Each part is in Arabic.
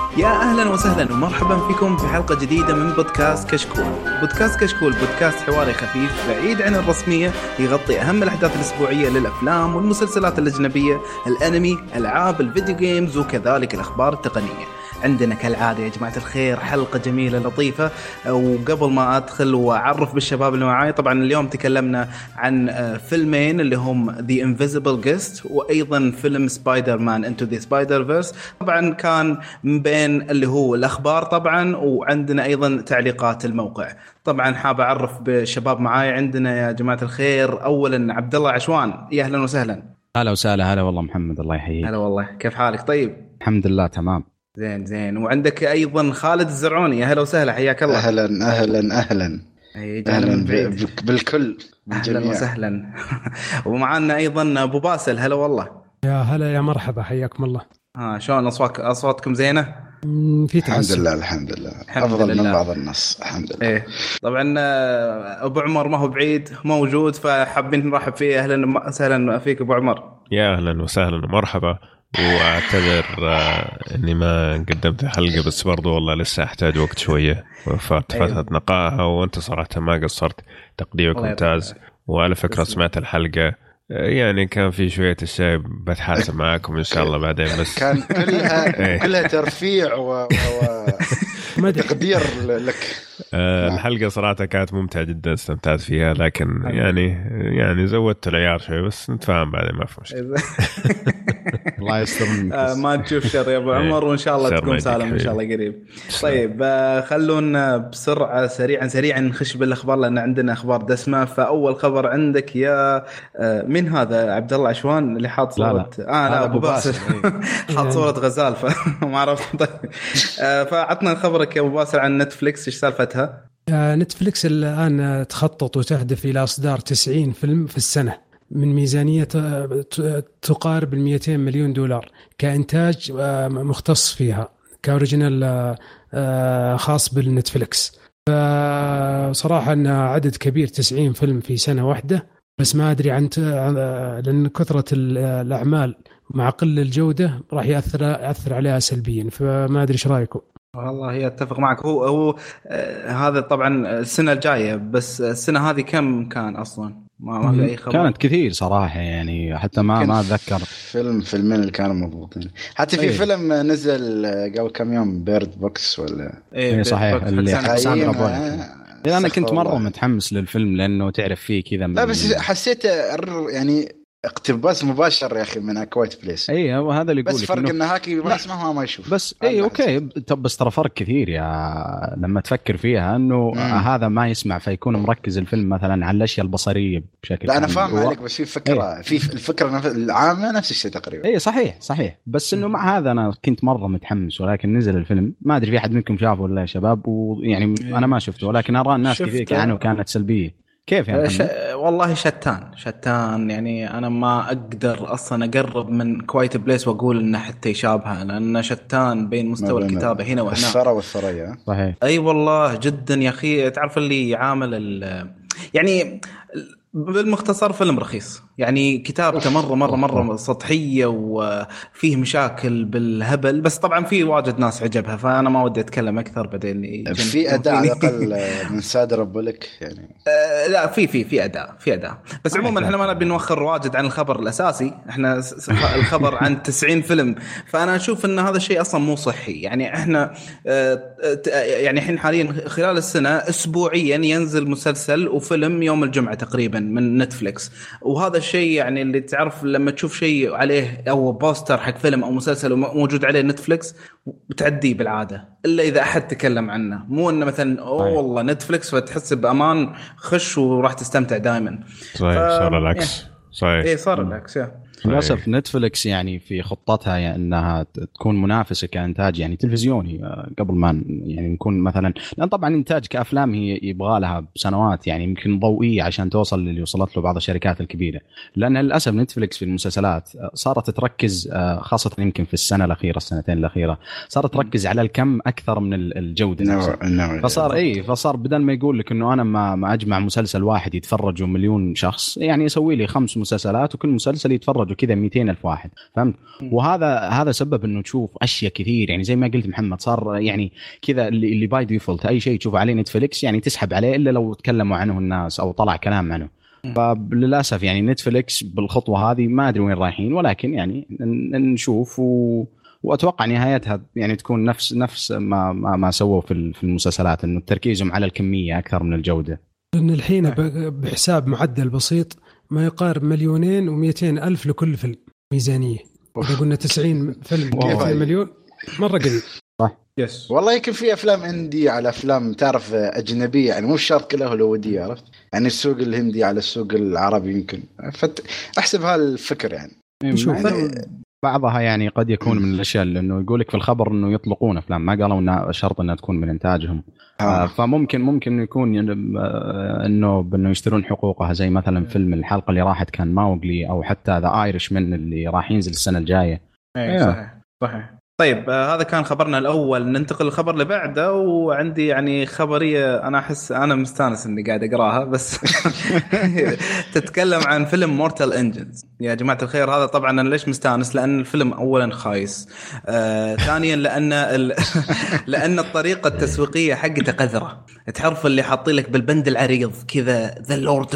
يا أهلا وسهلا ومرحبا فيكم في حلقة جديدة من بودكاست كشكول. بودكاست كشكول بودكاست حواري خفيف بعيد عن الرسمية، يغطي أهم الأحداث الأسبوعية للأفلام والمسلسلات الأجنبية، الأنمي، ألعاب الفيديو جيمز، وكذلك الأخبار التقنية. عندنا كالعادة يا جماعة الخير حلقة جميلة لطيفة. وقبل ما أدخل وأعرف بالشباب اللي معاي، طبعا اليوم تكلمنا عن فيلمين اللي هم The Invisible Guest وأيضا فيلم سبايدر مان Into the Spider-Verse. طبعا كان من بين اللي هو الأخبار طبعا، وعندنا أيضا تعليقات الموقع. طبعا حاب أعرف بالشباب معاي. عندنا يا جماعة الخير أولا عبد الله عشوان، يا أهلا وسهلا. هلا وسهلا. هلا والله محمد، الله يحييك. هلا والله، كيف حالك؟ طيب الحمد لله تمام. زين. وعندك أيضا خالد الزرعوني، يا هلا وسهلا، حياك الله. أهلا بالكل من أهلا وسهلا. ومعنا أيضا أبو باسل، هلا والله. يا هلا يا مرحبا، حياكم الله. شلون أصواتكم زينة؟ في تحسن الحمد لله أفضل من بعض الناس الحمد لله. إيه. طبعا أبو عمر ما هو بعيد موجود، فحابين نرحب فيه. أهلا وسهلا فيك أبو عمر. يا أهلا وسهلا ومرحبا. واعتذر اني ما قدمت حلقه، بس برضو والله لسه احتاج وقت شويه، فتره نقاهه، وانت صراحه ما قصرت، تقديمك ممتاز. وعلى فكره سمعت الحلقه، يعني كان في شويه الشيء بتحاسب معاكم ان شاء الله بعدين، بس كان كلها ترفيع وتقدير لك. الحلقه صراحه كانت ممتعه جدا، استمتعت فيها، لكن يعني زودت العيار شوي، بس نتفاهم بعدين، ما في مشكله. الله يستر منك. ما تشوف شر يا ابو عمر، وان شاء الله تكون سالم ان شاء الله قريب. طيب خلونا بسرعه سريعا نخش بالاخبار، لان عندنا اخبار دسمه. فاول خبر عندك يا من هذا عبد الله عشوان اللي حاط صوره؟ لا ابو باسل حاط صوره غزال، فما عرفت. طيب فعطنا خبرك يا ابو باسل عن نتفليكس، ايش سالفتها؟ نتفليكس الان تخطط وتهدف الى اصدار 90 فيلم في السنه، من ميزانية تقارب 200 مليون دولار كإنتاج مختص فيها كأوريجينال خاص بالنتفليكس. فصراحة أن عدد كبير 90 فيلم في سنة واحدة، بس ما أدري لأن كثرة الأعمال مع قل الجودة راح يأثر عليها سلبيا، فما أدري إيش رأيكم؟ والله أتفق معك. هو هذا طبعا السنة الجاية، بس السنة هذه كم كان أصلا؟ ما في أي خبر. كانت كثير صراحة، يعني حتى ما أتذكر. فيلمين اللي كانوا مضبوطين. حتى في فيلم نزل قبل كم يوم، بيرد بوكس ولا صحيح، اللي حسان ربوع. أنا كنت مرة متحمس للفيلم لأنه تعرف فيه كذا. لا بس حسيت يعني اقتباس مباشر يا اخي من اكوايت بليس. ايوه هذا اللي يقول، بس فرق انه هاكي ما يسمعها ما يشوف. بس اوكي، بس ترى فرق كثير لما تفكر فيها، انه هذا ما يسمع فيكون مركز الفيلم مثلا على الاشياء البصريه بشكل. لا انا فاهم عليك، بس في فكره في الفكره العامه نفس الشيء تقريبا. صحيح. بس انه مع هذا انا كنت مره متحمس، ولكن نزل الفيلم ما ادري في احد منكم شافه ولا يا شباب، ويعني انا ما شفته، ولكن ارى الناس كثير كانت سلبيه. كيف يعني؟ والله شتان يعني أنا ما أقدر أصلا أقرب من كوايت بليس وأقول إنه حتى يشابه، لأن شتان بين مستوى الكتابة هنا وهنا. الثرى والثريا صحيح. أي والله جدا يا أخي. تعرف اللي عامل يعني بالمختصر فيلم رخيص، يعني كتابته مرة سطحية وفيه مشاكل بالهبل. بس طبعا في واجد ناس عجبها، فأنا ما ودي أتكلم أكثر بعدين. في أداء على الأقل من سادر بولك يعني. لا في أداء بس عموما احنا ما نبي نوخر واجد عن الخبر الأساسي. احنا الخبر عن 90 فيلم، فأنا أشوف أن هذا الشيء أصلا مو صحي. يعني احنا يعني الحين حاليا خلال السنة أسبوعيا ينزل مسلسل وفيلم يوم الجمعة تقريبا من نتفليكس، وهذا الشيء يعني اللي تعرف لما تشوف شيء عليه أو بوستر حق فيلم أو مسلسل وموجود عليه نتفليكس بتعديه بالعادة، إلا إذا أحد تكلم عنه. مو إنه مثلا والله نتفليكس فتحس بأمان خش وراح تستمتع دائما. صار العكس. صحيح. صار العكس. للأسف نتفليكس يعني في خطتها يعني أنها تكون منافسة كإنتاج يعني تلفزيوني، قبل ما يعني نكون مثلا، لأن طبعا إنتاج كأفلام هي يبغى لها سنوات يعني يمكن ضوئية عشان توصل للي وصلت له بعض الشركات الكبيرة. لأن للأسف نتفليكس في المسلسلات صارت تركز، خاصة يمكن في السنة الأخيرة السنتين الأخيرة صارت تركز على الكم أكثر من الجودة. فصار بدل ما يقول لك إنه أنا ما أجمع مسلسل واحد يتفرجوا 1,000,000 شخص، يعني يسوي لي 5 مسلسلات وكل مسلسل يتفرج تخرج وكذا 200,000 واحد، فهمت؟ وهذا سبب انه تشوف اشياء كثير، يعني زي ما قلت محمد صار يعني كذا اللي باي ديفولت اي شيء تشوفه عليه نتفليكس يعني تسحب عليه الا لو تكلموا عنه الناس او طلع كلام عنه. فللاسف يعني نتفليكس بالخطوه هذه ما ادري وين رايحين، ولكن يعني نشوف واتوقع نهايتها يعني تكون نفس ما سووا في المسلسلات، انه تركيزهم على الكميه اكثر من الجوده. لان الحين بحساب معدل بسيط ما يقارب 2,200,000 لكل فيلم ميزانيه، اذا قلنا 90 فيلم 200 مليون مره قليل. صح. يس والله يمكن في افلام اندي على افلام تعرف اجنبيه، يعني مو شرط كلها هوليووديه، عرفت؟ يعني السوق الهندي على السوق العربي يمكن احسب هالفكر يعني. بعضها يعني قد يكون من الاشياء انه يقول لك في الخبر انه يطلقون افلام، ما قالوا انه شرط انها تكون من انتاجهم. فممكن يكون انه يشترون حقوقها، زي مثلا فيلم الحلقه اللي راحت كان ماوغلي، او حتى ذا ايرش من اللي راح ينزل السنه الجايه. صحيح. طيب هذا كان خبرنا الأول. ننتقل للخبر اللي بعده، وعندي يعني خبرية أنا أحس أنا مستانس إني قاعد أقراها بس تتكلم عن فيلم مورتال إنجنز. يا جماعة الخير، هذا طبعا أنا ليش مستانس؟ لأن الفيلم أولا خايس، ثانيا لأن الطريقة التسويقية حقته قذرة، تعرف اللي حاطين لك بالبند العريض كذا The Lord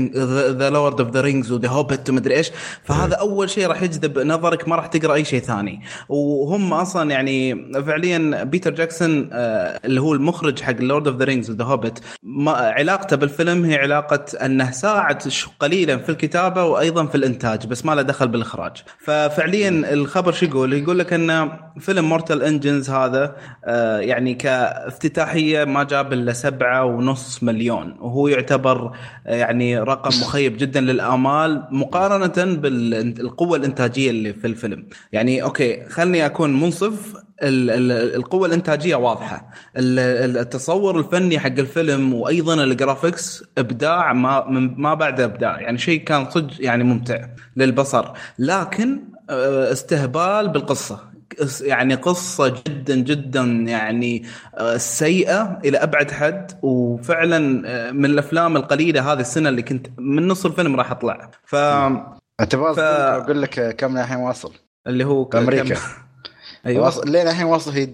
of the Rings و The Hobbit ومدري إيش. فهذا أول شيء راح يجذب نظرك، ما راح تقرأ أي شيء ثاني. وهم اصلا يعني فعليا بيتر جاكسون اللي هو المخرج حق لورد اوف ذا رينجز وذا هوبيت، علاقته بالفيلم هي علاقه انه ساعد قليلا في الكتابه وايضا في الانتاج، بس ما له دخل بالاخراج. ففعليا الخبر شو يقول لك ان فيلم مورتال انجنز هذا يعني كافتتاحيه ما جاب الا 7.5 مليون، وهو يعتبر يعني رقم مخيب جدا للآمال مقارنه بالقوه الانتاجيه اللي في الفيلم. يعني اوكي خلني اكون منصف، القوة الإنتاجية واضحة، التصور الفني حق الفيلم وأيضا الجرافيكس إبداع ما بعد إبداع، يعني شيء كان صدق يعني ممتع للبصر، لكن استهبال بالقصة، يعني قصة جدا جدا يعني سيئة إلى أبعد حد. وفعلا من الأفلام القليلة هذه السنة اللي كنت من نص الفيلم راح أطلع. أقول لك كم الحين واصل اللي هو أمريكا. أيوة. لين الحين واصل في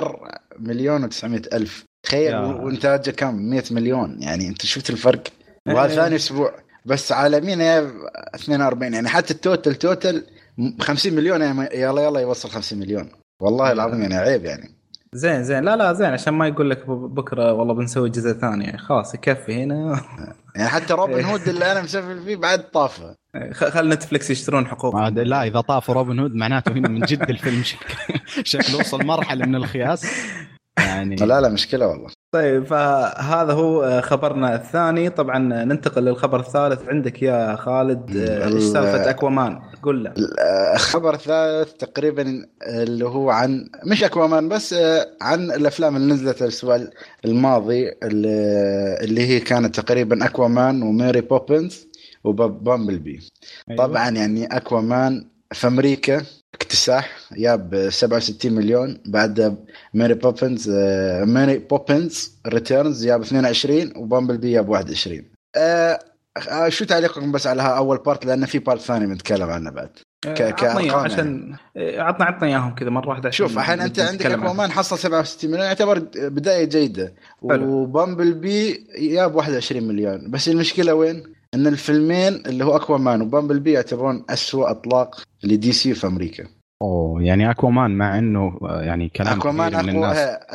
11,900,000 تخيل، وانتاجه كم 100 مليون. يعني انت شفت الفرق. وهذا ثاني اسبوع بس عالميا 42، يعني حتى التوتال 50 مليون، يعني يلا يوصل 50 مليون. والله العظيم يعني عيب يعني. زين لا زين، عشان ما يقول لك بكره والله بنسوي جزء ثاني، يعني خلاص يكفي هنا. يعني حتى روبن هود اللي انا مسافر فيه بعد طافه. خل نتفليكس يشترون حقوق. لا اذا طافوا روبن هود معناته هنا من جد الفيلم شكله وصل مرحله من الخياس يعني. لا مشكله والله. طيب فهذا هو خبرنا الثاني. طبعا ننتقل للخبر الثالث. عندك يا خالد ايش سالفه اكوامان؟ قول له. الخبر الثالث تقريبا اللي هو عن مش أكوامان بس، عن الأفلام اللي نزلت الأسبوع الماضي اللي هي كانت تقريبا أكوامان وميري بوبنز وبامبل بي. أيوة. طبعا يعني أكوامان في أمريكا اكتساح جاب 67 مليون، بعد ميري بوبنز ريتيرنز جاب 22 وبامبل بي جاب 21. شو تعليقكم بس على أول بارت، لأن في بارت ثاني بنتكلم عنه بعد. عشان عطنا اياهم كذا مره واحده. شوف الحين انت عندك اكوامان حصل 67 مليون، يعتبر بدايه جيده، وبامبل بي جاب 21 مليون. بس المشكله وين؟ ان الفيلمين اللي هو اكوامان وبامبل بي يعتبرون اسوأ اطلاق لدي سي في امريكا. يعني اكوامان مع انه يعني كلام اكوامان كثير من الناس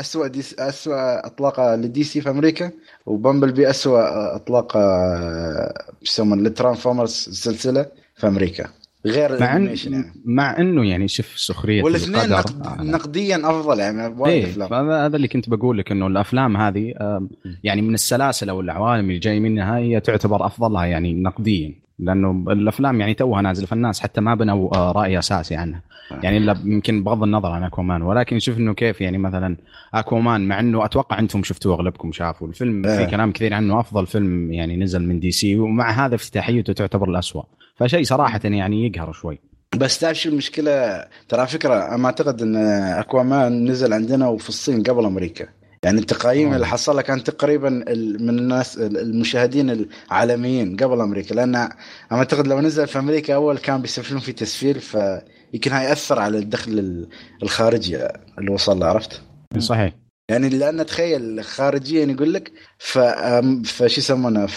اسوأ اطلاق لدي سي في امريكا، وبامبل بي اسوأ اطلاق بيسمون الترانسفورمرز السلسله في امريكا، غير مع انه يعني شوف سخريه والاثنين نقديا افضل يعني وايد افلام. هذا اللي كنت بقول لك، انه الافلام هذه يعني من السلاسل او العوالم اللي جاي منها هي تعتبر افضلها يعني نقديا، لانه الافلام يعني توها نازله، فالناس حتى ما بنوا راي اساسي عنها يعني الا يمكن بغض النظر عن اكوامان. ولكن شوف انه كيف يعني مثلا اكوامان، مع انه اتوقع انتم شفتوه اغلبكم شافوا الفيلم، في كلام كثير عنه افضل فيلم يعني نزل من دي سي، ومع هذا افتتاحيته تعتبر الأسوأ، فشيء صراحه يعني يقهر شوي. بس تعرف شو المشكله؟ ترى فكره، انا اعتقد ان اكوامان نزل عندنا وفي الصين قبل امريكا. يعني التقييم اللي حصلها كان تقريبا من الناس المشاهدين العالميين قبل أمريكا، لأن أنا أعتقد لو نزل في أمريكا أول كان بيسفلون في تسفيل، فيمكن هيأثر على الدخل الخارجي اللي وصل له، عرفت؟ صحيح. يعني لأن تخيل خارجيا يقول لك فشي يسمونها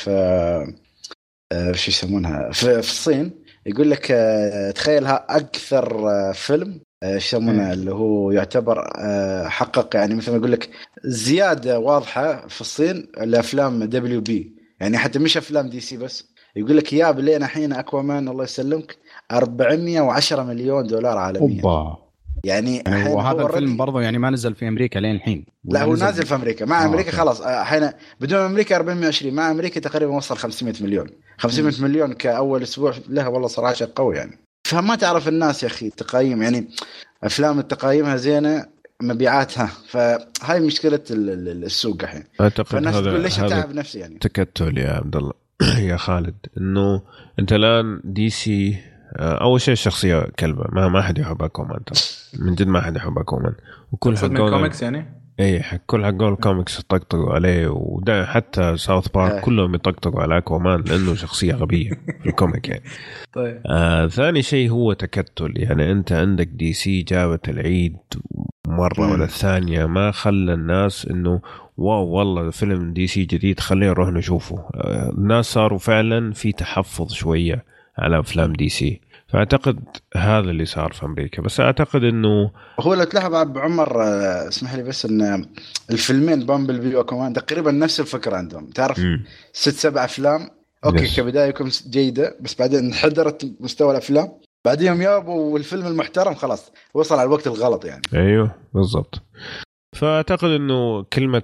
شو يسمونها في الصين، يقول لك تخيلها أكثر فيلم يسمونه اللي هو يعتبر حقق يعني مثل ما يقول لك زيادة واضحة في الصين الأفلام WB، يعني حتى مش أفلام DC بس، يقول لك يا بلينا حين أكوامان الله يسلمك 410 مليون دولار عالميا. يعني وهذا الفيلم برضه يعني ما نزل في أمريكا لين الحين. لا هو نازل في أمريكا، مع أمريكا خلاص حين بدون أمريكا 420، مع أمريكا تقريبا وصل 500 مليون. 500 مليون كأول أسبوع له والله صراحة شيء قوي يعني. فما تعرف الناس يا أخي التقييم، يعني أفلام التقييمها زينة مبيعاتها، فهاي مشكلة السوق الحين. أعتقد هذا نفسي يعني تكتل يا عبد الله يا خالد، إنه أنت الآن DC أول شيء الشخصية كلبة، ما حد يحب أكوامان، من جد ما حد يحب أكوامان، وكل حقول كوميكس يعني كل حقول الكوميكس يطقطقوا عليه، وده حتى ساوث بارك كلهم يطقطقوا على أكوامان لأنه شخصية غبية في الكوميك يعني. طيب. ثاني شيء هو تكتل، يعني أنت عندك DC جابت العيد مرة ولا الثانية، ما خلى الناس إنه واو والله فيلم DC جديد خلينا نروح نشوفه. الناس صاروا فعلا في تحفظ شوية على أفلام DC، فأعتقد هذا اللي صار في أمريكا. بس أعتقد إنه هو لو تلاحظ أبو عمر اسمح لي بس إن الفيلمين بامبل بي وكمان تقريبا نفس الفكرة عندهم، تعرف 6-7 أفلام أوكي كبداية يكون جيدة، بس بعدين انحدرت مستوى الأفلام، بعدين يابوا والفيلم المحترم خلاص وصل على الوقت الغلط يعني. أيوه بالضبط. فأعتقد إنه كلمة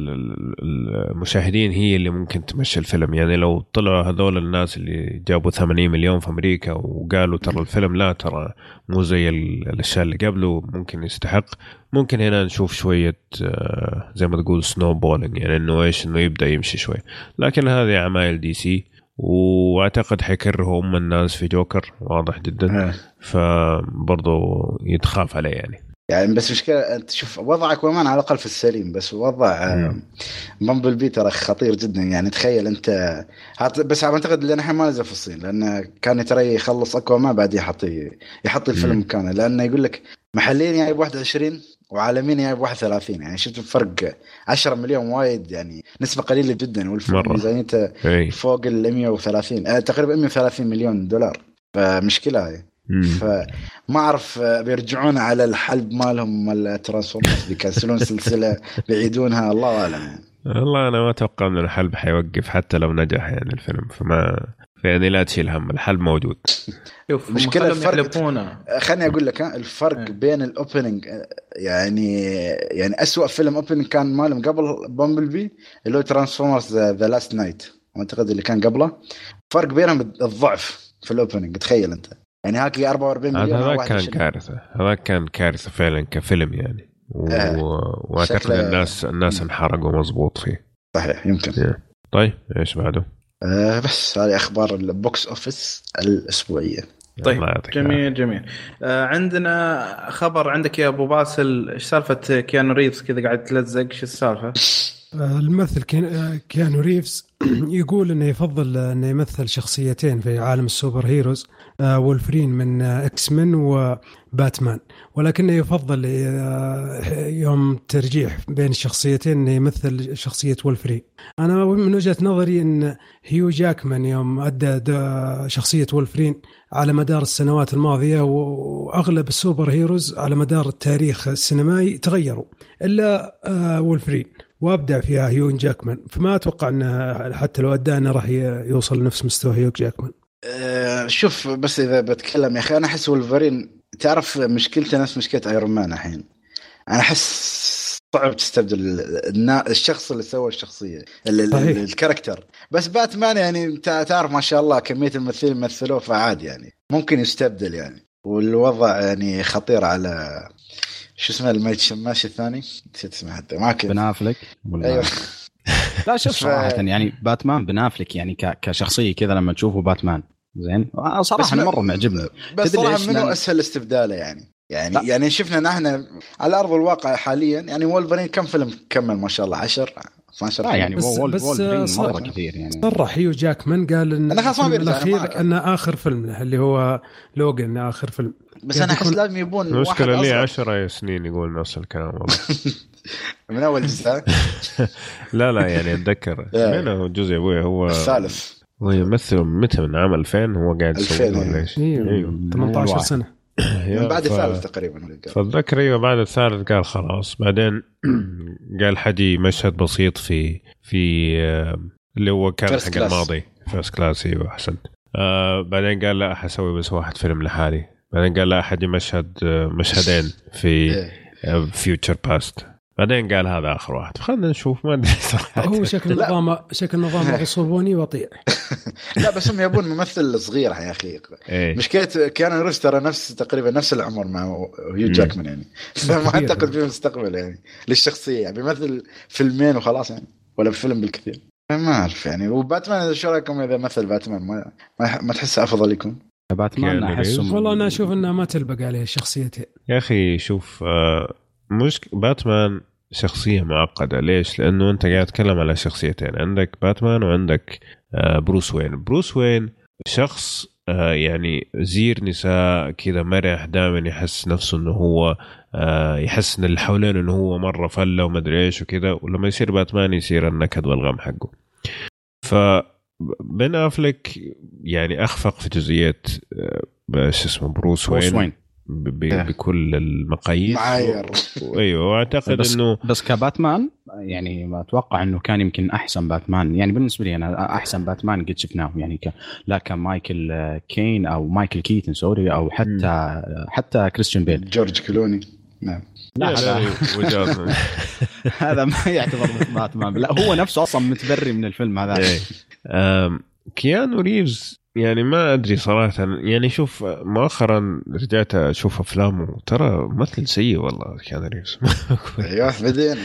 المشاهدين هي اللي ممكن تمشي الفيلم. يعني لو طلعوا هذول الناس اللي جابوا 80 مليون في أمريكا وقالوا ترى الفيلم لا ترى مو زي الأشياء اللي قبله ممكن يستحق، ممكن هنا نشوف شوية زي ما تقول سنو بولينج، يعني إنه يبدأ يمشي شوي. لكن هذه عمايل DC، واعتقد حيكرهوا الناس في جوكر واضح جدا، فبرضه يتخاف عليه يعني بس مشكلة تشوف وضعك ومان على الأقل في السليم، بس وضع بامبل بي ترى خطير جدا. يعني تخيل أنت بس أعتقد لأن إحنا ما نزل في الصين، لأن كان ترى يخلص أكوامان بعد يحط الفيلم مكانه، لأنه يقول لك محليا يعني ب21 وعالميا يعني ب31، يعني شفت الفرق 10 مليون وايد، يعني نسبة قليلة جدا، والفيلم ميزانيته فوق 130 تقريبا 130 مليون دولار، فمشكلة هاي. فما أعرف بيرجعون على الحلب مالهم ولا ترانسفورمرز بيكنسلون سلسلة بيعيدونها، الله أعلم يعني. والله أنا ما أتوقع أن الحلب حيوقف حتى لو نجح يعني الفيلم، فما يعني لا تشيل هم، الحلب موجود. مشكلة الفرق خلني أقول لك الفرق بين الأوبننج يعني أسوأ فيلم أوبننج كان مالهم قبل بامبل بي اللي هو ترانسفورمرز ذا لاست نايت، وأعتقد اللي كان قبله فرق بينهم الضعف في الأوبننج. تخيل أنت يعني هاكي 44 مليون، هذا كان كارثة، هذا كان كارثة فعلا كفيلم يعني. واعتقد الناس انحرقوا مزبوط فيه. صحيح يمكن. طيب ايش بعده؟ بس هذه اخبار البوكس اوفيس الاسبوعيه. طيب جميل. عندنا خبر عندك يا ابو باسل، ايش سالفه كيانو ريفز كذا قاعد تلزق، ايش السالفه؟ الممثل كيانو ريفز يقول انه يفضل انه يمثل شخصيتين في عالم السوبر هيروز، وولفرين من اكس من وباتمان، ولكنه يفضل يوم ترجيح بين الشخصيتين انه يمثل شخصية وولفرين. انا من وجهة نظري ان هيو جاكمان يوم ادى شخصية وولفرين على مدار السنوات الماضية، واغلب السوبر هيروز على مدار التاريخ السينمائي تغيروا الا وولفرين، وابدع فيها هيو جاكمان، فما اتوقع انه حتى لو ادانا راح يوصل لنفس مستوى هيو جاكمان. شوف بس اذا بتكلم يا اخي، انا احس وولفرين تعرف مشكلته نفس مشكله ايرون مان الحين. انا احس صعب تستبدل الشخص اللي سوى الشخصيه الكاركتر، بس باتمان يعني تعرف ما شاء الله كميه الممثلين مثلوه فعادي يعني ممكن يستبدل يعني. والوضع يعني خطير على شو اسمه الماشي الثاني نسيت اسمه حتى معك بن أفلك. ايوه لا شوف صراحه يعني باتمان بن أفلك يعني كشخصيه كذا لما تشوفه باتمان زين صراحه انا مره معجبني. بس صراحه منو اسهل استبداله يعني يعني شفنا نحن على ارض الواقع حاليا. يعني وولفرين كم فيلم كمل ما شاء الله 10 12 يعني بس وولفرين مره كثير يعني. صرح هيو جاكمان قال ان أنا خلاص ما بيرجع الاخير ان اخر فيلم له اللي هو لوجن اخر فيلم. بس انا احس لازم يبون المشكله لي 10 سنين يقول نفس الكلام والله. من اول جزء. لا يعني اتذكر منه جزء ابوي هو الثالث، هو يمثل متى من عام 2000 هو قاعد يسوي ولا ايش؟ ايوه 18 سنه من بعد الثالث تقريبا. فاتذكر ايوه بعد الثالث قال خلاص. بعدين قال حدي مشهد بسيط في اللي هو كان حق الماضي فيرست كلاس. ايوه احسنت. بعدين قال لا حسوي بس واحد فيلم لحالي. بعدين قال لا حدي مشهدين في فيوتشر باست. بعدين قال هذا آخر واحد. خلنا نشوف ما أدري صراحة. هو شكل نظام غصوبوني وطيع. لا بس هم يبون ممثل صغير يا أخي. مشكلة كان ريفز ترى تقريبا نفس العمر مع هيو جاكمان يعني. ما أعتقد في مستقبل يعني للشخصية يعني بيمثل فيلمين وخلاص يعني ولا فيلم بالكثير. ما أعرف يعني. وباتمان شو رأيكم إذا مثل باتمان ما تحس أفضل لكم؟ باتمان أحسه والله أنا أشوف إنها ما تلبق عليه الشخصيتين يا أخي. شوف باتمان شخصية معقدة. ليش؟ لأنه أنت قاعد تتكلم على شخصيتين. عندك باتمان وعندك بروس وين شخص يعني زير نساء كذا مرح دائما يحس نفسه إنه هو يحس إن اللي حوالين إنه هو مرة فلة وما أدري إيش وكذا. ولما يصير باتمان يصير النكد والغم حقه. فبن أفلك يعني أخفق في جزئيات اسمه بروس وين بكل المقاييس معايير. ايوه واعتقد انه بس كباتمان يعني ما اتوقع انه كان يمكن احسن باتمان. يعني بالنسبه لي انا احسن باتمان قد شفناه يعني لا كان مايكل كين او مايكل كيتن سوري او حتى كريستيان بيل جورج كلوني. نعم لا هذا ما يعتبر باتمان. لا هو نفسه اصلا متبري من الفيلم هذا. كيانو ريفز يعني ما أدري صراحة. يعني شوف مؤخرا رجعت أشوف أفلامه ترى مثل سيء والله كان ريفز. أيوة بدين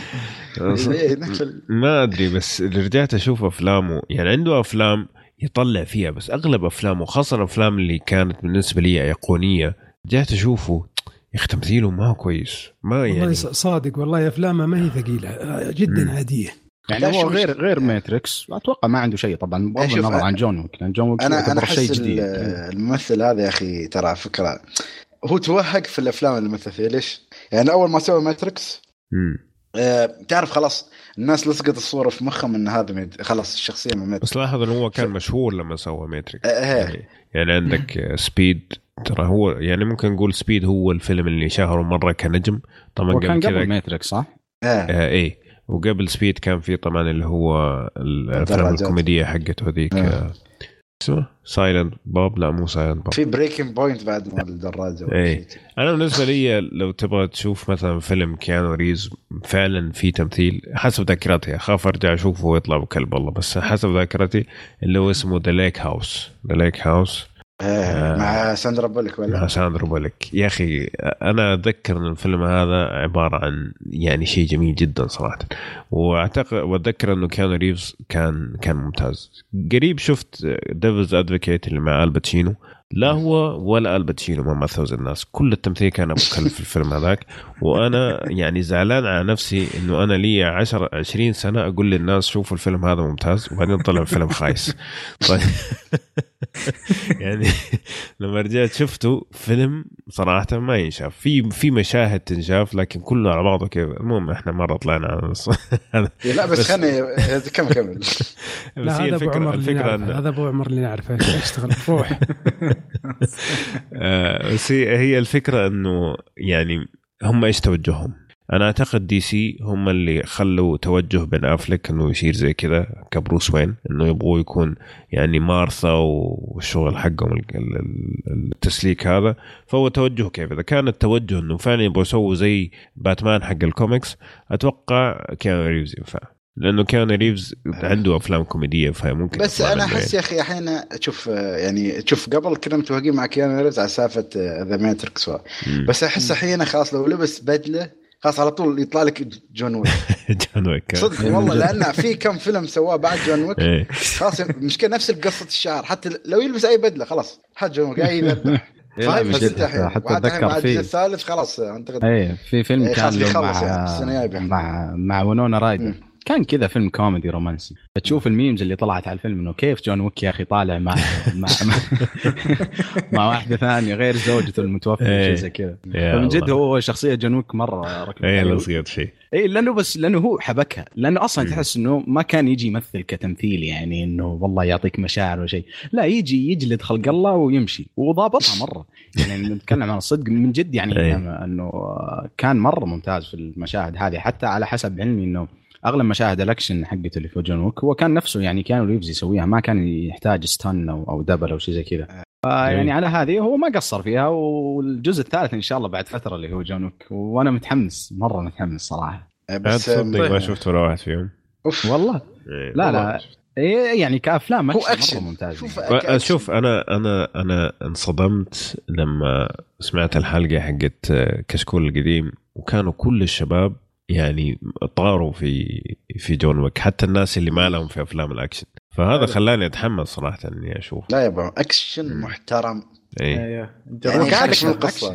ما أدري بس رجعت أشوف أفلامه. يعني عنده أفلام يطلع فيها بس أغلب أفلامه خاصة الأفلام اللي كانت بالنسبة لي أيقونية رجعت أشوفه تمثيله ما هو كويس. ما يعني والله صادق والله أفلامه ما هي ثقيلة جدا عادية. يعني هو غير ماتريكس اتوقع ما عنده شيء طبعا بغض النظر عن جون ويك. لان جون ويك انا شيء جديد. الممثل هذا يا اخي ترى فكره هو توهق في الافلام اللي مثل فيها. ليش يعني اول ما سوى ماتريكس تعرف خلاص الناس لصقت الصوره في مخهم ان هذا خلاص الشخصيه من ماتريكس. بس لاحظ انه هو كان مشهور لما سوى ماتريكس. يعني عندك سبيد ترى هو يعني ممكن نقول سبيد هو الفيلم اللي شهره مره كنجم. طبعا كان قبل ماتريكس صح. ايه وقبل سبيد كان في طبعا اللي هو الافلام الكوميديه حقته هذيك اسمه سايلنت بوب. لا مو سايلنت بوب. في بريكنج بوينت بعد ما الدراجه. انا بالنسبه لي لو تبغى تشوف مثلا فيلم كيانو ريفز فعلا في تمثيل حسب ذاكرتي. اخاف ارجع اشوفه ويطلع بكلب والله. بس حسب ذاكرتي اللي هو اسمه ذا ليك هاوس مع ساندرا بوليك ولا مع ساندرا بوليك. يا أخي أنا أتذكر أن الفيلم هذا عبارة عن يعني شيء جميل جدا صراحة. وأتذكر أنه كيانو ريفز كان ممتاز. قريب شفت ديفلز أدفوكيت اللي مع الباتشينو. لا هو ولا الباتشينو ما مثلوا الناس. كل التمثيل كان أبو كلب في الفيلم هذاك. وأنا يعني زعلان على نفسي إنه أنا لي 10-20 سنة أقول للناس شوفوا الفيلم هذا ممتاز وبعدين طلع الفيلم خايس. طيب يعني لما رجعت شفته فيلم صراحة ما ينشاف. في مشاهد تنشاف لكن كله على بعضه كذا. المهم إحنا مرة طلعنا على لا بس خلني كمل. لا هذا أبو عمر اللي نعرفه اشتغل روح. بس هي الفكرة أنه يعني هم إيش توجههم. أنا أعتقد دي سي هم اللي خلوا توجه بن أفلك أنه يصير زي كذا كبروس وين. أنه يبغوا يكون يعني مارثا والشغل حقهم التسليك هذا. فهو توجه كيف إذا كان التوجه أنه فعلا يبغوا يسووا زي باتمان حق الكوميكس. أتوقع كيانو ريفز ينفع لأنه كيانو ريفز عنده أفلام كوميدية فممكن. بس أنا أحس يا أخي أحيانا شوف قبل كنا متوقعين مع كيانو ريفز على سالفة ذا ماتريكس. بس أحس أحيانا خلاص لو لبس بدلة خلاص على طول يطلع لك جون ويك. صدق والله لأن في كم فيلم سواه بعد جون ويك خلاص مشكلة نفس القصة الشعر. حتى لو يلبس أي بدلة خلاص حد جون ويك أي ذبح فهاي من جد حتى اتذكر في الثالث خلاص اعتقد ايه في فيلم كان له مع ونونا رايدر كان كذا فيلم كوميدي رومانسي. فتشوف الميمز اللي طلعت على الفيلم انه كيف جون ويك يا اخي طالع مع واحده ثانيه غير زوجته المتوفى شيء زي كذا. فمن جد هو شخصيه جون ويك مره ركب اي صغير شيء اي لانه هو حبكها لانه اصلا تحس انه ما كان يجي يمثل كتمثيل يعني انه والله يعطيك مشاعر ولا شيء لا يجي يجلد خلق الله ويمشي وضابطها مره يعني نتكلم عن الصدق من جد يعني انه كان مره ممتاز في المشاهد هذه. حتى على حسب علمي انه اغلب مشاهد الاكشن حقته اللي في جون ويك هو كان نفسه يعني كانوا ريفز يسويها ما كان يحتاج ستان او دبل او شيء زي كذا. يعني على هذه هو ما قصر فيها. والجزء الثالث ان شاء الله بعد فتره اللي هو جون ويك وانا متحمس مره متحمس صراحه. بس ما شفت ولا واحد فيهم والله لا يعني كافلام اكشن مره ممتازه. شوف انا انصدمت لما سمعت الحلقه حقت كشكول القديم وكانوا كل الشباب يعني طاروا في جون ويك حتى الناس اللي ما لهم في افلام الاكشن. فهذا خلاني اتحمس صراحه اني اشوف. لا يا ابو اكشن محترم. ايه يعني خليك من القصه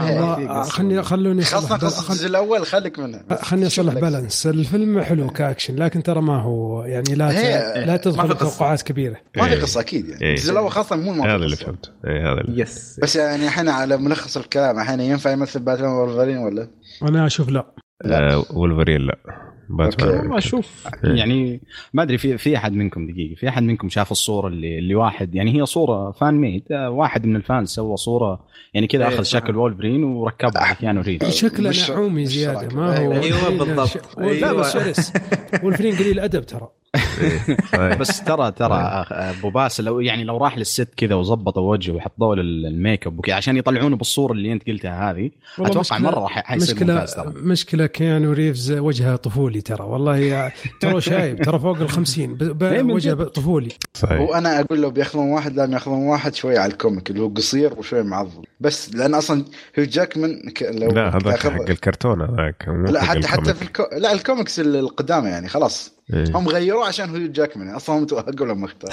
خلوني الجزء الاول خليك منه. خليني اصلح بالانس. الفيلم حلو كاكشن لكن ترى ما هو يعني لا تدخل توقعات كبيره. ما في قصه اكيد يعني الجزء الاول خاصه مو هذا اللي فهمت. هذا يس بس يعني احنا على ملخص الكلام الحين ينفع يمثل باتمان وولفرين ولا؟ انا اشوف لا وولفرين لا باتمان ما اشوف يعني ما ادري في احد منكم دقيقه في احد منكم شاف الصوره اللي واحد يعني هي صوره فان ميد واحد من الفانز سوى صوره يعني كذا اخذ شكل وولفرين وركبه على كيانو ريفز شكله نعومي زياده ما هو ايوه بالضبط. لا بس شرس وولفرين قليل ادب ترى. بس ترى ابو باسل لو راح للست كذا وظبطوا وجهه وحطوا له الميك اب وكذا عشان يطلعونه بالصوره اللي انت قلتها هذه اتوقع مره راح حيصير ممتاز. ترى مشكله كيانو ريفز وجهه طفولي ترى والله ترى شايب ترى فوق ال50 وجهه طفولي. وانا اقول له بياخذون واحد لازم ياخذون واحد شويه على الكوميك اللي هو قصير وشويه معضل بس لان اصلا هيو جاكمان لو لا هذا حق الكرتون هذاك لا حتى في لا الكوميكس القدامى يعني خلاص هم غيروه عشان هيو جاكمان اصلا هم توهقوا لهم اختار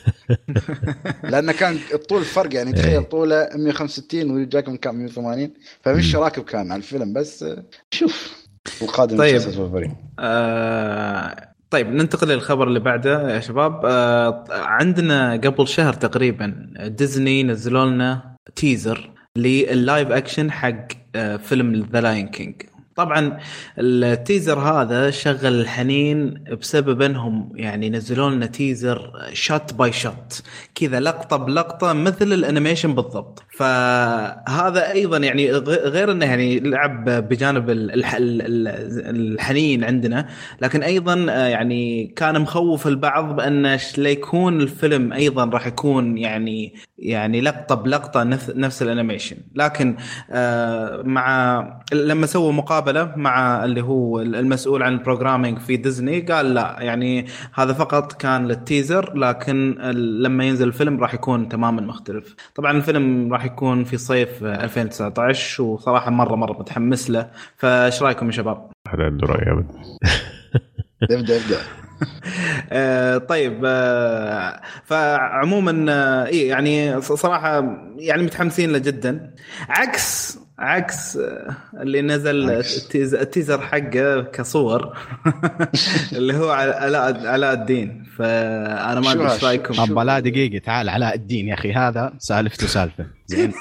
لان كان الطول فرق يعني تخيل طوله 165 وهيو جاكمان كان 180 فمش راكب كان على الفيلم. بس شوف القادم. طيب طيب ننتقل للخبر اللي بعده يا شباب. عندنا قبل شهر تقريبا ديزني نزلوا لنا تيزر لللايف اكشن حق فيلم ذا لاين كينج. طبعا التيزر هذا شغل الحنين بسبب انهم يعني نزلوا لنا تيزر شوت باي شوت كذا لقطه بلقطه مثل الانيميشن بالضبط. فهذا ايضا يعني غير انه يعني لعب بجانب الحنين عندنا لكن ايضا يعني كان مخوف البعض بان ليكون الفيلم ايضا راح يكون يعني لقطه بلقطه نفس الانيميشن. لكن لما سووا مقابله مع اللي هو المسؤول عن البروجرامينج في ديزني قال لا يعني هذا فقط كان للتيزر لكن لما ينزل الفيلم راح يكون تماما مختلف. طبعا الفيلم راح يكون في صيف 2019 وصراحة مرة متحمس له. فايش رايكم يا شباب؟ هذا عنده رأي أبد. ابدأ طيب فعموما يعني صراحة يعني متحمسين له جدا عكس اللي نزل التيزر حقه كصور اللي هو علاء الدين. فأنا ما أدري إيش رأيكم. طب لا دقيقة تعال علاء الدين يا أخي هذا سالفة زين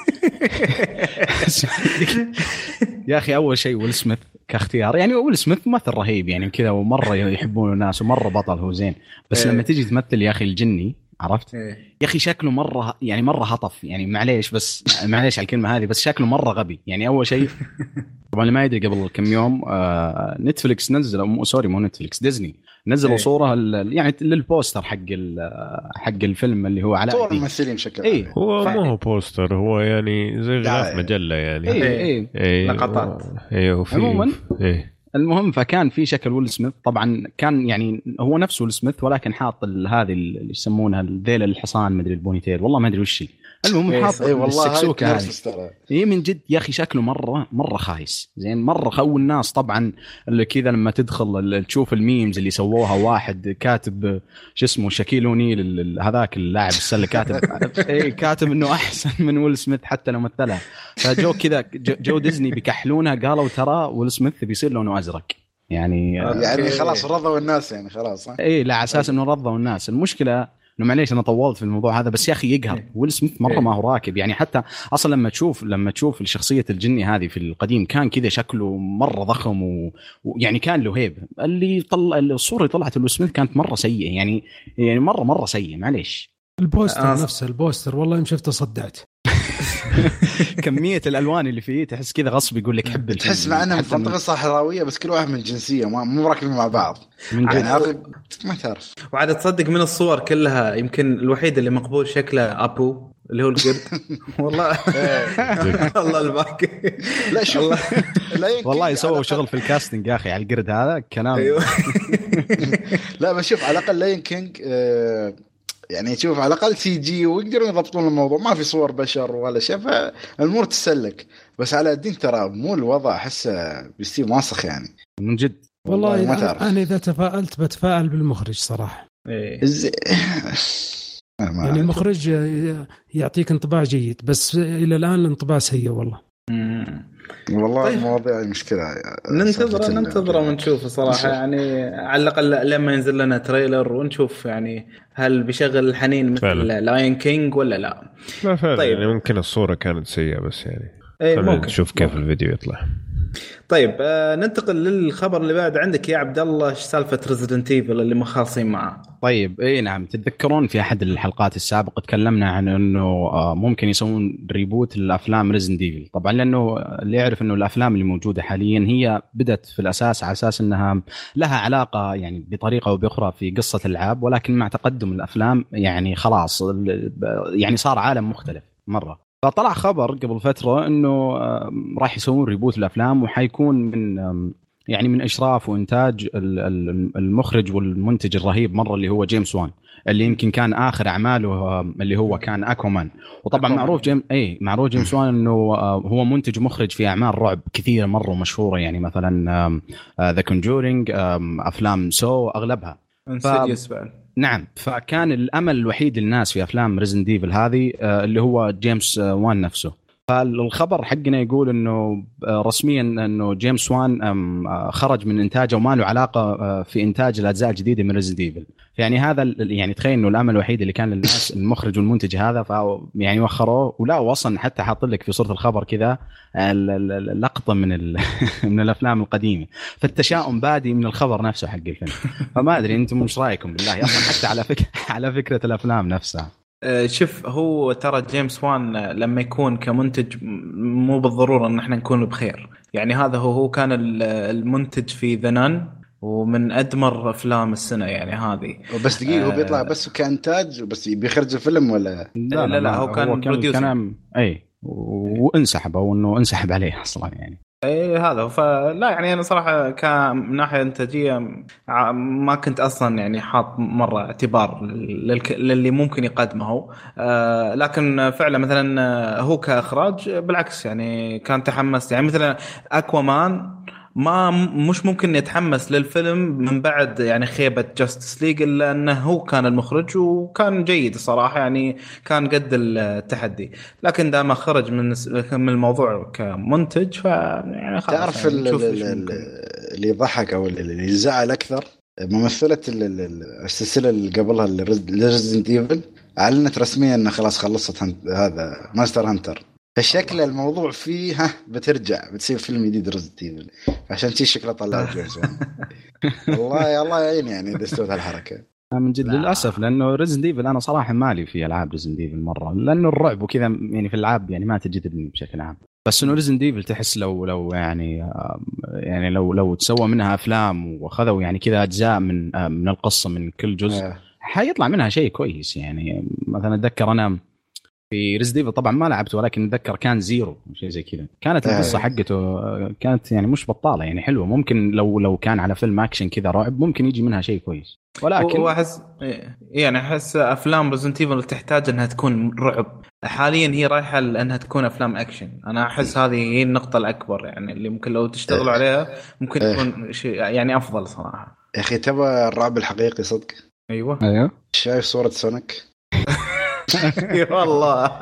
يا أخي أول شيء ويل سميث كاختيار يعني ويل سميث ممثل رهيب يعني كذا ومرة يحبونه الناس ومرة بطل هو زين بس لما تيجي تمثل يا أخي الجني عرفت يا أخي شكله مرة هطف يعني معليش على الكلمة هذه بس شكله مرة غبي يعني. أول شيء طبعا اللي ما يدري قبل كم يوم نتفليكس نزل مو نتفليكس ديزني نزلوا صورة يعني للبوستر حق الفيلم اللي هو علاء الدين. ممثلين شكل هو ما هو بوستر هو يعني زي غلاف مجلة يعني لقطات عموما المهم فكان في شكل ويل سميث طبعا كان يعني هو نفسه ويل سميث ولكن حاط هذه اللي يسمونها الذيل الحصان مدري البونيتيل والله ما ادري وش المهم حاط اي والله السكسوكه هذه هي من جد يا اخي شكله مره خايس زين مره خو الناس طبعا اللي كذا لما تدخل تشوف الميمز اللي سووها واحد كاتب شو اسمه شاكيل اونيل هذاك اللاعب السله كاتب انه احسن من ويل سميث حتى لو مثلها فجو كذا جو ديزني بيكحلونها قالوا ترى ويل سميث بيصير لونه ازرق يعني خلاص رضوا الناس يعني خلاص اي لا على اساس انه رضوا الناس. المشكله انه معليش انا طولت في الموضوع هذا بس يا اخي يقهر ويل سميث مره ما هو راكب يعني حتى اصلا لما تشوف الشخصيه الجني هذه في القديم كان كذا شكله مره ضخم ويعني كان له هيبه. اللي طلع الصوره اللي طلعت ويل سميث كانت مره سيئه يعني مره سيئه معليش. البوستر نفسه البوستر والله يوم شفته صدعت. كمية الألوان اللي فيه تحس كذا غصب يقول لك حب تحس مع أنها منطقة صحراوية بس كل واحد من جنسية مو راكبين مع بعض يعني ما تعرف. وعاد تصدق من الصور كلها يمكن الوحيد اللي مقبول شكله أبو اللي هو القرد والله والله الباقي لا شوف والله يسووا شغل في الكاستنج يا أخي على القرد هذا كلام. لا بس شوف على الأقل لاين كينج يعني تشوف على الأقل سي جي ويقدرون يضبطون الموضوع ما في صور بشر ولا شيء فالأمور تسلك. بس على الدين ترى مو الوضع أحسه بيصير ماسخ يعني من جد والله ما تعرف. أنا إذا تفائلت بتفائل بالمخرج صراحة يعني المخرج يعطيك انطباع جيد بس إلى الآن الانطباع سيء والله. والله طيب. المواضيع مشكلة ننتظر ونشوف صراحة يعني على الأقل لما ينزل لنا تريلر ونشوف يعني هل بيشغل الحنين مثل لاين كينج ولا لا. طيب يعني ممكن الصورة كانت سيئة بس يعني ممكن نشوف كيف الفيديو يطلع. طيب ننتقل للخبر اللي بعد عندك يا عبد الله. ايش سالفة ريزيدنت ايفل اللي مخالصين معه؟ طيب اي نعم تتذكرون في احد الحلقات السابقة تكلمنا عن انه ممكن يسوون ريبوت للافلام ريزيدنت ايفل. طبعا لانه اللي يعرف انه الافلام اللي موجودة حاليا هي بدت في الاساس على اساس انها لها علاقة يعني بطريقة او باخرى في قصة الالعاب ولكن مع تقدم الافلام يعني خلاص يعني صار عالم مختلف مرة. فطلع خبر قبل فترة إنه راح يسوون ريبوت الأفلام وحيكون من إشراف وإنتاج المخرج والمنتج الرهيب مرة اللي هو جيمس وان اللي يمكن كان آخر أعماله اللي هو كان أكوامان. وطبعا معروف جيمس وان إنه هو منتج مخرج في أعمال رعب كثيرة مرة مشهورة يعني مثلا ذا كونجورينج أفلام أغلبها نعم. فكان الأمل الوحيد للناس في أفلام ريزيدنت ايفل هذه اللي هو جيمس وان نفسه. فالخبر حقنا يقول إنه رسميا إنه جيمس وان خرج من إنتاجه وما له علاقة في إنتاج الأجزاء الجديدة من ريزيدنت ايفل. يعني هذا يعني تخيل إنه الأمل الوحيد اللي كان للناس المخرج والمنتج هذا يعني وخروه. ولا وصل حتى حاط لك في صورة الخبر كذا اللقطة من الأفلام القديمة. فالتشاؤم بادي من الخبر نفسه حق الفيلم. فما أدري أنتم مش رأيكم بالله أصلا حتى على فكرة الأفلام نفسها. شوف هو ترى جيمس وان لما يكون كمنتج مو بالضرورة ان احنا نكون بخير يعني. هذا هو كان المنتج في ذا نان ومن أدمر أفلام السنة يعني هذه. بس دقيقة هو بيطلع بس كإنتاج بس بيخرج الفيلم ولا لا هو كان بروديوسر وانسحب أو إنه انسحب عليه أصلا يعني. هذا فلا يعني أنا صراحة كمن ناحية إنتاجية ما كنت أصلا يعني حاط مرة اعتبار للي ممكن يقدمه. لكن فعلا مثلا هو كإخراج بالعكس يعني كان تحمس يعني مثلا أكوامان مش ممكن يتحمس للفيلم من بعد يعني خيبة جاستس ليج إلا أنه هو كان المخرج وكان جيد الصراحة يعني كان قد التحدي. لكن دا ما خرج من الموضوع كمنتج يعني خلاص. تعرف يعني اللي يضحك أو اللي يزعل أكثر ممثلة السلسلة اللي قبلها Resident Evil أعلنت رسميا أنها خلاص خلصت هذا ماستر هانتر. فالشكل الموضوع فيه بترجع بتصير فيلم جديد Resident Evil عشان تشي شكله طلع جيمس وان. الله يعين يعني دستوت هالحركة من جد للأسف لأنه Resident Evil أنا صراحة مالي في ألعاب Resident Evil مرة لأنه الرعب وكذا يعني في الألعاب يعني ما تجذبني بشكل عام. بس إنه Resident Evil تحس لو يعني لو تسوى منها أفلام وأخذوا يعني كذا أجزاء من القصة من كل جزء حيطلع منها شيء كويس يعني. مثلا أتذكر أنا في ريزديف طبعا ما لعبته، ولكن اتذكر كان زيرو شيء زي كذا. كانت القصه حقته كانت يعني مش بطاله، يعني حلوه. ممكن لو كان على فيلم اكشن كذا رعب ممكن يجي منها شيء كويس. ولكن احس يعني احس افلام ريزنت ايفل تحتاج انها تكون رعب. حاليا هي رايحه لانها تكون افلام اكشن. انا احس هذه هي النقطه الاكبر يعني اللي ممكن لو تشتغلوا عليها ممكن يكون شيء يعني افضل صراحه. يا اخي تبى الرعب الحقيقي صدق. ايوه شايف صوره سونيك؟ والله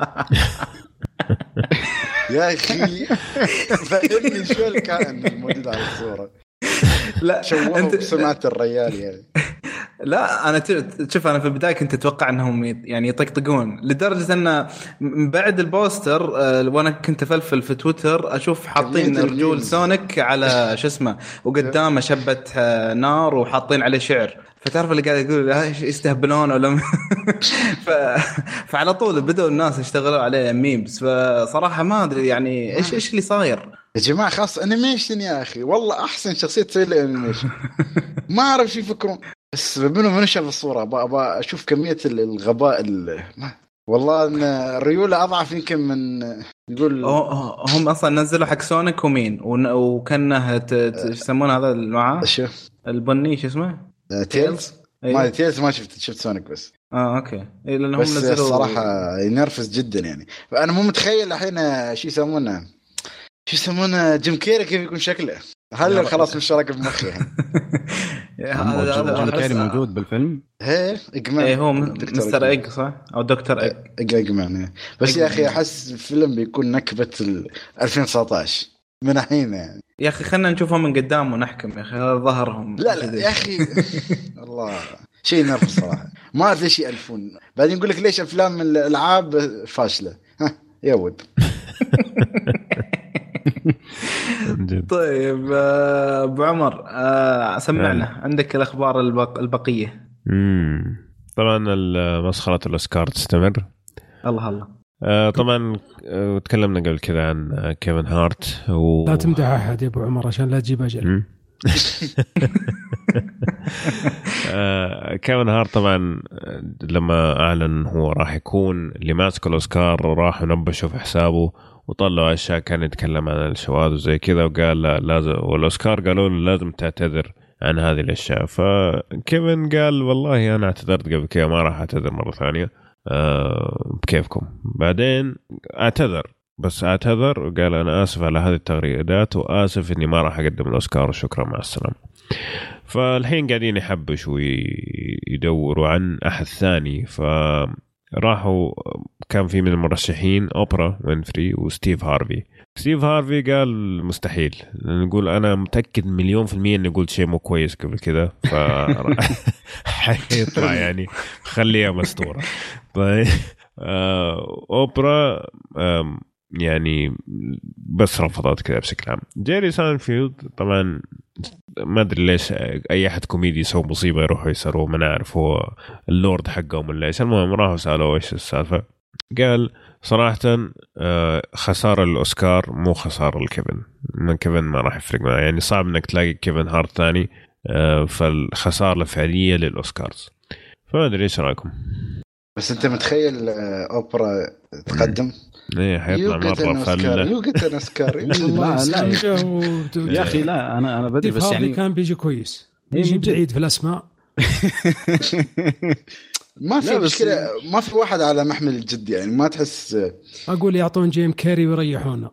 يا اخي فهمني شو الكائن الموجود على الصوره. لا شوفوا بسمعة الريال يعني. لا انا شوف انا في البدايه كنت اتوقع انهم يعني يطقطقون لدرجه ان بعد البوستر وانا كنت افلفل في تويتر اشوف حاطين رجول سونيك على شو اسمه وقدامه شبه نار وحاطين عليه شعر. فتعرف اللي قاعد يقول يستهبلون ولا فعلى طول بدأوا الناس يشتغلوا عليه ميمز. فصراحه ما ادري يعني ايش اللي صاير يا جماعه. خاص انيميشن يا اخي والله احسن شخصيه تسوي لي انيميشن. ما اعرف شو يفكرون بس منو شاف الصوره ابغى اشوف كميه الغباء والله ان ريوله اضعف يمكن من يقول. هم اصلا نزلوا حق سونيك ومين وكانه يسمونه هذا معاه البني شو اسمه تيلز. ما تيلز ما شفت سونيك بس. اوكي لانهم بس نزلوا الصراحه ينرفز جدا يعني. فانا مو متخيل الحين شو يسمونه جيم كيري كيف يكون شكله. هل خلاص مش راكب بمخي يعني جيم كيري موجود بالفيلم. هو مستر إيج صح او دكتور إيج مان. بس يا اخي احس الفيلم بيكون نكبه 2019 من الحين يعني. يا اخي خلينا نشوفها من قدام ونحكم يا اخي ظهرهم. لا يا اخي الله شيء نرفز صراحه. ما اعرف ليش يالفون بعدين يقول لك ليش افلام الالعاب فاشله. يا ود. طيب ابو عمر سمعنا عندك الاخبار البقيه. طبعا مسخره الاوسكار تستمر. الله طبعا تكلمنا قبل كذا عن كيفن هارت لا تمدح احد يا ابو عمر عشان لا تجيب اجل. كيفن هارت طبعا لما اعلن هو راح يكون اللي ماسك الاوسكار راح ينبشوا في حسابه وطلعوا اشياء كان يتكلم عن الشواذ وزي كذا وقال لا لازم. والاوسكار قالوا له لازم تعتذر عن هذه الاشياء. فكيفن قال والله انا اعتذرت قبل كذا ما راح اعتذر مره ثانيه بكيفكم. بعدين اعتذر وقال انا اسف على هذه التغريدات واسف اني ما راح اقدم الاوسكار وشكرا مع السلامه. فالحين قاعدين يحبشوا ويدوروا عن احد ثاني. راحوا كان في من المرشحين أوبرا وينفري وستيف هارفي. ستيف هارفي قال مستحيل. نقول أنا متأكد 1,000,000% إني قلت شيء مو كويس قبل كذا حيطلع يعني خليها مستورة. طيب أوبرا يعني بس رفضت كذا بشكل عام. جيري ساينفيلد طبعا ما أدري ليش أي أحد كوميدي يسوي مصيبة يروحوا يسألوه ما نعرف هو اللورد حقهم ولا إيش. المهم راحوا سألوه إيش السالفة. قال صراحة خسارة الأوسكار مو خسارة الكيفن. من كيفن ما راح يفرق معه يعني صعب إنك تلاقي كيفن هارت ثاني. فالخسارة الفعلية للأوسكارز. فما أدري إيش رأيكم. بس أنت متخيل أوبرا تقدم ايه حيطلع مره فله يوقت أوسكار. لا يا اخي لا انا بدري بس يعني كان بيجي كويس يجي بعيد في الاسماء. ما في مشكله ما في واحد على محمل الجد يعني ما تحس. اقول يعطون جيم كيري ويريحونا.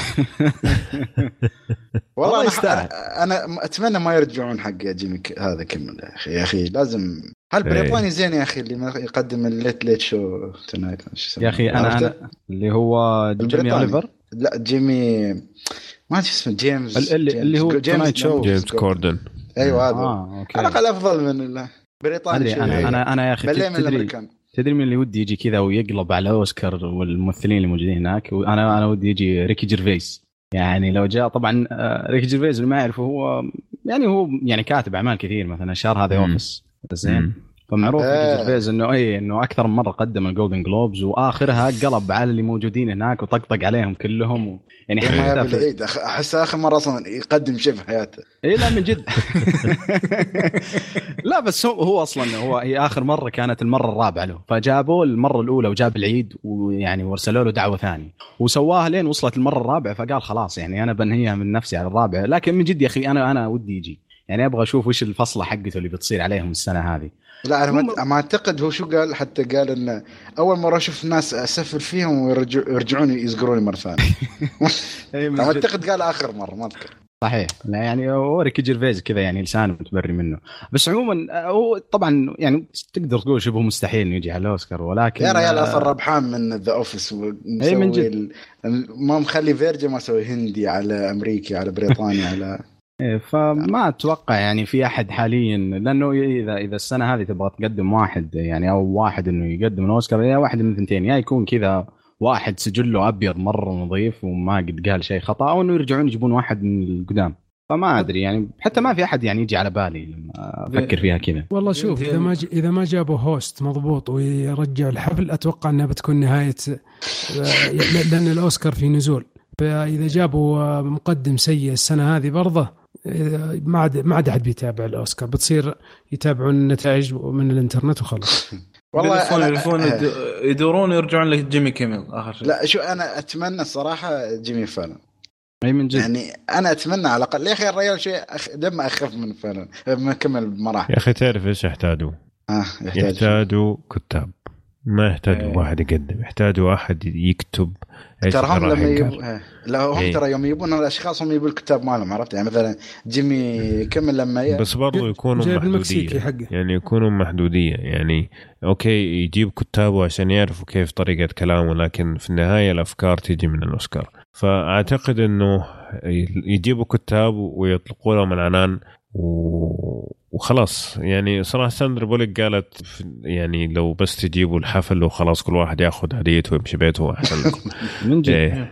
والله انا اتمنى ما يرجعون حق جيمي هذا كمل يا اخي لازم. هل بريطاني زين يا اخي اللي ما يقدم الليت شو تنايت يا اخي انا اللي هو جيمي أوليفر. لا جيمي ما اسمه جيمس اللي هو تنايت شو جيمس كوردن. ايوه هذا على الاقل افضل من بريطاني. انا يا اخي تدري من اللي ودي يجي كذا ويقلب على اوسكار والممثلين اللي موجودين هناك. وانا ودي يجي ريكي جيرفيس. يعني لو جاء طبعا ريكي جيرفيس اللي ما يعرفه هو يعني كاتب اعمال كثير مثلا شهر هذا اوفيس زين. فمعروف ريكي جيرفيز انه اكثر من مره قدم الجولدن جلوبز واخرها قلب على اللي موجودين هناك وطقطق عليهم كلهم يعني ما بالعيد احس اخر مره اصلا يقدم شيء في حياته. اي لا من جد. لا بس هو اصلا هي اخر مره كانت المره الرابعه له، فجابوه المره الاولى وجاب العيد ويعني وارسلوا له دعوه ثانيه وسواها لين وصلت المره الرابعه، فقال خلاص يعني انا بنهيها من نفسي على الرابعه. لكن من جد يا اخي انا ودي يجي، يعني ابغى اشوف وش الفصله حقته اللي بتصير عليهم السنه هذه. لا انا ما اعتقد هو شو قال، حتى قال ان اول مره اشوف الناس اسفل فيهم ويرجعون يصقروني مره ثانيه. اعتقد قال اخر مره ما اذكر. صحيح. لا يعني ريكي جيرفيز كذا يعني لسانه متبري منه. بس عموما هو طبعا يعني تقدر تقول شبه مستحيل انه يجي على الاوسكار، ولكن يا رجال اصلا ربحان من ذا اوفيس ومسوي ما مخلي فيرجن ما سوي هندي على امريكي على بريطانيا على فما اتوقع يعني في احد حاليا، لانه اذا السنه هذه تبغى تقدم واحد يعني او واحد انه يقدم الاوسكار، يا واحد من الثنتين، يا يكون كذا واحد سجله ابيض مره نظيف وما قد قال شيء خطا، او انه يرجعون يجيبون واحد من القدام. فما ادري يعني حتى ما في احد يعني يجي على بالي لما افكر فيها كذا. والله شوف اذا ما جابوا هوست مضبوط ويرجع الحفل اتوقع انها بتكون نهايه، لان الاوسكار في نزول. فاذا جابوا مقدم سيء السنه هذه برضه ما عاد احد بيتابع الاوسكار، بتصير يتابعون النتائج من الانترنت وخلاص. والله يدورون يرجعون لجيمي كيميل اخر شيء. لا شو انا اتمنى الصراحه جيمي فالون، اي من جد يعني انا اتمنى على الاقل يا اخي الرجال شيء دم اخف من فالون ما كمل بمراحل. يا اخي تعرف ايش يحتاجوا؟ يحتاجوا كتاب، ما يحتاجوا واحد يقدم، يحتاجوا واحد يكتب. ترى هم لا هم ترى يوم يبون الاشخاص هم يبون الكتاب مالهم، عرفت يعني مثلا جيمي كمل لما بس برضو يكونوا محدودية، يعني يكونوا محدودية، يعني اوكي يجيب كتابه عشان يعرفوا كيف طريقة كلامه، لكن في النهاية الافكار تيجي من الاوسكار. فاعتقد انه يجيبوا كتاب ويطلقوا لهم العنان وخلاص. يعني صراحة ساندرا بوليك قالت يعني لو بس تجيبوا الحفل وخلاص كل واحد ياخذ هديته ويمشي بيته أحسن لكم. من جد.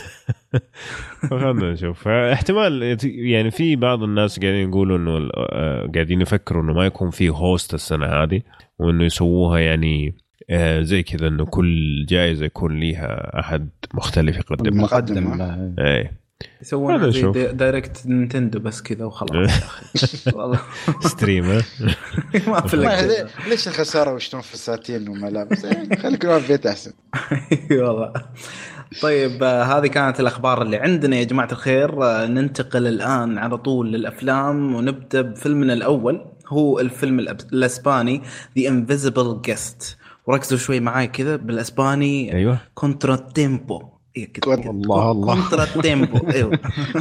فخلنا نشوف. احتمال يعني في بعض الناس قاعدين يقولوا انه قاعدين يفكروا انه ما يكون في هوست السنة هذه، وانه يسووها يعني زي كذا انه كل جائزة يكون ليها احد مختلف يقدم مقدم. ايه يسوون زي دايركت نينتندو بس كذا وخلاص. والله ستريمر ما في ليش الخساره واشتون فساتين وملابس، خليكم في البيت احسن. والله. طيب هذه كانت الاخبار اللي عندنا يا جماعه الخير. ننتقل الان على طول للافلام، ونبدا بفيلمنا الاول، هو الفيلم الاسباني The Invisible Guest. وركزوا شوي معاي كذا بالاسباني. ايوه كونترا تيمبو. الله كونترا تيمبو. ايوه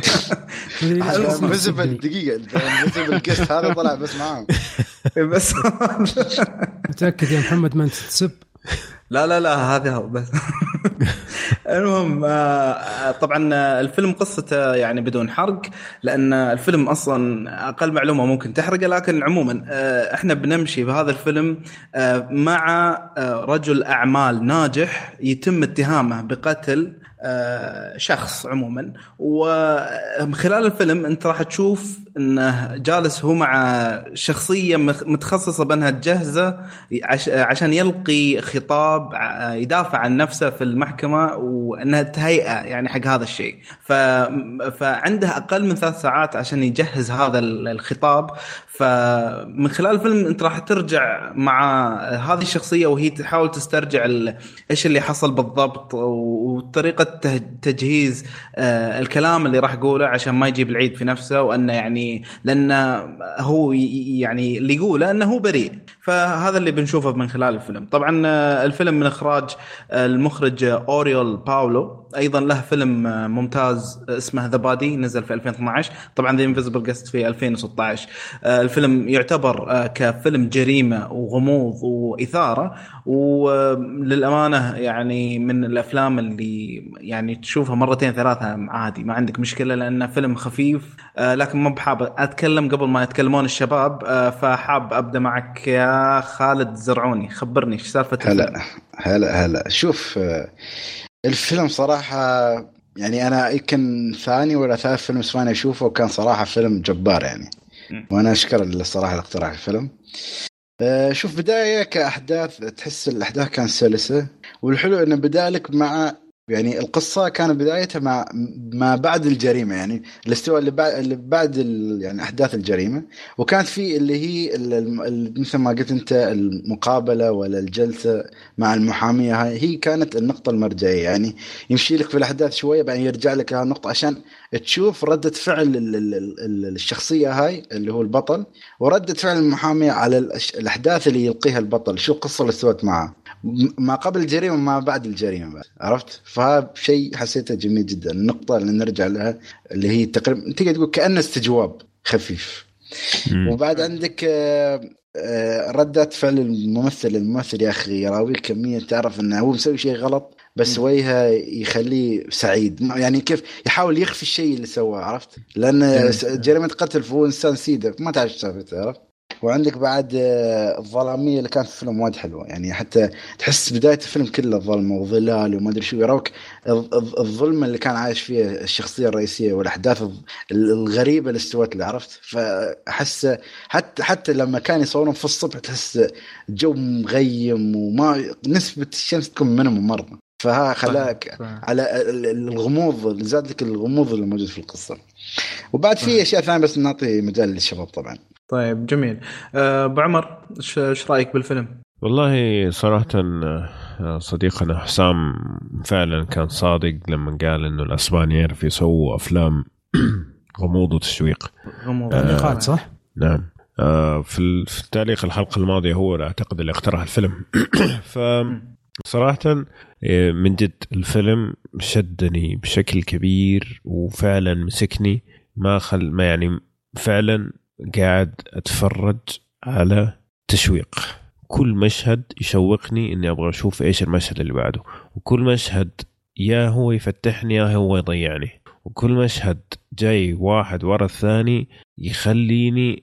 انفيزبل دقيقه انفيزبل كيست هذا طلع بس معاهم بس. متاكد يا محمد ما انت تسب؟ لا هذا هو بس. المهم طبعا الفيلم قصته يعني بدون حرق، لأن الفيلم أصلا أقل معلومة ممكن تحرقه، لكن عموما احنا بنمشي بهذا الفيلم مع رجل أعمال ناجح يتم اتهامه بقتل شخص عموما. وخلال الفيلم انت راح تشوف انه جالس هو مع شخصية متخصصة بانها تجهزه عشان يلقي خطاب يدافع عن نفسه في المحكمة، وانها تهيئة يعني حق هذا الشيء. فعنده اقل من 3 ساعات عشان يجهز هذا الخطاب. فمن خلال الفيلم انت راح ترجع مع هذه الشخصية وهي تحاول تسترجع ايش اللي حصل بالضبط، وطريقة تجهيز الكلام اللي راح يقوله عشان ما يجيب العيد في نفسه، وأنه يعني لأن هو يعني اللي يقوله أنه هو بريء. فهذا اللي بنشوفه من خلال الفيلم. طبعا الفيلم من إخراج المخرج أوريول باولو، أيضا له فيلم ممتاز اسمه The Body نزل في 2012. طبعا The Invisible Guest في 2016. الفيلم يعتبر كفيلم جريمة وغموض وإثارة، وللأمانة يعني من الأفلام اللي يعني تشوفها 2-3 عادي ما عندك مشكلة، لأنه فيلم خفيف. لكن ما بحاب أتكلم قبل ما يتكلمون الشباب، فحاب أبدأ معك يا خالد زرعوني، خبرني إيش سالفة. هلا شوف الفيلم صراحة يعني أنا يمكن ثاني ولا ثالث فيلم اسباني أشوفه، وكان صراحة فيلم جبار يعني. وأنا أشكر الصراحة الاقتراح الفيلم. شوف بداية كأحداث تحس الأحداث كانت سلسة، والحلو إنه بدالك مع يعني القصة كانت بدايتها مع ما بعد الجريمة، يعني الاستواء اللي بعد يعني أحداث الجريمة، وكانت في اللي هي مثل ما قلت أنت المقابلة ولا الجلسة مع المحامية، هي كانت النقطة المرجعية، يعني يمشي لك في الأحداث شوية بعدين يرجع لك هذه النقطة عشان تشوف ردة فعل الشخصية هاي اللي هو البطل، وردة فعل المحامية على الأحداث اللي يلقيها البطل، شو القصة اللي سوت معه ما قبل الجريمة وما بعد الجريمة بس. عرفت؟ فهذا شيء حسيته جميل جدا. النقطة اللي نرجع لها اللي هي تقريبا تقدر تقول كأنه استجواب خفيف. وبعد عندك ردة فعل الممثل يا أخي يراويك كمية، تعرف أنه هو مسوي شيء غلط بس وجهه يخليه سعيد، يعني كيف يحاول يخفي الشيء اللي سواه. عرفت؟ لأن جريمة قتل فهو إنسان سيدة ما تعرف سالفته. عرفت؟ وعندك بعد الظلامية اللي كانت في الفيلم وايد حلوة، يعني حتى تحس بداية الفيلم كله ظلمة وظلال وما أدري شو، يروك الظلمة اللي كان عايش فيها الشخصية الرئيسية والأحداث الغريبة اللي استوت له. عرفت؟ فأحس حتى لما كان يصورون في الصبح تحس الجو مغيم وما نسبة الشمس تكون منهم مرة، فها خلاك على الغموض اللي زاد لك الغموض اللي موجود في القصة. وبعد في أشياء ثانية بس نعطي مجال للشباب طبعا. طيب جميل. أبو عمر ايش رايك بالفيلم؟ والله صراحة صديقنا حسام فعلا كان صادق لما قال انه الاسبان يعرف يسووا افلام غموض وتشويق. نقاط صح؟ نعم. في تاريخ الحلقة الماضية هو اعتقد اللي اقترح الفيلم. فصراحة من جد الفيلم شدني بشكل كبير وفعلا مسكني ما يعني فعلا قاعد أتفرج على تشويق، كل مشهد يشوقني إني أبغى أشوف إيش المشهد اللي بعده، وكل مشهد يا هو يفتحني يا هو يضيعني، وكل مشهد جاي واحد ورا الثاني يخليني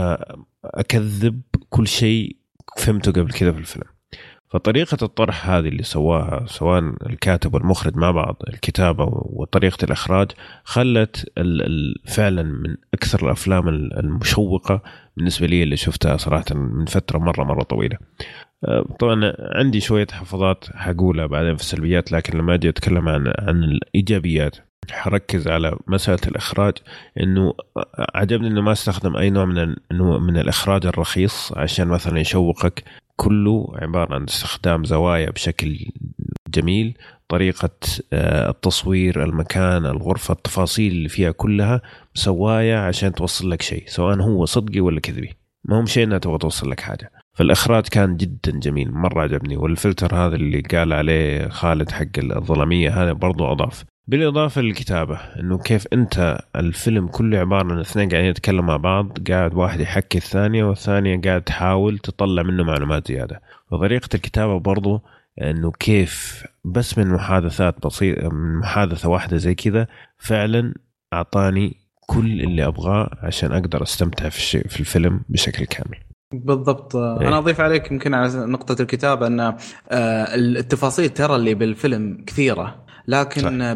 أكذب كل شيء فهمته قبل كده في الفيلم. فطريقة الطرح هذه اللي سواها سواء الكاتب والمخرج مع بعض، الكتابة وطريقة الإخراج، خلت فعلا من أكثر الأفلام المشوقة بالنسبة لي اللي شفتها صراحة من فترة مرة طويلة. طبعا عندي شوية حفظات حقولها بعدين في السلبيات، لكن لما أجي أتكلم عن الإيجابيات حركز على مسألة الإخراج. إنه عجبني إنه ما استخدم أي نوع من الإخراج الرخيص عشان مثلا يشوقك، كله عبارة عن استخدام زوايا بشكل جميل، طريقة التصوير، المكان، الغرفة، التفاصيل اللي فيها كلها مسوايا عشان توصل لك شيء، سواء هو صدقي ولا كذبي، ما هم شيء انها تبغى توصل لك حاجة. فالإخراج كان جدا جميل مرة عجبني. والفلتر هذا اللي قال عليه خالد حق الظلامية هذا برضو أضاف، بالإضافة للكتابة إنه كيف أنت الفيلم كله عبارة عن اثنين قاعدين يتكلموا مع بعض، قاعد واحد يحكي الثانية والثانية قاعد تحاول تطلع منه معلومات زيادة. وطريقة الكتابة برضو إنه كيف بس من محادثات بسيطة، من محادثة واحدة زي كذا فعلا أعطاني كل اللي أبغاه عشان أقدر أستمتع في الفيلم بشكل كامل. بالضبط. أنا أضيف عليك يمكن على نقطة الكتابة أن التفاصيل ترى اللي بالفيلم كثيرة، لكن صح.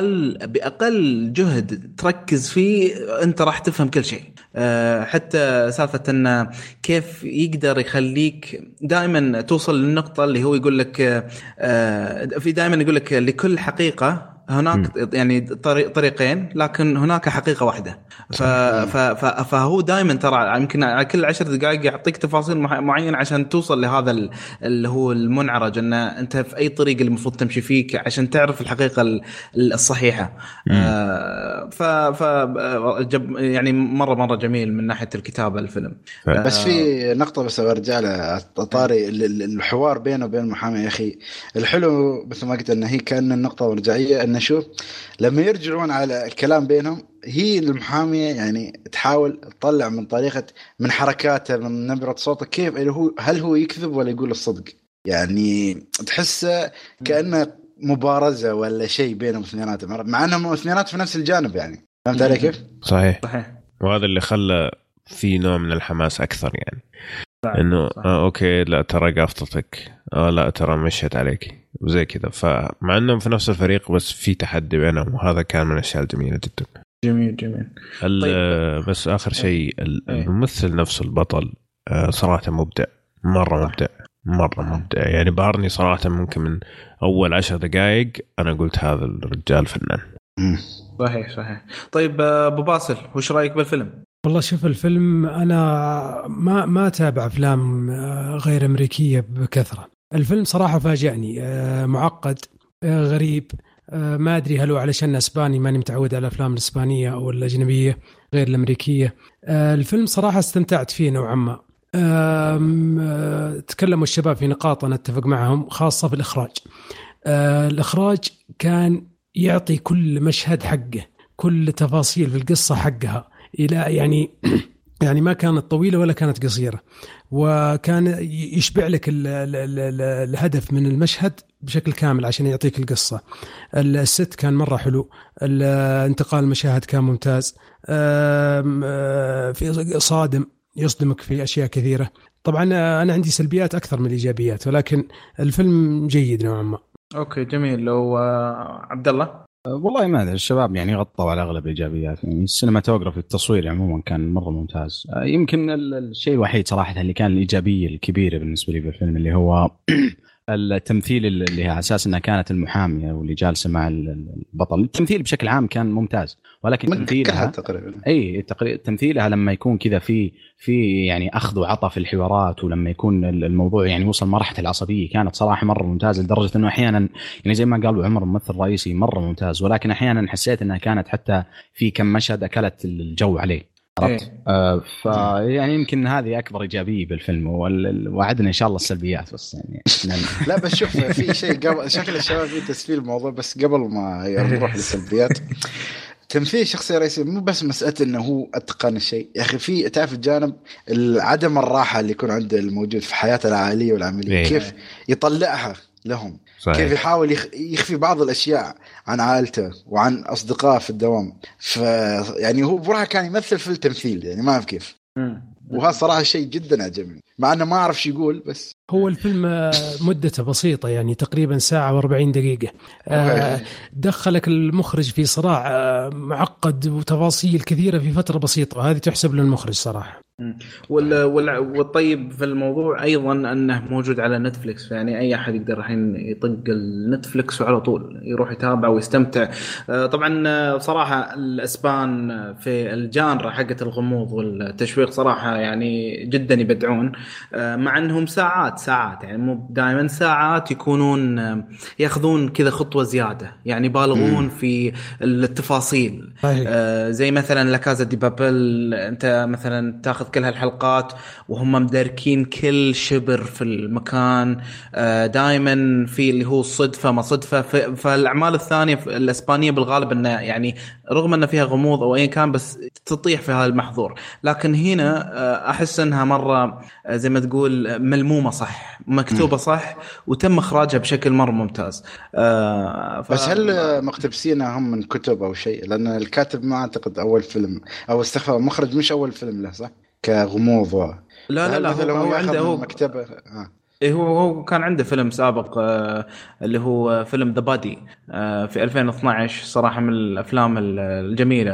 بأقل جهد تركز فيه أنت راح تفهم كل شيء. حتى سالفة أن كيف يقدر يخليك دائما توصل للنقطة اللي هو يقول لك في دائما يقول لك لكل حقيقة هناك يعني طريقين، لكن هناك حقيقة واحدة. فهو دائما ترى يمكن على كل 10 دقائق يعطيك تفاصيل معينة عشان توصل لهذا اللي هو المنعرج، أن أنت في أي طريق اللي المفروض تمشي فيك عشان تعرف الحقيقة الصحيحة. يعني مرة جميل من ناحية الكتابة الفيلم. بس في نقطة بس أرجع لها، طاري الحوار بينه وبين المحامي يا أخي الحلو مثل ما قلت أنه هي كان النقطة مرجعية، أنه شوف لما يرجعون على الكلام بينهم هي المحامية يعني تحاول تطلع من طريقة من حركاته من نبرة صوته كيف هل هو يكذب ولا يقول الصدق، يعني تحسه كأنه مبارزة ولا شيء بينهم اثنيناتهم، مع أنهم اثنينات في نفس الجانب. يعني فهمت علي كيف؟ صحيح. وهذا اللي خلى في نوع من الحماس أكثر، يعني إنه أوكي لا ترى قافطتك، لا ترى مشيت عليك وزي كذا. فمع أنهم في نفس الفريق بس في تحدي بينهم، وهذا كان من الأشياء الجميلة جدا. جميل. طيب. بس آخر شيء الممثل نفسه البطل صراحة مبدع، مرة مبدع يعني بهرني صراحة. ممكن من أول 10 دقائق أنا قلت هذا الرجال فنان. صحيح. طيب أبو باسل وش رأيك بالفيلم؟ والله شوف الفيلم أنا ما تابع أفلام غير أمريكية بكثرة. الفيلم صراحة فاجأني، معقد، غريب، ما أدري هل هو علشان أسباني ماني متعود على الأفلام الإسبانية أو الأجنبية غير الأمريكية. الفيلم صراحة استمتعت فيه نوعا ما. تكلموا الشباب في نقاط أنا أتفق معهم، خاصة في الإخراج. الإخراج كان يعطي كل مشهد حقه، كل تفاصيل في القصة حقها، إلى يعني ما كانت طويلة ولا كانت قصيرة، وكان يشبع لك الهدف من المشهد بشكل كامل عشان يعطيك القصة. الست كان مرة حلو، انتقال المشاهد كان ممتاز، في صادم يصدمك في أشياء كثيرة. طبعا أنا عندي سلبيات أكثر من الإيجابيات، ولكن الفيلم جيد نوعا ما. أوكي جميل. لو عبد الله. والله ما أدري، الشباب يعني غطوا على أغلب الإيجابيات. يعني السينماتوغرافي التصوير عموما كان مرة ممتاز. يمكن الشيء الوحيد صراحة اللي كان الإيجابية الكبيرة بالنسبة لي بالفيلم اللي هو التمثيل، اللي على أساس أنها كانت المحامية واللي جالسة مع البطل. التمثيل بشكل عام كان ممتاز، ولكن تمثيلها تقريبا تمثيلها لما يكون كذا في يعني أخذ وعطى في الحوارات، ولما يكون الموضوع يعني وصل مرحلة العصبية، كانت صراحة مرة ممتازة، لدرجة أنه أحيانا يعني زي ما قالوا عمر ممثل رئيسي مرة ممتاز، ولكن أحيانا حسيت أنها كانت حتى في كم مشهد أكلت الجو عليه. عرفت؟ فيعني يمكن هذه أكبر إيجابية بالفيلم، وعدنا إن شاء الله السلبيات بس يعني. لا بس شوف في شيء قبل، شكل الشباب في تسفيل الموضوع، بس قبل ما نروح للسلبيات، تمثيل شخصية رئيسية مو بس مسألة إنه هو أتقن الشيء يا أخي، في تعرف الجانب عدم الراحة اللي يكون عنده الموجود في حياته العائلية والعملية، كيف يطلعها لهم، صحيح. كيف يحاول يخفي بعض الأشياء عن عائلته وعن أصدقائه في الدوام. يعني هو بروحه كان يمثل في التمثيل، يعني ما أعرف كيف. وهذا صراحة شيء جدا عجبني، مع أنه ما أعرف شو يقول. بس هو الفيلم مدته بسيطة، يعني تقريبا ساعة و40 دقيقة. دخلك المخرج في صراع معقد وتفاصيل كثيرة في فترة بسيطة، وهذه تحسب للمخرج صراحة. والطيب في الموضوع أيضا أنه موجود على نتفليكس، يعني أي أحد يقدر الحين يطق النتفليكس وعلى طول يروح يتابع ويستمتع. طبعا صراحة الأسبان في الجانرا حقة الغموض والتشويق صراحة يعني جدا يبدعون، مع أنهم ساعات يعني مو دائما ساعات يكونون يأخذون كذا خطوة زيادة، يعني بالغون في التفاصيل. زي مثلا لكازا دي بابل، أنت مثلا تاخذ كل هالحلقات وهم مدركين كل شبر في المكان، دائما في اللي هو صدفة ما صدفة. فالأعمال الثانية الإسبانية بالغالب أنه يعني رغم أن فيها غموض أو أي كان بس تطيح في هذا المحظور، لكن هنا أحس أنها مرة زي ما تقول ملمومة صح، مكتوبة صح، وتم إخراجها بشكل مرة ممتاز. بس هل مقتبسينها هم من كتب أو شيء؟ لأن الكاتب ما أعتقد أول فيلم أو استخدم المخرج مش أول فيلم له صح كغموض. لا هو عنده مكتبة. هو كان عنده فيلم سابق اللي هو فيلم ذا بادي في 2012، صراحة من الأفلام الجميلة.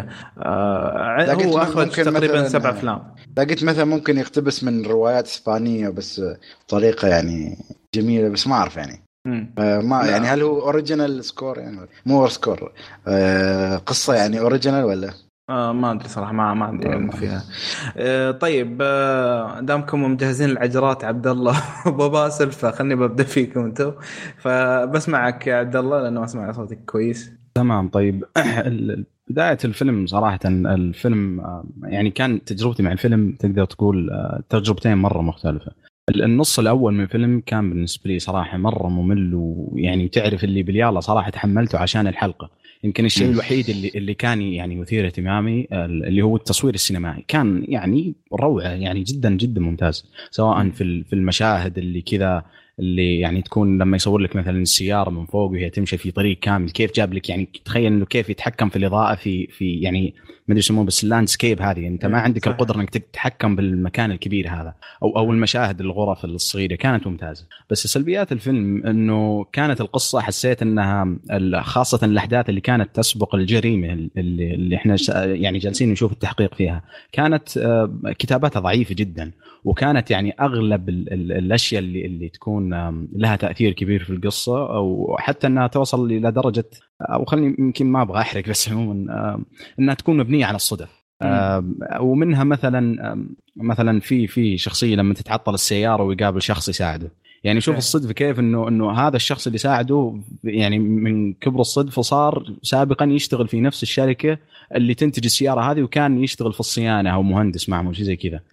هو أخرج تقريبا 7 أفلام. لقيت مثلا ممكن يقتبس من روايات إسبانية بس طريقة يعني جميلة، بس ما أعرف يعني ما يعني هل هو أوريجينال سكور يعني مو سكور قصة يعني أوريجينال ولا ما أدري صراحة، ما عندي علم فيها. طيب دامكم مجهزين العجرات عبد الله وباسل، فخلني ببدأ فيكم انتم. فبسمعك يا عبد الله لأنه أسمع صوتك كويس. تمام. طيب بداية الفيلم صراحة الفيلم يعني كان تجربتي مع الفيلم تقدر تقول تجربتين مرة مختلفة. النص الأول من الفيلم كان بالنسبة لي صراحة مرة ممل، ويعني تعرف اللي باليالله صراحة تحملته عشان الحلقة. يمكن الشيء الوحيد اللي كان يعني مثير اهتمامي اللي هو التصوير السينمائي، كان يعني روعة، يعني جدا جدا ممتاز، سواء في المشاهد اللي كذا اللي يعني تكون لما يصور لك مثلا السياره من فوق وهي تمشي في طريق كامل، كيف جاب لك يعني تخيل انه كيف يتحكم في الاضاءه في يعني ما ادري يسمونه بس اللاندسكيب هذه، انت ما عندك القدره انك تتحكم بالمكان الكبير هذا او المشاهد الغرف الصغيره كانت ممتازه. بس سلبيات الفيلم انه كانت القصه حسيت انها خاصه الاحداث اللي كانت تسبق الجريمه اللي احنا يعني جالسين نشوف التحقيق فيها كانت كتاباتها ضعيفه جدا، وكانت يعني اغلب الاشياء اللي تكون لها تاثير كبير في القصه او حتى انها توصل الى درجه، او خليني يمكن ما ابغى احرق بس عموما انها تكون مبنيه على الصدف. ومنها مثلا في شخصيه لما تتعطل السياره ويقابل شخص يساعده، يعني شوف الصدفه كيف انه هذا الشخص اللي ساعده يعني من كبر الصدفه صار سابقا يشتغل في نفس الشركه اللي تنتج السياره هذه، وكان يشتغل في الصيانه او مهندس معه شيء زي كذا.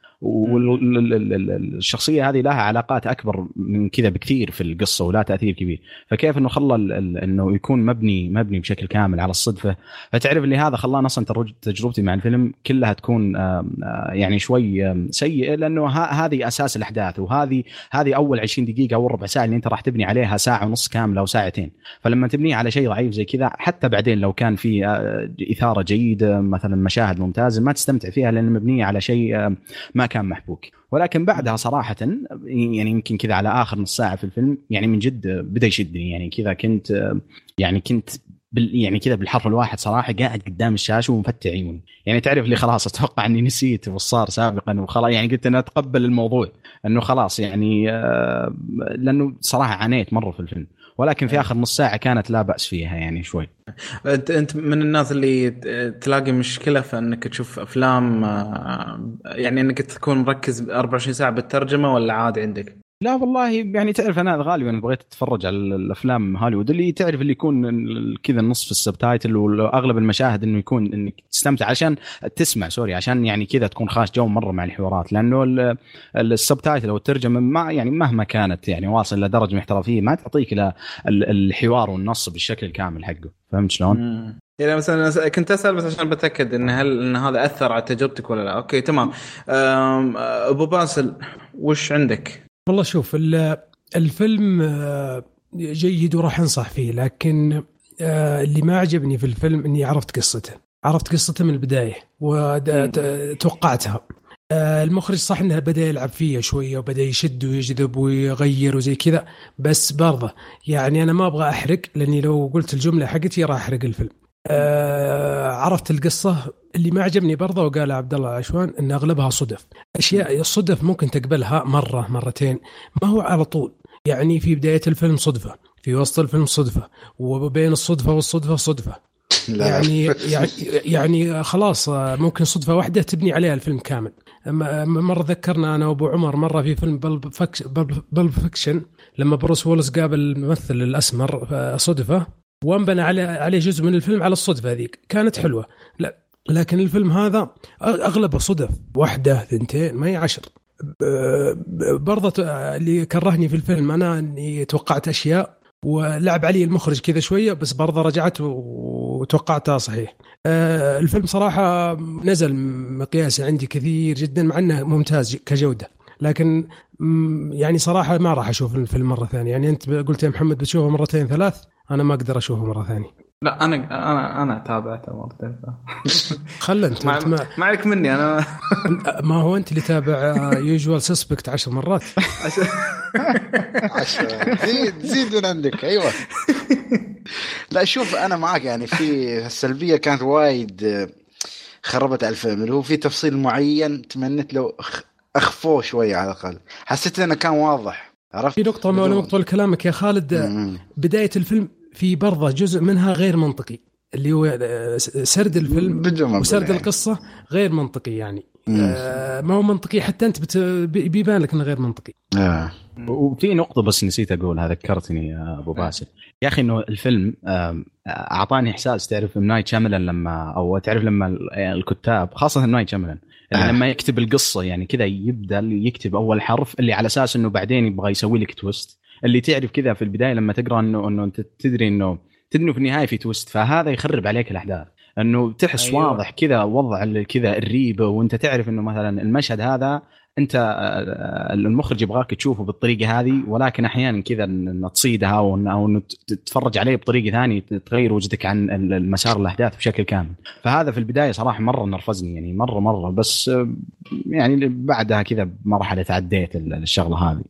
والشخصية هذه لها علاقات أكبر من كذا بكثير في القصة ولا تأثير كبير، فكيف إنه خلى إنه يكون مبني بشكل كامل على الصدفة. فتعرف اللي هذا خلاني أصلا تجربتي مع الفيلم كلها تكون يعني شوي سيئة، لأنه هذه أساس الأحداث، وهذه أول 20 دقيقة أو ربع ساعة اللي أنت راح تبني عليها ساعة ونص كاملة أو ساعتين. فلما تبنيه على شيء ضعيف زي كذا حتى بعدين لو كان في إثارة جيدة مثلا مشاهد ممتازة ما تستمتع فيها لأن مبنية على شيء ما كان محبوك. ولكن بعدها صراحة يعني يمكن كذا على آخر نص ساعة في الفيلم يعني من جد بدأ يشدني، يعني كذا كنت يعني كذا بالحرف الواحد صراحة قاعد قدام الشاشة ومفتح عيوني، يعني تعرف لي خلاص أتوقع أني نسيت وصار سابقا وخلاص، يعني قلت أنا أتقبل الموضوع أنه خلاص يعني لأنه صراحة عانيت مرة في الفيلم، ولكن في آخر نص ساعة كانت لا بأس فيها يعني شوي. أنت من الناس اللي تلاقي مشكلة في أنك تشوف أفلام يعني أنك تكون مركز 24 ساعة بالترجمة ولا عادي عندك؟ لا والله يعني تعرف أنا غالبا بغيت أتفرج على الأفلام هوليوود اللي تعرف اللي يكون كذا النص في السبتايتل، وأغلب المشاهد إنه يكون إنك تستمتع عشان تسمع عشان يعني كذا تكون خاش جو مرة مع الحوارات، لأنه السبتايتل أو الترجمة ما يعني مهما كانت يعني واصل لدرجة محترفية ما تعطيك إلى الحوار والنص بالشكل الكامل حقه. فهمت شلون؟ يعني مثلا كنت أسأل بس عشان بتأكد إن هل هذا أثر على تجربتك ولا لا. أوكي تمام. أبو باسل وش عندك؟ والله شوف الفيلم جيد وراح انصح فيه، لكن اللي ما عجبني في الفيلم اني عرفت قصته من البداية وتوقعتها. المخرج صح انه بدأ يلعب فيها شوية وبدأ يشد ويجذب ويغير وزي كذا، بس برضه يعني انا ما ابغى احرق لاني لو قلت الجملة حقتي راح احرق الفيلم. عرفت القصة. اللي ما عجبني برضه وقال عبد الله عشوان ان اغلبها صدف، اشياء الصدف ممكن تقبلها مرة مرتين، ما هو على طول. يعني في بداية الفيلم صدفة، في وسط الفيلم صدفة، وبين الصدفة والصدفة صدفة. يعني خلاص ممكن صدفة واحدة تبني عليها الفيلم كامل. مرة ذكرنا أنا وأبو عمر مرة في فيلم بلب فيكشن لما بروس وولس قابل الممثل الأسمر صدفة، وانبنى عليه جزء من الفيلم على الصدفة هذيك، كانت حلوة. لا لكن الفيلم هذا أغلبه صدف، واحدة ثنتين ما هي 10. برضه اللي كرهني في الفيلم أنا أني توقعت أشياء ولعب علي المخرج كذا شوية، بس برضه رجعت وتوقعتها صحيح. الفيلم صراحة نزل مقياسي عندي كثير جدا مع أنه ممتاز كجودة، لكن يعني صراحة ما راح أشوف الفيلم مرة ثانية. يعني أنت قلت يا محمد بتشوفه مرتين ثلاث، أنا ما أقدر أشوفه مرة ثانية. لا أنا تابعته مرتين. خل أنت ما عليك مني أنا. ما هو أنت اللي تابع يوجوال سسبكت 10 مرات. 10 زيد من عندك. أيوة. لا شوف أنا معك، يعني في السلبية كانت وايد خربت على الفيلم، اللي هو في تفصيل معين تمنيت لو أخفوه شوية على الأقل، حسيت أنه كان واضح. عرفت في نقطة ما نقطة كلامك يا خالد. بداية الفيلم في برضه جزء منها غير منطقي، اللي هو سرد الفيلم وسرد القصة غير منطقي، يعني ما هو منطقي حتى أنت بيبان لك إنه غير منطقي. وفي نقطة بس نسيت أقولها، ذكرتني يا أبو باسل يا أخي، إنه الفيلم أعطاني إحساس تعرف نايت شاملان لما الكتاب خاصة نايت شاملان لما يكتب القصة يعني كذا يبدأ يكتب أول حرف اللي على أساس إنه بعدين يبغى يسوي لك تويست، اللي تعرف كذا في البداية لما تقرأ إنه أنت تدري إنه في النهاية في تويست، فهذا يخرب عليك الأحداث. إنه تحس واضح كذا وضع كذا الريبة، وأنت تعرف إنه مثلا المشهد هذا انت المخرج يبغاك تشوفه بالطريقه هذه، ولكن احيانا كذا ان تصيدها او انه تتفرج عليه بطريقه ثانيه تغير وجهتك عن المسار الاحداث بشكل كامل. فهذا في البدايه صراحه مره نرفزني يعني مره، بس يعني بعدها كذا بمرحله تعديت الشغله هذه.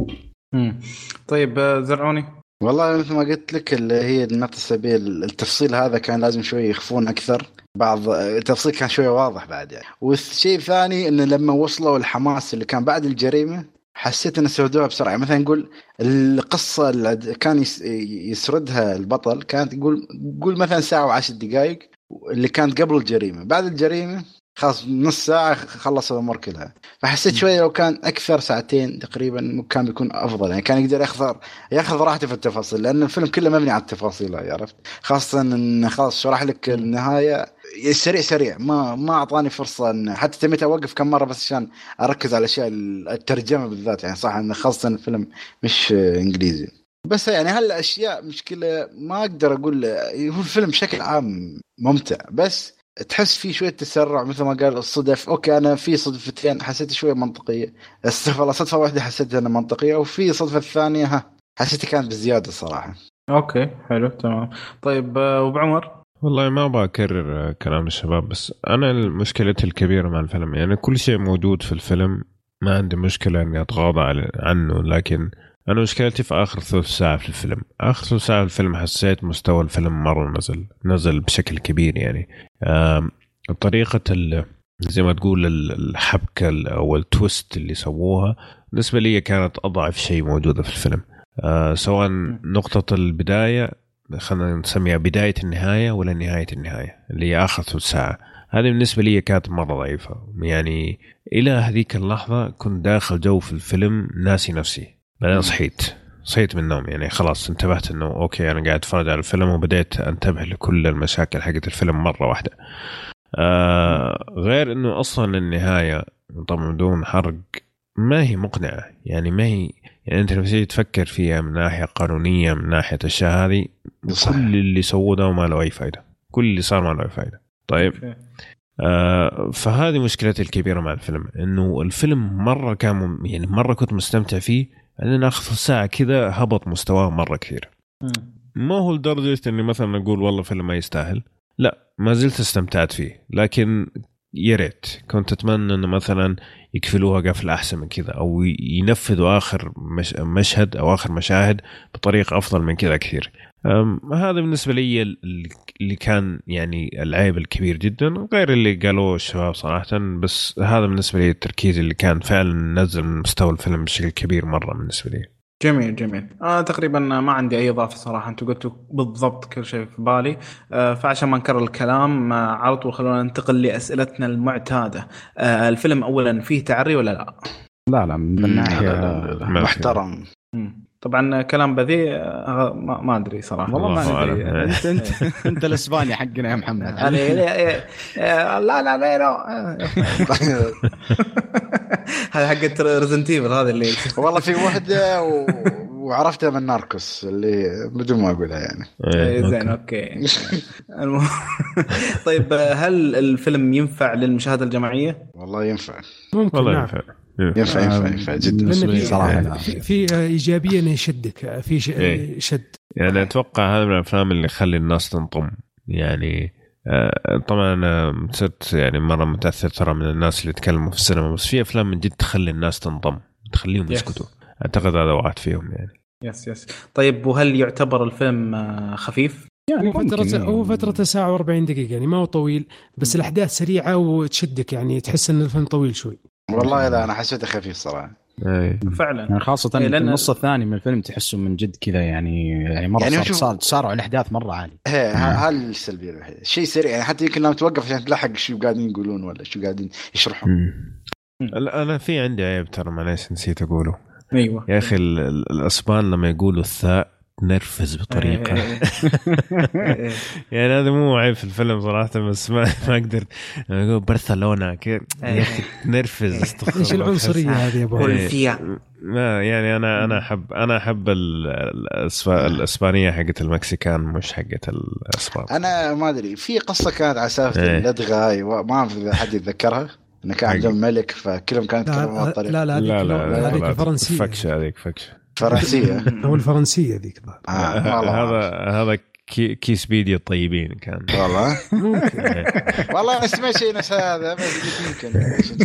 طيب زرعوني. والله مثل ما قلت لك اللي هي النقطة السلبية التفصيل هذا كان لازم شوي يخفون أكثر، بعض التفصيل كان شوي واضح بعد يعني. والشيء الثاني إنه لما وصلوا الحماس اللي كان بعد الجريمة حسيت إن سودوها بسرعة. مثلا نقول القصة اللي كان يسردها البطل كانت يقول مثلا ساعة و10 دقائق اللي كانت قبل الجريمة. بعد الجريمة خلاص نص ساعة خلص الأمور كلها. فحسيت شوية لو كان أكثر ساعتين تقريبا كان بيكون أفضل يعني، كان يقدر يأخذ راحته في التفاصيل، لأن الفيلم كله مبني على التفاصيل عرفت. خاصة إن خلاص شرح لك النهاية سريع ما أعطاني فرصة إن حتى تميت أوقف كم مرة بس عشان أركز على أشياء الترجمة بالذات يعني. صح إن خاصة الفيلم مش إنجليزي، بس يعني هالأشياء مشكلة ما أقدر أقول. هو الفيلم بشكل عام ممتع، بس تحس فيه شوية تسرع مثل ما قال الصدف. أوكي أنا في صدفتين حسيت شوية منطقية، صدفة واحدة حسيت أنها منطقية، وفي صدفة الثانية حسيت كانت بزيادة صراحة. أوكي حلو تمام. طيب وبعمر؟ والله ما بكرر كلام الشباب، بس أنا مشكلتي الكبيرة مع الفيلم يعني كل شيء موجود في الفيلم، ما عندي مشكلة إني أتغاضى عنه، لكن أنا مشكلتي في آخر ثلث ساعة في الفيلم. آخر ثلث ساعة في الفيلم حسيت مستوى الفيلم مرة نزل بشكل كبير يعني. طريقة زي ما تقول الحبكة أو التويست اللي سووها بالنسبة لي كانت أضعف شيء موجودة في الفيلم. سواء نقطة البداية خلينا نسميها بداية النهاية ولا نهاية النهاية اللي هي آخر ثلث ساعة، هذه بالنسبة لي كانت مرة ضعيفة يعني. إلى هذيك اللحظة كنت داخل جو في الفيلم ناسي نفسي، بعدين صحيت من النوم يعني. خلاص انتبهت انه اوكي انا قاعد اتفرج على الفيلم، وبدأت انتبه لكل المشاكل حقت الفيلم مرة واحدة. غير انه اصلا النهاية طبعا بدون حرق ما هي مقنعة يعني، ما هي يعني انت لما تفكر فيها من ناحية قانونية من ناحية الشيء هذه كل اللي سووه ده ما له اي فائدة، كل اللي صار ما له اي فائدة. طيب فهذه مشكلتي الكبيرة مع الفيلم، انه الفيلم مرة كان يعني مرة كنت مستمتع فيه، أنا أخذ ساعة كذا هبط مستواه مرة كثير. ما هو لدرجة إني مثلا أقول والله فيلم ما يستاهل، لا ما زلت استمتعت فيه، لكن يا ريت كنت أتمنى إنه مثلا يكفلوها قفل أحسن من كذا، أو ينفذوا آخر مشهد أو آخر مشاهد بطريقة أفضل من كذا كثير. هذا بالنسبة لي اللي كان يعني العيب الكبير جدا، غير اللي قالوه الشباب صراحة. بس هذا بالنسبة لي التركيز اللي كان فعلا نزل من مستوى الفيلم بشكل كبير مرة بالنسبة لي. جميل. تقريبا ما عندي أي إضافة صراحة، أنتوا قلتوا بالضبط كل شيء في بالي. فعشان ما نكرر الكلام على طول خلونا ننتقل لأسئلتنا المعتادة. الفيلم أولا فيه تعري ولا لا؟ لا من الناحية محترم. طبعا كلام بذيء ما ادري صراحه، والله ما ادري. انت الاسباني حقنا يا محمد. لا هذا حق ريزنتيفل هذا اللي والله في وحده وعرفتها من ناركوس اللي بدون ما اقولها يعني. زين اوكي. طيب هل الفيلم ينفع للمشاهده الجماعيه؟ والله ينفع، ممكن. والله نعم. ينفع جدا صراحه. في ايجابيه انه يشدك في شد يعني. اتوقع هذا من الافلام اللي يخلي الناس تنضم يعني. طبعا انا صرت يعني مره متاثر ترى من الناس اللي يتكلموا في السينما، بس في افلام من جد تخلي الناس تنضم، تخليهم يسكتوا. اعتقد هذا واحد فيهم يعني. يس. طيب وهل يعتبر الفيلم خفيف؟ يعني فترة ساعة 40 دقيقة يعني ما هو طويل، بس الأحداث سريعة وتشدك يعني، تحس إن الفيلم طويل شوي. والله لا أنا حسيته خفيف صراحة. فعلا يعني خاصة النص الثاني من الفيلم تحسه من جد كذا يعني مرة يعني صاروا الأحداث مرة عالي. هذا السلبية الوحيدة، شيء سريع يعني، حتى يمكن لما توقف عشان تلحق شو قاعدين يقولون ولا شو قاعدين يشرحون. أنا في عندي عيب ترى معليش نسيت أقوله. أيوة يا أخي الأسبان لما يقولوا الثاء نرفز بطريقة يعني هذا مو عيب في الفيلم صراحة، بس ما قدرت أقول برشلونة كذا يا أخي نرفز. إيش العنصرية هذه يا أبو؟ ما يعني أنا أحب الإسبانية حقت المكسيكان مش حقت الأسبان. أنا ما أدري في قصة كانت على سالفة اللدغة، ما أعرف إذا حد يتذكرها، انه كان عندهم ملك فكلهم كانت كلمات طريقة. لا هذيك فرنسية. فكشة فرنسية أو الفرنسية ذيك. هذا كيسبيديا الطيبين كان والله. ممكن والله اسمع شيء نفس هذا بس يمكن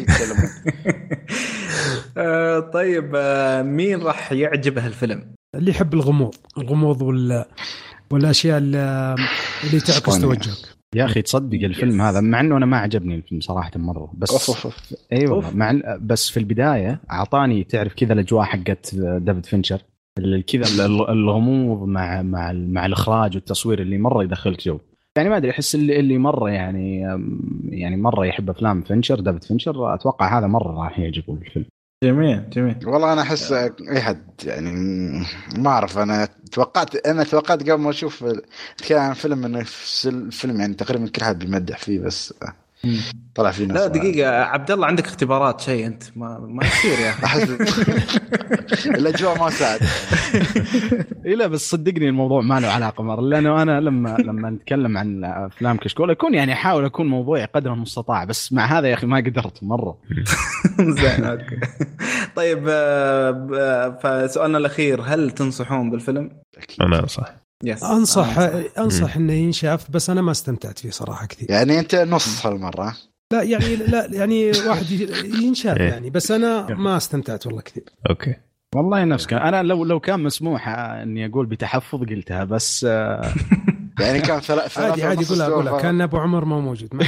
طيب مين راح يعجبه الفيلم؟ اللي يحب الغموض والاشياء اللي تعكس توجهك. يا اخي تصدق الفيلم هذا مع انه انا ما عجبني الفيلم صراحه مره، بس ايوه بس في البدايه اعطاني تعرف كذا الاجواء حقت ديفيد فينشر كذا الغموض مع الاخراج والتصوير اللي مره يدخلك جو. يعني ما ادري احس اللي مره يعني مره يحب افلام فينشر ديفيد فينشر اتوقع هذا مره راح يعجبه الفيلم. جميل والله انا احس اي حد يعني ما اعرف. انا توقعت قبل ما اشوف كان فيلم انه الفيلم يعني تقريبا كل حد بيمدح فيه بس طلع فيه ناس. لا دقيقه عبد الله عندك اختبارات شيء انت ما يصير يا اخي. الاجواء ما ساعد. لا بس صدقني الموضوع ما له علاقه مره، لانه انا لما نتكلم عن افلام كشكول اكون يعني احاول اكون موضوعي قدر المستطاع، بس مع هذا يا اخي ما قدرت مره. زين اوكي. طيب فسؤالنا الاخير، هل تنصحون بالفيلم؟ انا انصح. انصح انه ينشاف، بس انا ما استمتعت فيه صراحه كثير. يعني انت نص هالمره؟ لا يعني واحد ينشاف يعني، بس انا ما استمتعت والله كثير. اوكي والله نفسك انا لو كان مسموح اني اقول بتحفظ قلتها، بس يعني كان عادي قولها كان ابو عمر ما موجود.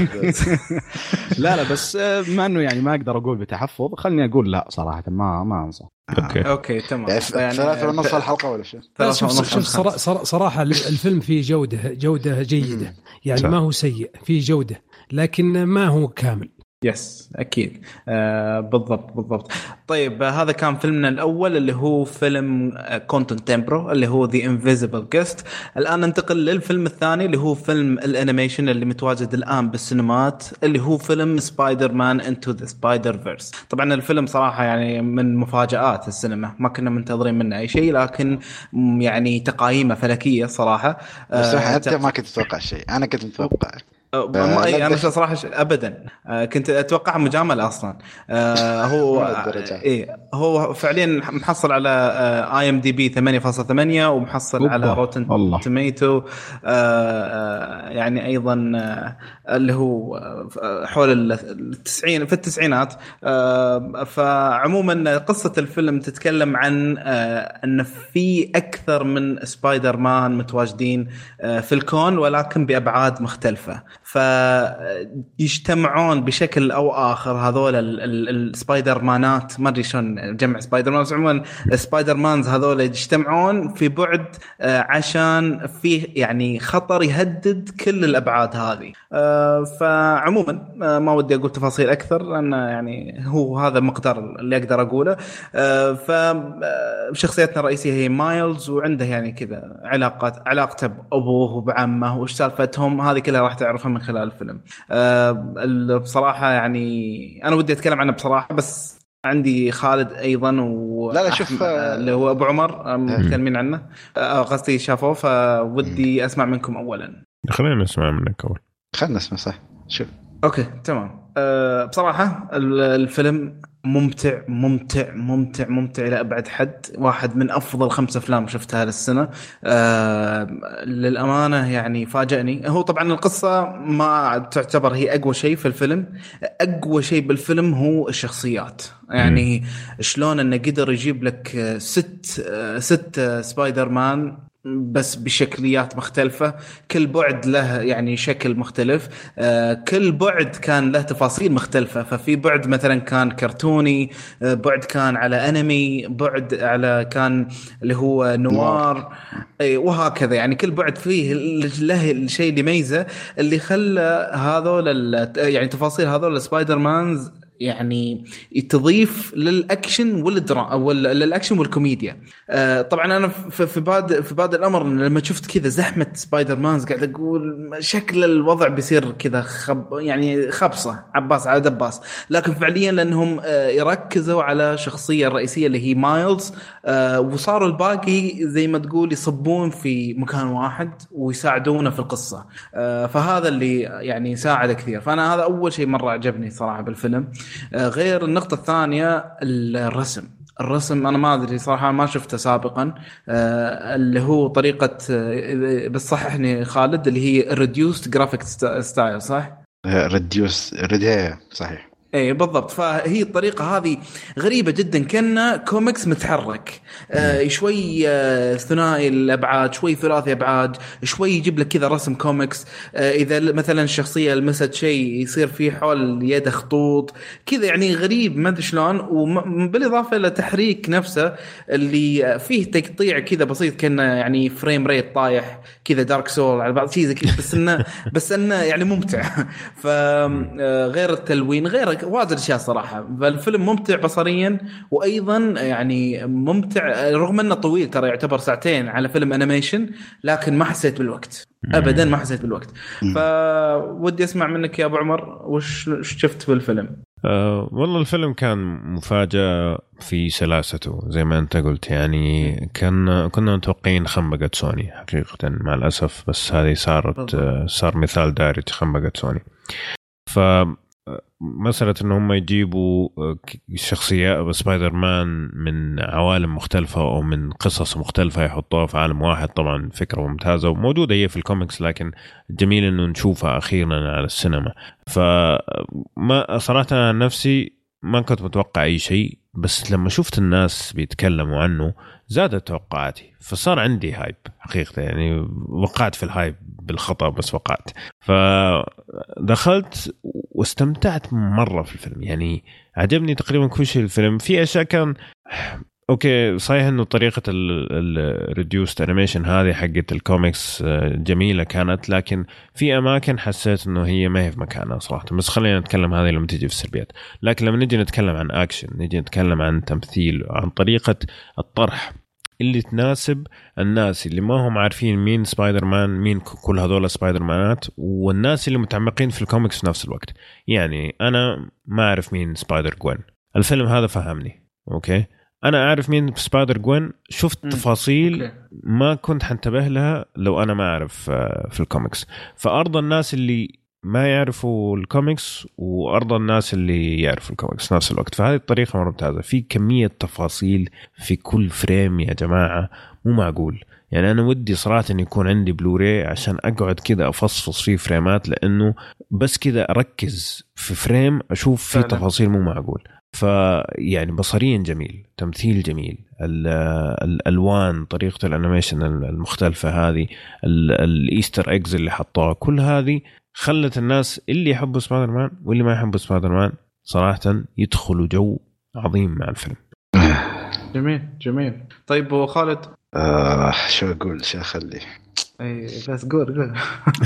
لا بس ما انه يعني ما اقدر اقول بتحفظ، خلني اقول لا صراحه ما انصح. اوكي تمام. يعني 3.5 الحلقه ولا شيء؟ صراحه الفيلم فيه جوده جيده يعني صح. ما هو سيء، فيه جوده لكن ما هو كامل. يس أكيد. بالضبط. طيب هذا كان فيلمنا الأول اللي هو فيلم كونتنت تيمبرو اللي هو The Invisible Guest. الآن ننتقل للفيلم الثاني اللي هو فيلم الانيميشن اللي متواجد الآن بالسينمات اللي هو فيلم سبايدر مان Into the Spider-Verse. طبعا الفيلم صراحة يعني من مفاجآت السينما، ما كنا منتظرين منه أي شيء، لكن يعني تقايمه فلكية صراحة. بس حتى ما كنت أتوقع شيء، أنا كنت متوقع أنا صراحة أبدا كنت أتوقع مجاملة أصلا. هو فعليا محصل على IMDb 8.8 ومحصل على روتن توميتو يعني أيضا اللي هو حول 90 في التسعينات. فعموما قصة الفيلم تتكلم عن أن في أكثر من سبايدر مان متواجدين في الكون ولكن بأبعاد مختلفة، فيجتمعون بشكل أو آخر هذول السبايدر مانات، ما أدري شلون جمع سبايدر مان، عموما السبايدر مانز هذول يجتمعون في بعد عشان فيه يعني خطر يهدد كل الأبعاد هذه. فعموما ما ودي أقول تفاصيل أكثر لأن يعني هو هذا المقدار اللي أقدر أقوله. فشخصيتنا الرئيسية هي مايلز، وعنده يعني كذا علاقته بأبوه وبعمه وإيش سالفتهم، هذه كلها راح تعرفها من خلال الفيلم. بصراحة يعني أنا ودي أتكلم عنه بصراحة، بس عندي خالد أيضا لا شوف اللي هو أبو عمر متكلمين عنه، قصدي شافوه، فودي أسمع منكم أولا. خلينا نسمع منك أول. خلنا نسمع صح. شوف أوكي تمام. بصراحة الفيلم ممتع ممتع ممتع ممتع إلى أبعد حد، واحد من أفضل 5 أفلام شفتها للسنة. للأمانة يعني فاجأني. هو طبعا القصة ما تعتبر هي أقوى شيء في الفيلم، أقوى شيء بالفيلم هو الشخصيات. يعني شلون أنه قدر يجيب لك 6 سبايدر مان بس بشكليات مختلفة، كل بعد له يعني شكل مختلف، كل بعد كان له تفاصيل مختلفة. ففي بعد مثلا كان كرتوني، بعد كان على أنمي، بعد على كان اللي هو نوار، وهكذا. يعني كل بعد فيه له الشيء اللي ميزه اللي خلى هذول يعني تفاصيل هذول السبايدر مانز يعني تضيف للاكشن والدراما او للاكشن والكوميديا. طبعا انا في بعد الامر لما شفت كذا زحمه سبايدر مان قاعد اقول شكل الوضع بيصير كذا يعني خبصه عباس على دباس، لكن فعليا لانهم يركزوا على شخصيه الرئيسيه اللي هي مايلز، وصاروا الباقي زي ما تقول يصبون في مكان واحد ويساعدونا في القصه. فهذا اللي يعني ساعد كثير. فانا هذا اول شيء مره عجبني صراحه بالفيلم. غير النقطه الثانيه الرسم انا ما ادري صراحه ما شفته سابقا، اللي هو طريقه بس صححني خالد اللي هي reduced graphic style صح؟ صحيح اي بالضبط. فهي الطريقه هذه غريبه جدا كأنه كوميكس متحرك، شوي ثنائي الابعاد شوي ثلاثي ابعاد شوي يجيب لك كذا رسم كوميكس. اذا مثلا الشخصيه لمست شيء يصير فيه حول يده خطوط كذا، يعني غريب ما ادري شلون. وبالاضافه الى تحريك نفسه اللي فيه تقطيع كذا بسيط كأنه يعني فريم ريت طايح كذا دارك سول على بعض شيء زي كذا، بس انه يعني ممتع. فغير التلوين غير واجد اشياء صراحه. فالفيلم ممتع بصريا وايضا يعني ممتع رغم انه طويل، ترى يعتبر ساعتين على فيلم انيميشن، لكن ما حسيت بالوقت ابدا، ما حسيت بالوقت. فودي اسمع منك يا ابو عمر وش شفت في الفيلم؟ والله الفيلم كان مفاجأة في سلاسته زي ما أنت قلت، يعني كنا متوقعين خنبقة سوني حقيقة مع الأسف، بس هذه صار مثال دارج خنبقة سوني. مسألة إن هم يجيبوا شخصيات سبايدر مان من عوالم مختلفة أو من قصص مختلفة يحطوها في عالم واحد، طبعا فكرة ممتازة وموجودة هي في الكوميكس، لكن جميل إنه نشوفها أخيرا على السينما. فما صراحة عن نفسي ما كنت متوقع أي شيء، بس لما شفت الناس بيتكلموا عنه زادت توقعاتي، فصار عندي هايب حقيقة. يعني وقعت في الهايب بالخطأ بس وقعت، فدخلت واستمتعت مرة في الفيلم. يعني عجبني تقريبا كل شيء الفيلم. في أشياء كان اوكي صحيح انه طريقة الريديوست انيميشن هذه حقت الكوميكس جميلة كانت، لكن في اماكن حسيت انه هي ما هي في مكانها صراحة. بس خلينا نتكلم هذه لما تيجي في السلبيات. لكن لما نجي نتكلم عن اكشن، نجي نتكلم عن تمثيل، عن طريقة الطرح اللي تناسب الناس اللي ما هم عارفين مين سبايدر مان، مين كل هذول سبايدر مانات، والناس اللي متعمقين في الكوميكس في نفس الوقت. يعني انا ما اعرف مين سبايدر جوين، الفيلم هذا فهمني. اوكي أنا أعرف مين سبايدر جوين، شفت تفاصيل ما كنت حنتبه لها لو أنا ما أعرف في الكوميكس. فأرضى الناس اللي ما يعرفوا الكوميكس وأرضى الناس اللي يعرفوا الكوميكس في نفس الوقت. فهذه الطريقة مرة ممتازة، في كمية تفاصيل في كل فريم يا جماعة مو معقول. يعني أنا ودي صراحة أن يكون عندي بلوري عشان أقعد كده أفصفص فيه فريمات، لأنه بس كده أركز في فريم أشوف فيه تفاصيل مو معقول. فيعني بصريا جميل، تمثيل جميل، الألوان، طريقة الانيميشن المختلفة هذه، الإيستر إيجز اللي حطوها، كل هذه خلت الناس اللي يحبوا سبايدر مان واللي ما يحبوا سبايدر مان صراحة يدخلوا جو عظيم مع الفيلم. جميل. طيب وخالد؟ شو أقول شو أخلي؟ اي بس قول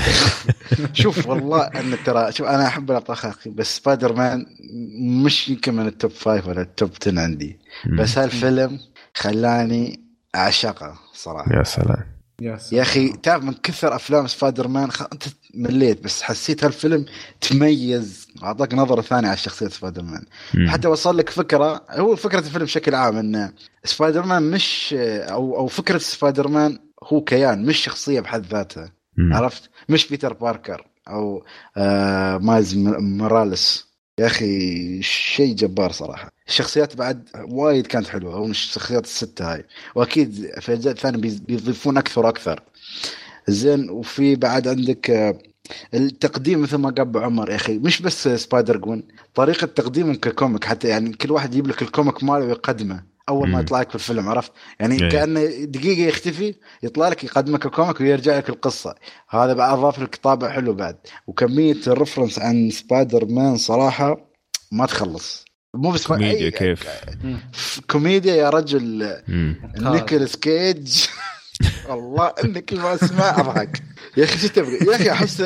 شوف والله ان ترى شوف انا احب الاطاخ، بس سبايدر مان مش يمكن من التوب 5 ولا التوب 10 عندي، بس هالفيلم خلاني اعشقه صراحه. يا سلام يا اخي تعرف من كثر افلام سبايدر مان انت مليت، بس حسيت هالفيلم تميز، اعطاك نظره ثانيه على شخصيه سبايدر مان. حتى وصل لك فكره، هو فكره الفيلم بشكل عام ان سبايدر مان مش او فكره سبايدر مان هو كيان مش شخصية بحد ذاتها. عرفت؟ مش بيتر باركر أو مايلز موراليس. يا أخي شيء جبار صراحة. الشخصيات بعد وايد كانت حلوة، هو مش الشخصيات الستة هاي، وأكيد في الأجزاء الثانية بيضيفون أكثر وأكثر. زين. وفي بعد عندك التقديم مثل ما قال عمر يا أخي، مش بس سبايدر جوين، طريقة تقديمهم ككوميك، حتى يعني كل واحد يجيب لك الكوميك ماله ويقدمه أول ما يطلع لك في الفيلم. عرفت يعني كأنه دقيقة يختفي يطلع لك يقدمك الكوميك ويرجع لك القصة. هذا بعد أضاف لك طابع حلو بعد. وكمية الرفرنس عن سبايدر مان صراحة ما تخلص. مو بس كوميديا كيف كوميديا يا رجل. نيكولاس كيج والله انك كل ما اسمع اضحك يا اخي. شو تبغى يا اخي؟ احس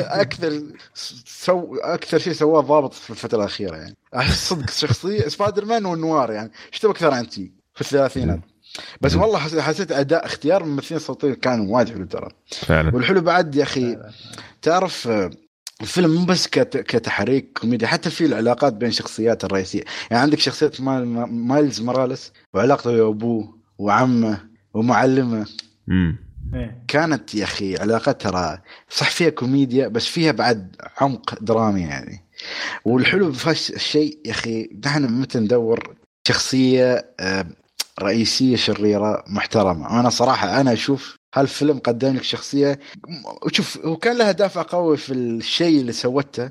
اكثر شيء سواه ضابط في الفتره الاخيره يعني. احس صدق شخصيه سبايدر مان والنوار يعني. شو تبغى اكثر عن تي في الثلاثينات؟ بس والله حسيت اداء اختيار ممثلين صوتيين كان وايد حلو ترى فعلا. والحلو بعد يا اخي تعرف الفيلم مو بس كتحريك كوميديا، حتى في العلاقات بين شخصيات الرئيسيه. يعني عندك شخصيه مايلز موراليس وعلاقته ويا ابوه وعمه ومعلمه. كانت يا اخي علاقات ترى صح فيها كوميديا بس فيها بعد عمق درامي يعني. والحلو في الشيء يا اخي نحن متى ندور شخصيه رئيسيه شريره محترمه. انا صراحه انا اشوف هالفيلم قدم لك شخصيه وشوف هو كان لها دافع قوي في الشيء اللي سوته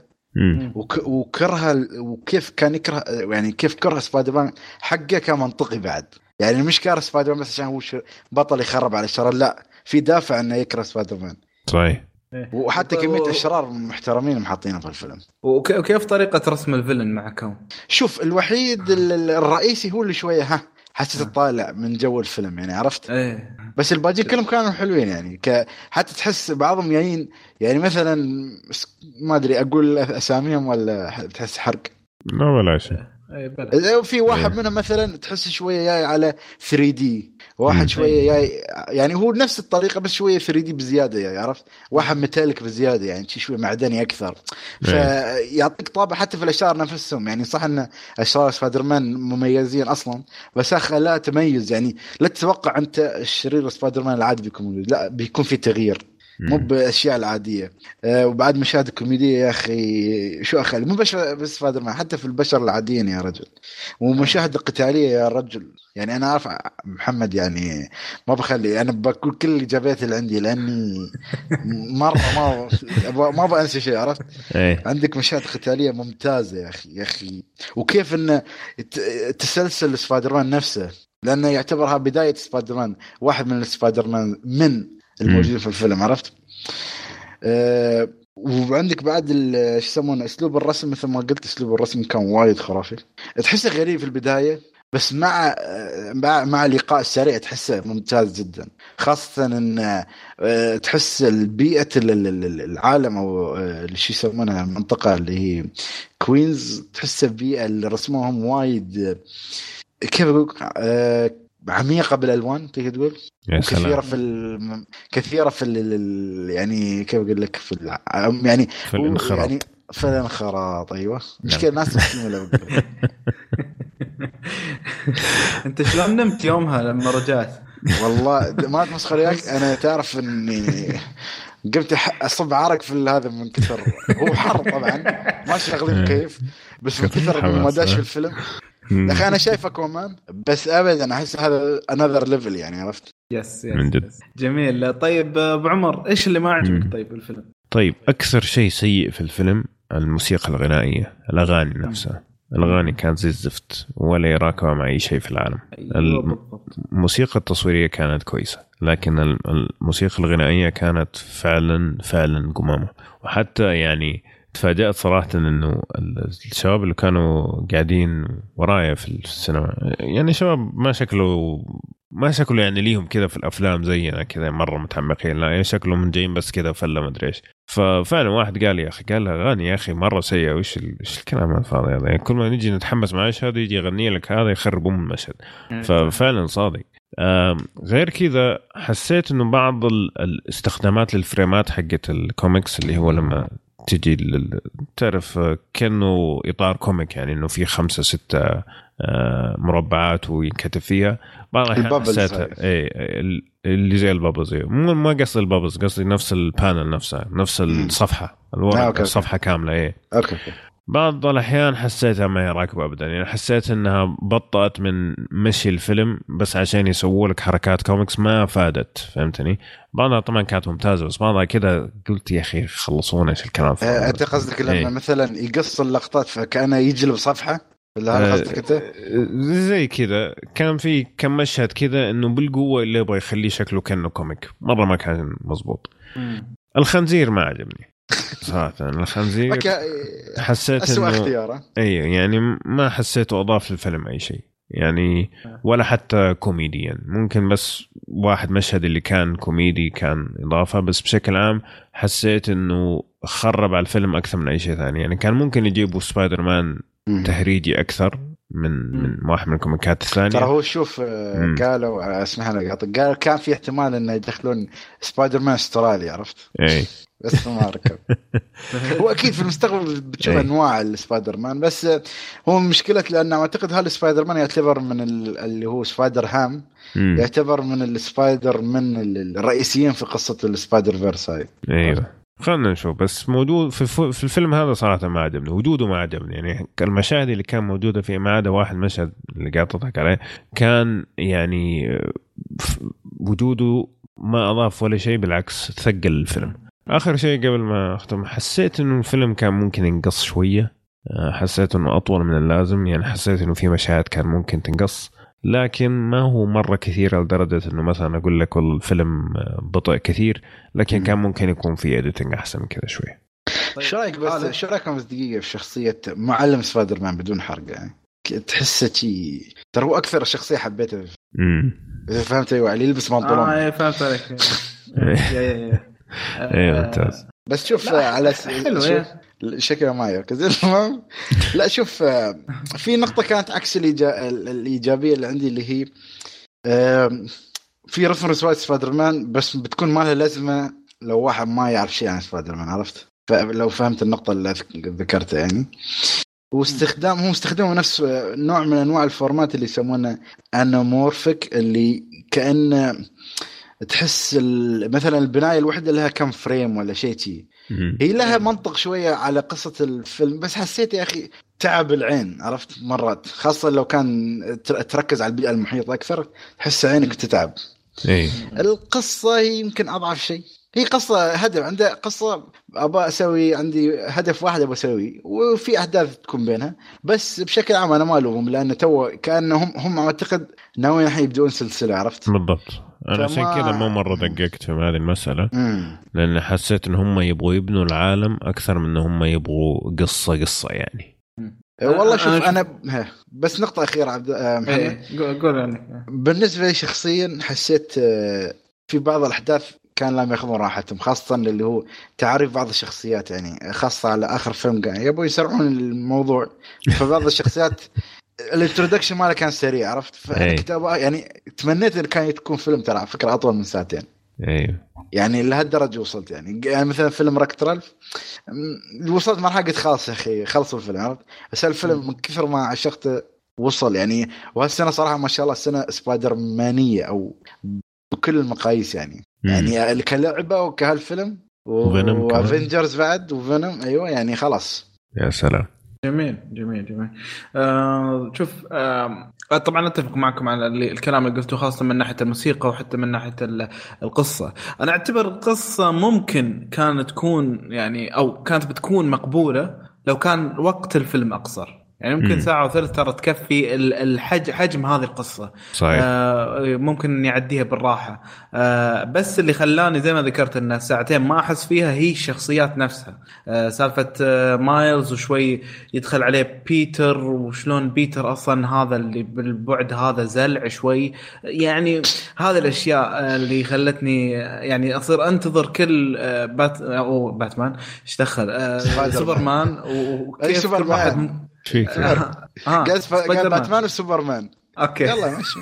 وكرها وكيف كان يكره يعني كيف كره سبايدر مان حقه كان منطقي بعد يعني. مش كاره سبايدر مان بس عشان هو بطل يخرب على الشر، لا في دافع انه يكره سبايدر مان. صحيح. وحتى كمية الشرار المحترمين محاطينه في الفيلم. وكيف طريقة رسم الفيلن معكم؟ شوف الوحيد الرئيسي هو اللي شوية حسيت الطالع من جو الفيلم يعني عرفت. بس الباقيين كلهم كانوا حلوين يعني حتى تحس بعضهم جايين يعني مثلا ما ادري اقول اساميهم ولا تحس حرق. لا ولا شيء. في واحد منهم مثلا تحس شويه جاي على 3D، واحد شويه جاي يعني هو نفس الطريقه بس شويه 3D بزياده يعني عرفت. واحد ميتاليك بزياده يعني شويه معدني اكثر، فيعطيك طابع حتى في الاشرار نفسهم يعني. صح ان اشرار سبايدر مان مميزين اصلا بس لا تميز يعني. لا تتوقع انت الشرير سبايدر مان العادي بيكون، لا بيكون في تغيير مو باشياء العاديه. وبعد مشاهد الكوميديه يا اخي شو اخلي مو بس سبايدر مان حتى في البشر العاديين يا رجل. ومشاهد القتاليه يا رجل يعني انا عارف محمد يعني ما بخلي انا بقول كل الاجابات اللي عندي لاني مره ما بنسى شيء عرفت. عندك مشاهد قتاليه ممتازه يا اخي وكيف انه تسلسل سبايدر مان نفسه لانه يعتبرها بدايه سبايدر مان، واحد من سبايدر مان من الموجودين في الفيلم عرفت. وعندك بعد شو يسمونه اسلوب الرسم مثل ما قلت، اسلوب الرسم كان وايد خرافي. تحسه غريب في البدايه بس مع اللقاء السريع تحسه ممتاز جدا، خاصه ان تحس البيئه العالم او شو يسمونها المنطقه اللي هي كوينز، تحس البيئه اللي رسموهم وايد كيف اقول عميقه بالالوان تقدر تقول، كثيره في يعني كيف اقول لك في يعني في الانخراط يعني في الانخراط. ايوه مشكله الناس تسمع انت شلون نمت يومها لما رجعت؟ والله ما تمسخر وياك انا تعرف اني قمت اصب عرق في هذا من كثر هو حر طبعا ما شغلين كيف بس من كثر ما داش في الفيلم. يا اخي انا شايفه كومان بس ابدا احس هذا another level يعني عرفت. يس من جد جميل. طيب ابو عمر ايش اللي ما عجبك طيب الفيلم؟ طيب اكثر شيء سيء في الفيلم الموسيقى الغنائيه، الاغاني نفسها. الاغاني كانت زي الزفت ولا يراكبها مع اي شيء في العالم. الموسيقى التصويريه كانت كويسه لكن الموسيقى الغنائيه كانت فعلا قمامه. وحتى يعني تفاجأت صراحة إنه الشباب اللي كانوا قاعدين ورايا في السينما يعني شباب ما شكلوا يعني ليهم كذا في الأفلام زينا كذا مرة متعمقين، لا يعني شكلهم جايين بس كذا فلا ما أدري إيش. ففعلا واحد قال يا أخي قال أغاني يا أخي مرة سيئة وإيش الكلام الفاضي هذا يعني. كل ما نيجي نتحمس مع إيش هذا يجي يغني لك هذا يخرب المشهد. ففعلا صادق. غير كذا حسيت إنه بعض الاستخدامات للفريمات حقت الكوميكس اللي هو لما تجي تعرف كأنه إطار كوميك يعني إنه في 5-6 مربعات وينكتب فيها بعض الأحيان حسيتها اللي زي البابلز. ما قصدي البابلز، قصدي نفس البانل نفسها نفس الصفحة الورق الصفحة كاملة. أوكي. بعض الأحيان حسيتها ما هي راكبة أبدا يعني. حسيت إنها بطأت من مشي الفيلم بس عشان يسووا لك حركات كوميكس ما فادت، فهمتني. بعضها طبعا كانت ممتازة بس بعضها كده قلت يا أخي خلصونا إيش الكلام. أنت قصدك لما مثلا يقص اللقطات فكأنه يجلب صفحة ولا هذا قصدك أنت؟ زي كده كان في كم مشهد كده إنه بالقوة اللي يبغى يخليه شكله كأنه كوميك مرة ما كان مزبوط. الخنزير ما عجبني صراحة. الخنزير حسيت أسوأ اختياره. أيوة يعني ما حسيته أضاف للفيلم أي شيء يعني ولا حتى كوميديا. ممكن بس واحد مشهد اللي كان كوميدي كان إضافة، بس بشكل عام حسيت إنه خرب على الفيلم أكثر من أي شيء ثاني. يعني كان ممكن يجيبوا سبايدر مان تهريجي أكثر من واحد من الكوميكات الثانية. ترى هو شوف قالوا اسمح لي قال كان في احتمال إنه يدخلون سبايدر مان استرالي، عرفت؟ أي بس ما ركب. هو أكيد في المستقبل بتشوف أنواع السبايدر مان، بس هو مشكلة لأنه أعتقد هالسبايدر مان يعتبر من اللي هو سبايدر هام، يعتبر من السبايدر من الرئيسيين في قصة السبايدر فيرس هاي. أيوة خلنا نشوف. بس موجود في الفيلم هذا صراحة ما عجبني وجوده، ما عجبني. يعني المشاهد اللي كان موجودة فيه ما عدا واحد مشهد اللي قاعد تضحك عليه، كان يعني وجوده ما أضاف ولا شيء، بالعكس ثقل الفيلم. آخر شيء قبل ما أختم، حسيت إنه الفيلم كان ممكن ينقص شوية، حسيت إنه أطول من اللازم. يعني حسيت إنه في مشاهد كان ممكن تنقص، لكن ما هو مرة كثيرة لدرجة إنه مثلا أقول لك الفيلم بطيء كثير، لكن كان ممكن يكون في إديتنج أحسن من كذا شوي. شو رأيك بس شو رأيكم بس دقيقة في شخصية معلم سبايدر مان بدون حرق؟ يعني تحسه شيء ترى هو أكثر شخصية حبيته. فهمت؟ أيوة اللي يلبس بنطلون. فهمت عليك. ايه ممتاز. بس شوف على حلو شكله ما يركز. المهم لا شوف في نقطة كانت عكس الإيجابية اللي عندي، اللي هي في رفرنس وايد سبايدر مان بس بتكون ما لها لازمة لو واحد ما يعرف شيء عن سبايدر مان، عرفت؟ فلو فهمت النقطة اللي ذكرتها يعني. واستخدامه نفس نوع من أنواع الفورمات اللي يسمونه أنامورفيك، اللي كأنه تحس مثلا البناية الوحدة لها كم فريم ولا شيء هي لها منطق شوية على قصة الفيلم، بس حسيت يا أخي تعب العين، عرفت؟ مرات خاصة لو كان تركز على البيئة المحيطة أكثر تحس عينك تتعب. القصة هي يمكن أضعف شيء. هي قصة هدف، عنده قصة أبغى أسوي، عندي هدف واحد أبغى أسويه وفي أحداث تكون بينها، بس بشكل عام أنا ما ألومهم لأن كأنهم هم أعتقد ناويين الحين يبدون سلسلة، عرفت؟ بالضبط. أنا عشان كذا ما مرة دققت في هذه المسألة، لأن حسيت إن هم يبغوا يبنوا العالم أكثر من إن هم يبغوا قصة يعني. والله شوف أنا بس نقطة أخيرة عبد محمد. قول عنك. بالنسبة لي شخصيا حسيت في بعض الأحداث كان لم ياخذون راحتهم، خاصة اللي هو تعريف بعض الشخصيات، يعني خاصة على آخر فيلم كان يبغوا يسرعون الموضوع. فبعض الشخصيات الانترودكشن ماله كان سريع، عرفت؟ فالكتابة يعني تمنيت إن كان تكون فيلم ترى فكرة أطول من ساعتين. يعني لهالدرجة وصلت. يعني مثلا فيلم راكت رالف وصلت مرحلة قلت خلاص يا أخي خلصوا الفيلم، عرفت؟ بس الفيلم من كثر ما عشقته وصل يعني. وهالسنة صراحة ما شاء الله السنة سبايدر مانية أو بكل المقاييس يعني. يعني كلعبة وكهالفيلم وافنجرز بعد وفينوم. أيوة يعني خلاص. يا سلام. جميل. شوف طبعا أتفق معكم على الكلام اللي قلته، خاصة من ناحية الموسيقى وحتى من ناحية القصة. أنا أعتبر القصة ممكن كانت تكون يعني أو كانت بتكون مقبولة لو كان وقت الفيلم أقصر. يعني ممكن ساعة وثلث ترى تكفي حجم هذه القصة. صحيح. ممكن يعديها بالراحة. بس اللي خلاني زي ما ذكرت إن ساعتين ما أحس فيها هي الشخصيات نفسها. سالفة مايلز وشوي يدخل عليه بيتر، وشلون بيتر أصلا هذا اللي بالبعد هذا زلع شوي. يعني هذه الأشياء اللي خلتني يعني أصير أنتظر كل باتمان إيش دخل سوبرمان وكيف كل واحد قال باتمان وسوبرمان. اوكي يلا ماشي.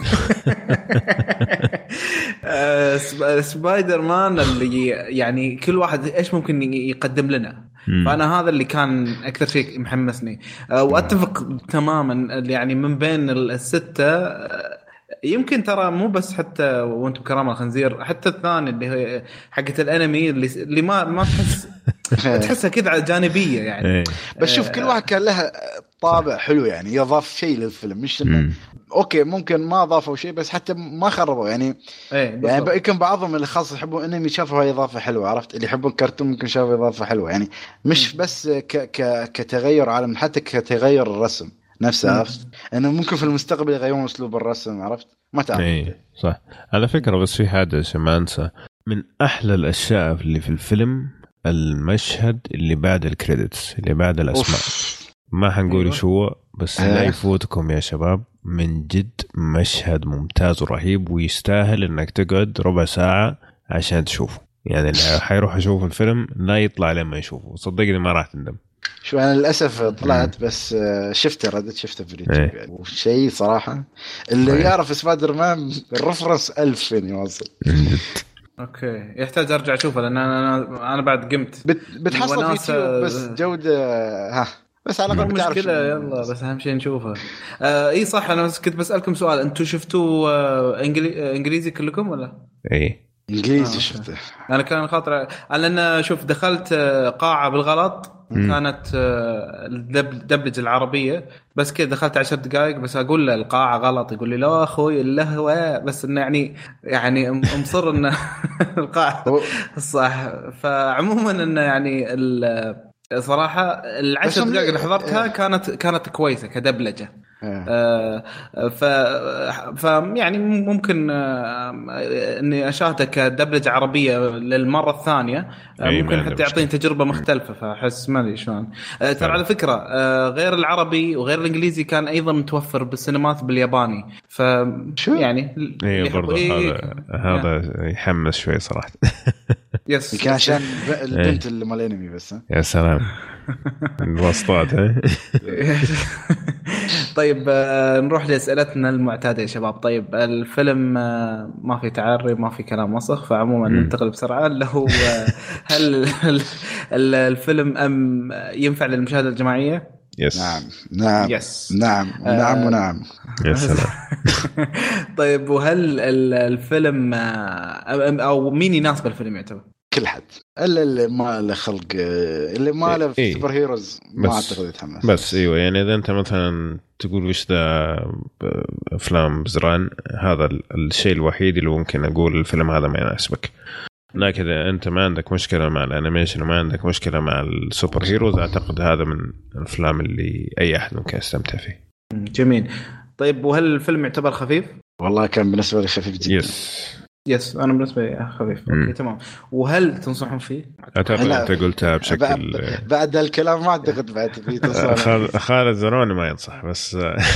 سبايدر مان اللي يعني كل واحد ايش ممكن يقدم لنا. فانا هذا اللي كان اكثر شيء محمسني. واتفق تماما يعني من بين الستة يمكن ترى مو بس حتى وانتم كرام الخنزير، حتى الثاني اللي هي حقة الانمي اللي ما تحسها كذا جانبية يعني. بس شوف كل واحد كان لها طابع حلو يعني، يضاف شيء للفيلم، مش إنه أوكي ممكن ما ضافوا شيء بس حتى ما خربوا يعني. يعني يمكن بعضهم اللي خاص يحبوا انمي شافوا هاي إضافة حلوة، عرفت؟ اللي يحبون كرتون ممكن شافوا إضافة حلوة يعني، مش بس كتغير عالم، حتى كتغير الرسم نفسه، عرفت؟ إنه ممكن في المستقبل يغيرون أسلوب الرسم، عرفت؟ ما تعرف. صح. على فكرة بس في حاجة ما أنسى، من أحلى الأشياء اللي في الفيلم المشهد اللي بعد الكريديتس، اللي بعد الأسماء. ما حنقول شو بس لا يفوتكم يا شباب. من جد مشهد ممتاز ورهيب ويستاهل انك تقعد ربع ساعة عشان تشوفه. يعني اللي حيروح يشوف الفيلم لا يطلع لما يشوفه، صدقني ما راح تندم. شو أنا للأسف طلعت بس شفته شفته في اليوتيوب يعني، وشيء صراحة اللي يعرف سبايدر مان الرفرنس 1000 فين يوصل. اوكي يحتاج ارجع اشوفه لان انا بعد قمت بتحصل في يوتيوب بس جودة بس على الاقل بتعرف مشكلة. يلا بس اهم شيء نشوفه. اي صح، انا كنت بسألكم سؤال، انتم شفتوا انجليزي كلكم ولا؟ اي انجليزي شفته. انا كان خاطر لان شوف دخلت قاعة بالغلط كانت الدبلجة العربية بس كده، دخلت 10 دقائق بس اقول له القاعة غلط، يقول لي لا اخوي اللهوة، بس انه يعني مصر ان القاعة صح. فعموما انه يعني صراحة 10 دقائق اللي حضرتها كانت كويسة كدبلجة. يعني ممكن اني اشاهده كدبلجة عربية للمرة الثانية، ممكن حتى يعطيني تجربة مختلفة. فاحس ما ادري شلون. ترى على فكرة غير العربي وغير الانجليزي كان ايضا متوفر بالسينمات بالياباني. يعني برضه هذا يحمس شوي صراحة. يس كان عشان البنت اللي مال انمي بس. يا سلام الواسطات. طيب نروح لأسئلتنا المعتادة يا شباب. طيب الفيلم ما في تعري ما في كلام وسخ، فعموما ننتقل بسرعة. اللي هو هل الفيلم ينفع للمشاهدة الجماعية؟ يس. نعم يس. نعم ونعم. يا سلام. طيب وهل الفيلم أو مين يناسب الفيلم يعتبر؟ كل حد الا اللي ما له خلق، اللي ما له سوبر هيروز ما اعتقد يتحمس. بس ايوه يعني اذا انت مثلا تقول وش ذا افلام بزران، هذا الشيء الوحيد اللي ممكن اقول الفيلم هذا ما يناسبك. لكن اذا انت ما عندك مشكله مع الانيميشن وما عندك مشكله مع السوبر هيروز، اعتقد هذا من الافلام اللي اي احد ممكن يستمتع فيه. جميل. طيب وهل الفيلم يعتبر خفيف؟ والله كان بالنسبه لي خفيف جدا. يس انا بالنسبه لي خفيف. اوكي تمام. وهل تنصحون فيه؟ اعتقد انت قلتها بشكل بعد الكلام ما اعتقد بعد في تصالح. خالد زروني ما ينصح بس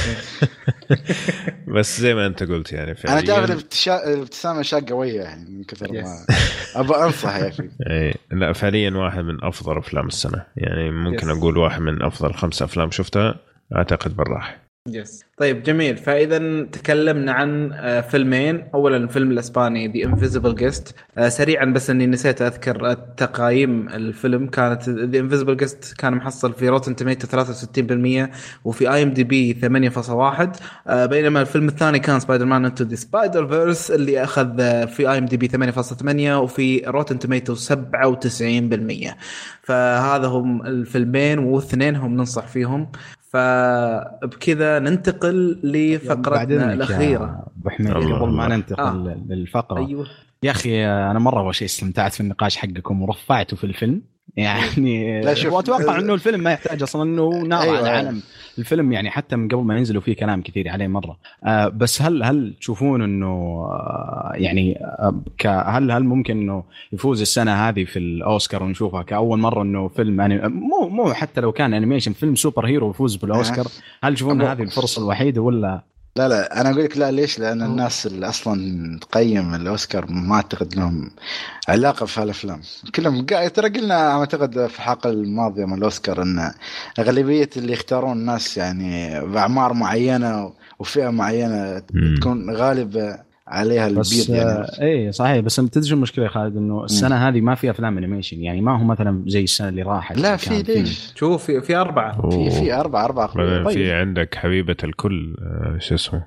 بس زي ما انت قلت يعني انا تعرف الابتسامه شاقه قويه يعني من كثر ما ابغى انصح يا اخي. اي لا فعليا واحد من افضل افلام السنه، يعني ممكن اقول واحد من افضل 5 أفلام شفتها اعتقد بالراحه. يس. طيب جميل. فإذا تكلمنا عن فيلمين. أولا الفيلم الإسباني The Invisible Guest. سريعا بس أني نسيت أذكر التقايم الفيلم. كانت The Invisible Guest كان محصل في Rotten Tomatoes 63% وفي IMDb 8.1، بينما الفيلم الثاني كان سبايدر مان Into the Spider-Verse اللي أخذ في IMDb 8.8 وفي Rotten Tomatoes 97%. فهذا هم الفيلمين واثنين هم ننصح فيهم. فبكذا ننتقل لفقرتنا الأخيرة. أبو حميد قبل ما ننتقل للفقرة. أيوة. يا أخي أنا مرة أول شيء استمتعت في النقاش حقكم ورفعته في الفيلم يعني. وأتوقع إنه الفيلم ما يحتاج أصلاً إنه نار على عالم الفيلم يعني، حتى من قبل ما ينزلوا فيه كلام كثير عليه مرة. بس هل تشوفون إنه يعني هل ممكن إنه يفوز السنة هذه في الأوسكار ونشوفها كأول مرة إنه فيلم يعني مو حتى لو كان أنيميشن فيلم سوبر هيرو يفوز بالأوسكار؟ هل تشوفون هذه الفرصة الوحيدة ولا؟ لا أنا أقول لك لا. ليش؟ لأن الناس اللي أصلاً تقيم الأوسكار ما أعتقد لهم علاقة في هالأفلام كلهم. ترى قلنا أعتقد في الحلقة الماضية من الأوسكار أن أغلبية اللي يختارون الناس يعني بأعمار معينة وفئة معينة تكون غالبة عليها البيض يعني. ايه صحيح. بس تدري شو المشكله يا خالد؟ انه السنه هذه ما في افلام انيميشن يعني، ما هو مثلا زي السنه اللي راحت. لا في ليش شوف في 4 في 4 طيب. في عندك حبيبه الكل شو اسمه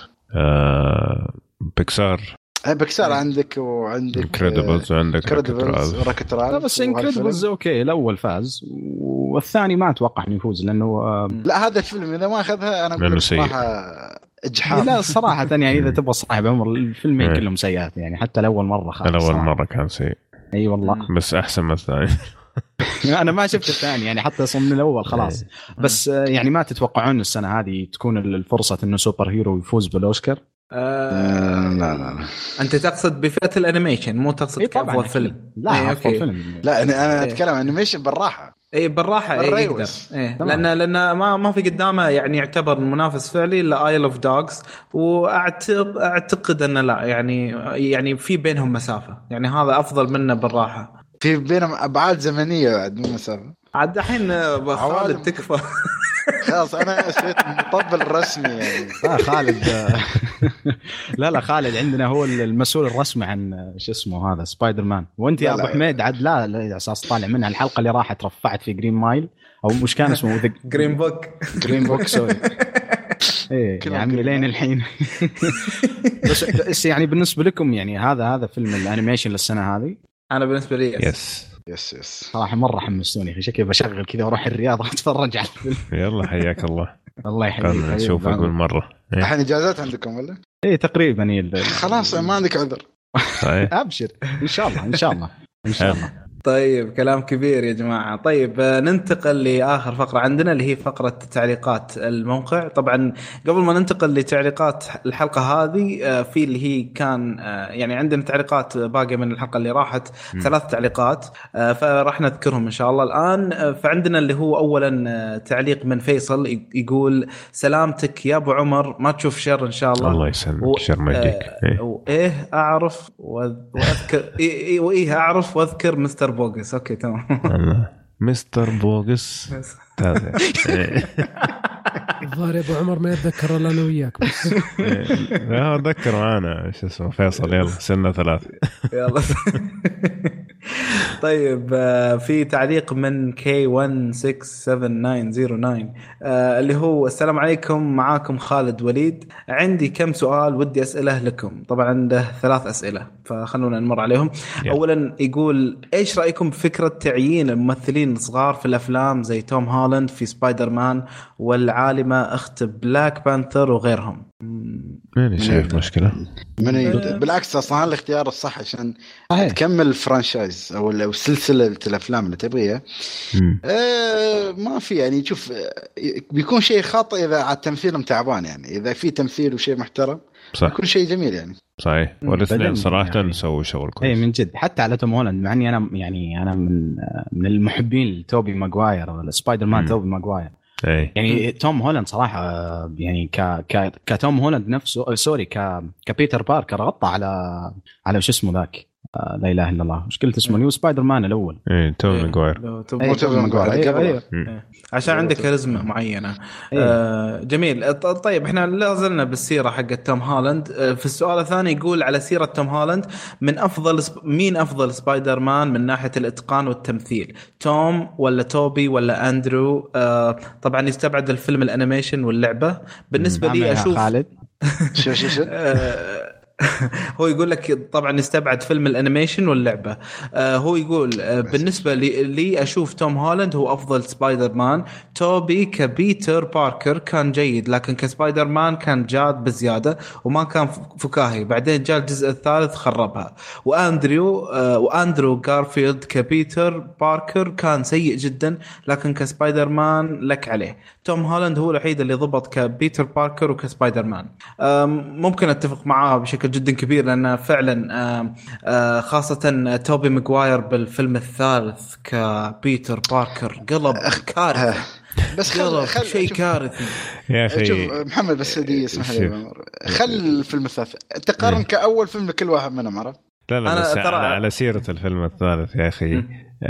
بيكسار عندك وعندك انكريدبلز وعندك راكترال. لا بس انكريدبلز اوكي الاول فاز والثاني ما اتوقع انه يفوز لانه لا هذا الفيلم اذا ما اخذها انا اقول صراحه اجحاف. لا صراحه يعني اذا تبغى صراحه بعمر الفيلمين كلهم سيئات يعني، حتى الاول مره خالص. الاول مره كان سيء اي والله بس احسن من الثاني. انا ما شفت الثاني يعني، حتى صمنا الاول خلاص. بس يعني ما تتوقعون السنه هذه تكون الفرصه انه سوبر هيرو يفوز بالاوسكار؟ لا انت تقصد بفئه الانيميشن مو تقصد كأفضل فيلم؟ لا افضل فيلم. لا انا اتكلم انيميشن بالراحه. اي بالراحه يقدر الريوس. لان ما في قدامه يعني يعتبر منافس فعلي الا ايل اوف دوغز، واعتقد ان لا يعني في بينهم مسافه، يعني هذا افضل منه بالراحه. في بينهم ابعاد زمنيه بعد مو مسافه عاد الحين خالد تكفى. خلاص انا صرت مطبل رسمي يعني. لا خالد لا خالد عندنا هو المسؤول الرسمي عن شو اسمه هذا سبايدر مان، وانت يا ابو حميد عاد لا اساس طالع منها الحلقه اللي راحت رفعت في جرين مايل او مش كان اسمه جرين بوك سوري. ايه يا عمي لين الحين. بس يعني بالنسبه لكم يعني هذا فيلم الانيميشن للسنه هذه. انا بالنسبه لي يس صراحه مره حمستوني، في شكل بشغل كذا واروح الرياض اتفرج على الفيلم. يلا حياك الله. الله يحييك. نشوفك بالمره. الحين اجازات عندكم ولا؟ ايه تقريبا. خلاص ما عندك عذر. ابشر ان شاء الله. طيب كلام كبير يا جماعة. طيب ننتقل لآخر فقرة عندنا اللي هي فقرة تعليقات الموقع. طبعا قبل ما ننتقل لتعليقات الحلقة هذه في اللي هي كان يعني عندنا تعليقات باقية من الحلقة اللي راحت 3 تعليقات فراح نذكرهم إن شاء الله الآن. فعندنا اللي هو أولا تعليق من فيصل يقول سلامتك يا أبو عمر، ما تشوف شر إن شاء الله. الله يسلمك شر ما يجيك. إيه أعرف وأذكر وإيه أعرف وأذكر مستر بوغس. اوكي تمام. مستر بوغس الظاهر يا ابو عمر ما يتذكر الا انا وياك بس. لا اتذكر معانا شو اسمه فيصل. يلا سنة 3 يلا. طيب في تعليق من K167909 اللي هو السلام عليكم، معاكم خالد وليد، عندي كم سؤال ودي أسئله لكم. طبعا عنده 3 أسئلة فخلونا نمر عليهم. أولا يقول إيش رأيكم بفكرة تعيين الممثلين الصغار في الأفلام زي توم هولاند في سبايدر مان والعالمة أخت بلاك بانثر وغيرهم؟ ماني شايف مشكلة. بالعكس أصلا الاختيار الصح عشان تكمل الفرانشايز أو سلسلة الأفلام اللي تبغيها. ما في يعني شوف بيكون شيء خاطئ إذا على تمثيلهم تعبان، يعني إذا في تمثيل وشيء محترم يكون شيء جميل يعني. صحيح. والاثنين صراحة يعني سووا شغل كويس. من جد حتى على توم هولاند، مع إني أنا من المحبين لتوبي ماغواير سبايدر مان توبي ماغواير. يعني توم هولاند صراحة يعني كتوم هولاند نفسه سوري كبيتر باركر غطى على شو اسمه ذاك لا إله إلا الله، مش قلت اسمه نيو سبايدر مان الأول. توم ماغواير. عشان عندك كاريزما معينة. جميل. طيب احنا لازلنا بالسيرة حق توم هولاند. في السؤال الثاني يقول على سيرة توم هولاند مين أفضل سبايدر مان من ناحية الإتقان والتمثيل، توم ولا توبي ولا أندرو؟ طبعا يستبعد الفيلم الأنيميشن واللعبة. بالنسبة لي أشوف خالد شو هو يقول لك طبعا يستبعد فيلم الانيميشن واللعبه. هو يقول بالنسبه لي اشوف توم هولاند هو افضل سبايدر مان. توبي كبيتر باركر كان جيد لكن كسبايدر مان كان جاد بزياده وما كان فكاهي، بعدين جاء الجزء الثالث خربها. واندرو غارفيلد كبيتر باركر كان سيء جدا لكن كسبايدر مان لك عليه. توم هولاند هو الوحيد اللي ضبط كبيتر باركر وكسبايدر مان. ممكن اتفق معاه بشكل جدا كبير لأن فعلا خاصة توبي ماغواير بالفيلم الثالث كبيتر باركر قلب كارثة. بس شيء كارثي يا أخي. شوف محمد بس دي اسمح لي خل الفيلم الثالث تقارن كأول فيلم لكل واحد منهم عرف. لا بس على سيرة الفيلم الثالث يا أخي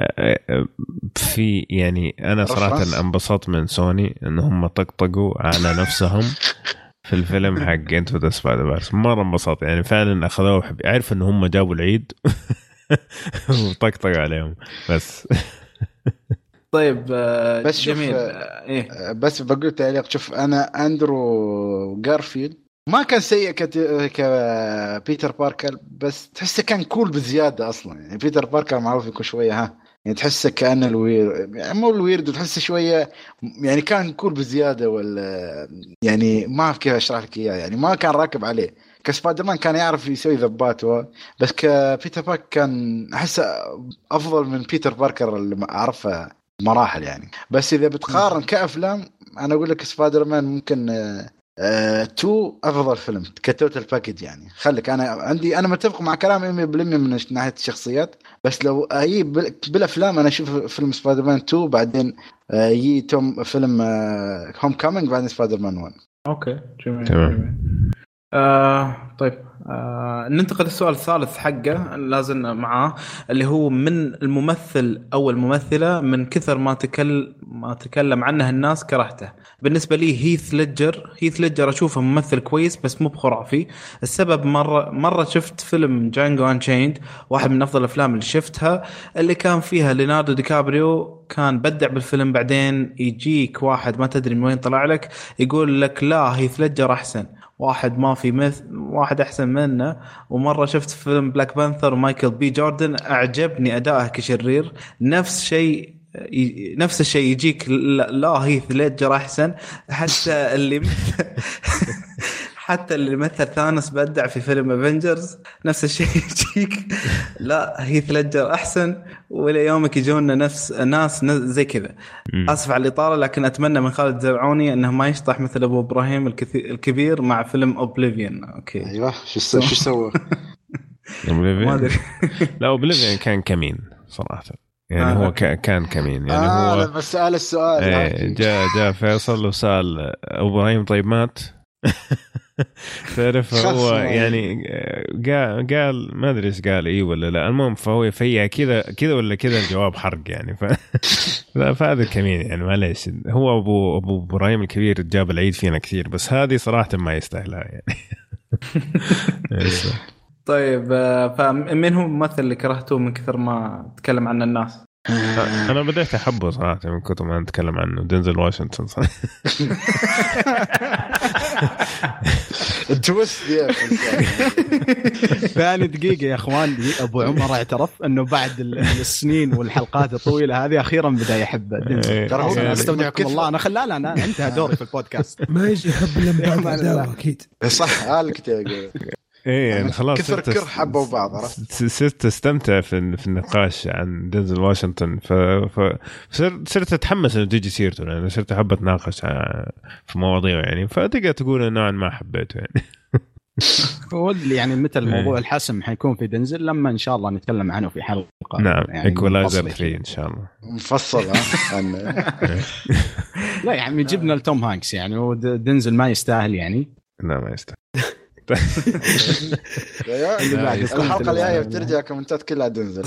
في يعني أنا صراحة انبسطت من سوني إنهم طقطقوا على نفسهم في الفيلم حق انتو ذا سبايدر فيرس. مرة انبسط يعني فعلا أخذوه عارف إن هم جابوا العيد وطقطق عليهم بس. طيب بس جميل. بس بقول تعليق. شوف أنا أندرو غارفيلد ما كان سيء كبيتر باركر بس تحسه كان كول بزيادة أصلا. يعني بيتر باركر معروف يكون شوية يعني تحسه كأنه الوير يعني مو الويرد وتحسه شوية يعني كان كول بزيادة ولا يعني ما أعرف كيف أشرح لك إياه. يعني ما كان راكب عليه. كسبايدر مان كان يعرف يسوي ذباته بس كبيتر باركر كان أحسه أفضل من بيتر باركر اللي أعرفه مراحل يعني. بس إذا بتقارن كأفلام أنا أقول لك سبايدر مان ممكن 2 افضل فيلم كتوتال باكج يعني. خليك انا متفق مع كلام 100% من ناحيه الشخصيات، بس لو هي بالافلام انا اشوف فيلم سبايدر مان 2 بعدين يجي فيلم هوم كامينج بعدين سبايدر مان 1. اوكي جميل. طيب ننتقل للسؤال الثالث حقه لازم معاه، اللي هو من الممثل أو الممثلة من كثر ما تكلم عنه الناس كرهته. بالنسبة لي هيث ليدجر أشوفه ممثل كويس بس مو بخرافي. السبب مرة شفت فيلم جانجو أنشيند، واحد من أفضل الأفلام اللي شفتها، اللي كان فيها ليوناردو دي كابريو، كان بدع بالفيلم، بعدين يجيك واحد ما تدري من وين طلع لك يقول لك لا هيث ليدجر أحسن، واحد ما في واحد أحسن منه. ومرة شفت فيلم بلاك بانثر ومايكل بي جوردن، أعجبني أداءه كشرير. نفس الشيء يجيك لا هيث ليدجر أحسن. حتى اللي مثل ثانوس بدع في فيلم افنجرز، نفس الشيء يجيك لا هيث ليدجر احسن. والى يومك يجونا ناس زي كذا. اسف على الاطاله، لكن اتمنى من خالد زرعوني انه ما يشطح مثل ابو ابراهيم الكبير مع فيلم اوبليفيون. اوكي ايوه شو سوى ما ادري. لا اوبليفيون كان كمين صراحه يعني. هو كان كمين يعني. هو بس سأل السؤال جاء فيصل وسأل ابو ابراهيم طيب مات. تعرف هو يعني قال ما ادري ايش قال ايه ولا لا، المهم فهو يفيع كذا ولا كذا الجواب حرق يعني. فهذا كمين يعني معليش. هو ابو ابراهيم الكبير جاب العيد فينا كثير، بس هذه صراحه ما يستاهلها يعني. طيب فمن هو الممثل اللي كرهته من كثر ما تكلم عنه الناس؟ أنا بديت أحبه صراحة من كتر ما نتكلم عنه، دينزل واشنطن صراحة. التويست دي ثاني دقيقة يا أخوان، أبو عمر اعترف أنه بعد السنين والحلقات الطويلة هذه أخيرا بدأ يحب دينزل. ترى هو استودعكم الله، أنا انتهى دوري في البودكاست. ما يجي يحب لما بعد أكيد صح. قالك تقول يعني خلاص كثر كره حبوا بعض. صرت استمتع في النقاش عن دينزل واشنطن، فصرت اتحمس انه تيجي سيرته، لأن صرت احب اتناقش في مواضيع يعني. فتقدر تقول نوعا ما حبيته يعني. هو يعني متى الموضوع الحسم حيكون في دينزل لما ان شاء الله نتكلم عنه في حلقة. نعم يعني إيكولايزر 3 ان شاء الله مفصلة. لا يعني جبنا لتوم هانكس يعني، ودينزل ما يستاهل يعني. لا ما يستاهل. الحلقة الجاية بترجع كومنتات كلها دنزل.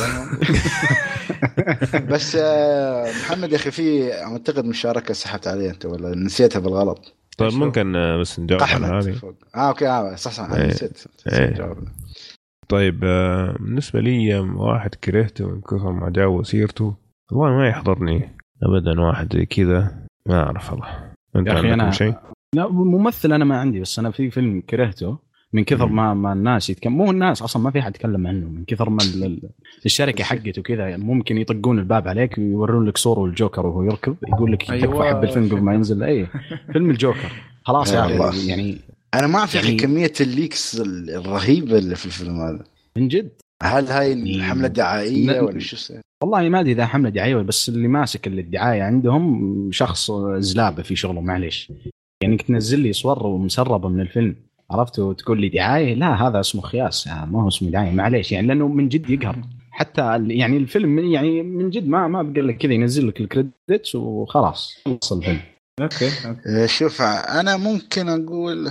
بس محمد يا أخي في أعتقد مشاركة سحبت عليها أنت ولا نسيتها بالغلط؟ طيب ممكن بس نجاوب على هذه. أوكي صح نسيت. طيب بالنسبة لي واحد كرهته من كثر ما جاء سيرته، والله ما يحضرني أبدا واحد كذا، ما أعرف الله. أنت عندكم شيء؟ لا ممثل أنا ما عندي، بس أنا في فيلم كرهته من كثر ما الناس مو الناس أصلا ما في حد يتكلم عنه، من كثر ما الشركة حقته كذا ممكن يطقون الباب عليك ويورون لك صورة الجوكر وهو يركض يقول لك تكفى حب الفيلم قبل ما ينزل. أي فيلم الجوكر خلاص يعني أنا ما أعرف يعني كمية الليكس الرهيبة اللي في الفيلم هذا من جد. هل هاي حملة دعائية ولا شو؟ والله ما أدري إذا حملة دعائية، بس اللي ماسك الدعاية عندهم شخص زلابة في شغله معليش يعني. تنزل لي صور ومسربة من الفيلم عرفت وتقول لي دعاية، لا هذا اسمه خياس ما هو اسمه دعاية معليش يعني، لأنه من جد يقهر. حتى يعني الفيلم يعني من جد ما بقى لك كذا، ينزل لك الكريديتس وخلاص خلص الفيلم. أوكي. شوف أنا ممكن أقول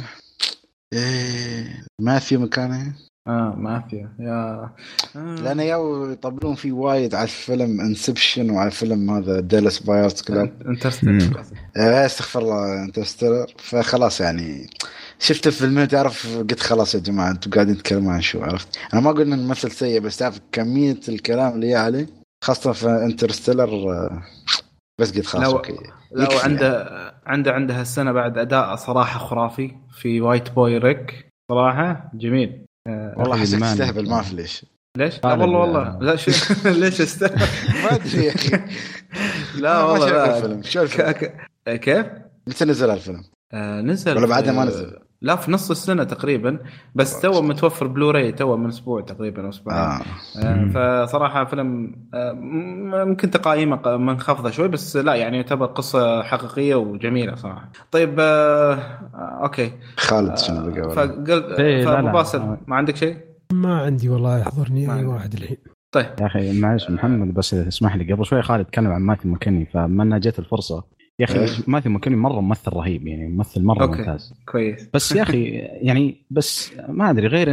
ما في مكانه. ما في يا لأن يطبلون فيه وايد على الفيلم انسبشن وعلى الفيلم هذا دالاس بايرز كلاب انترستيلر. استغفر الله انترستيلر. فخلاص يعني شفت الفيلم تعرف قلت خلاص يا جماعة انتوا قاعدين تتكلموا عن شو. عرفت أنا ما قلنا الممثل سيء، بس تعرف كمية الكلام اللي عليه خاصة في انترستيلر، بس قلت خلاص اوكي. لو عنده السنة بعد أداء صراحة خرافي في وايت بوي ريك صراحة جميل. والله حسك تستهبل ما في ليش لا والله لا ليش استهبل ما أدري يا أخي. لا والله الفيلم شو الفيلم كيف متى نزل الفيلم؟ نزل ولا بعدها ما نزل؟ لا في نص السنة تقريبا، بس تو متوفر بلوراي تو من أسبوع تقريبا أو أسبوعين. فصراحة فيلم ممكن تقييمه منخفضة شوي، بس لا يعني يعتبر قصة حقيقية وجميلة صراحة. طيب أوكي خالد شنو بقى؟ فأبو باسل ما عندك شيء؟ ما عندي والله، يحضرني أي واحد الحين. طيب يا أخي معلش محمد، بس اسمح لي، قبل شوي خالد تكلم عن ماثيو ماكوني، فما جت الفرصة يا أخي. ماثيو ماكوني مرة ممثل رهيب، يعني ممثل مرة ممتاز كويس. بس يا أخي يعني بس ما أدري غير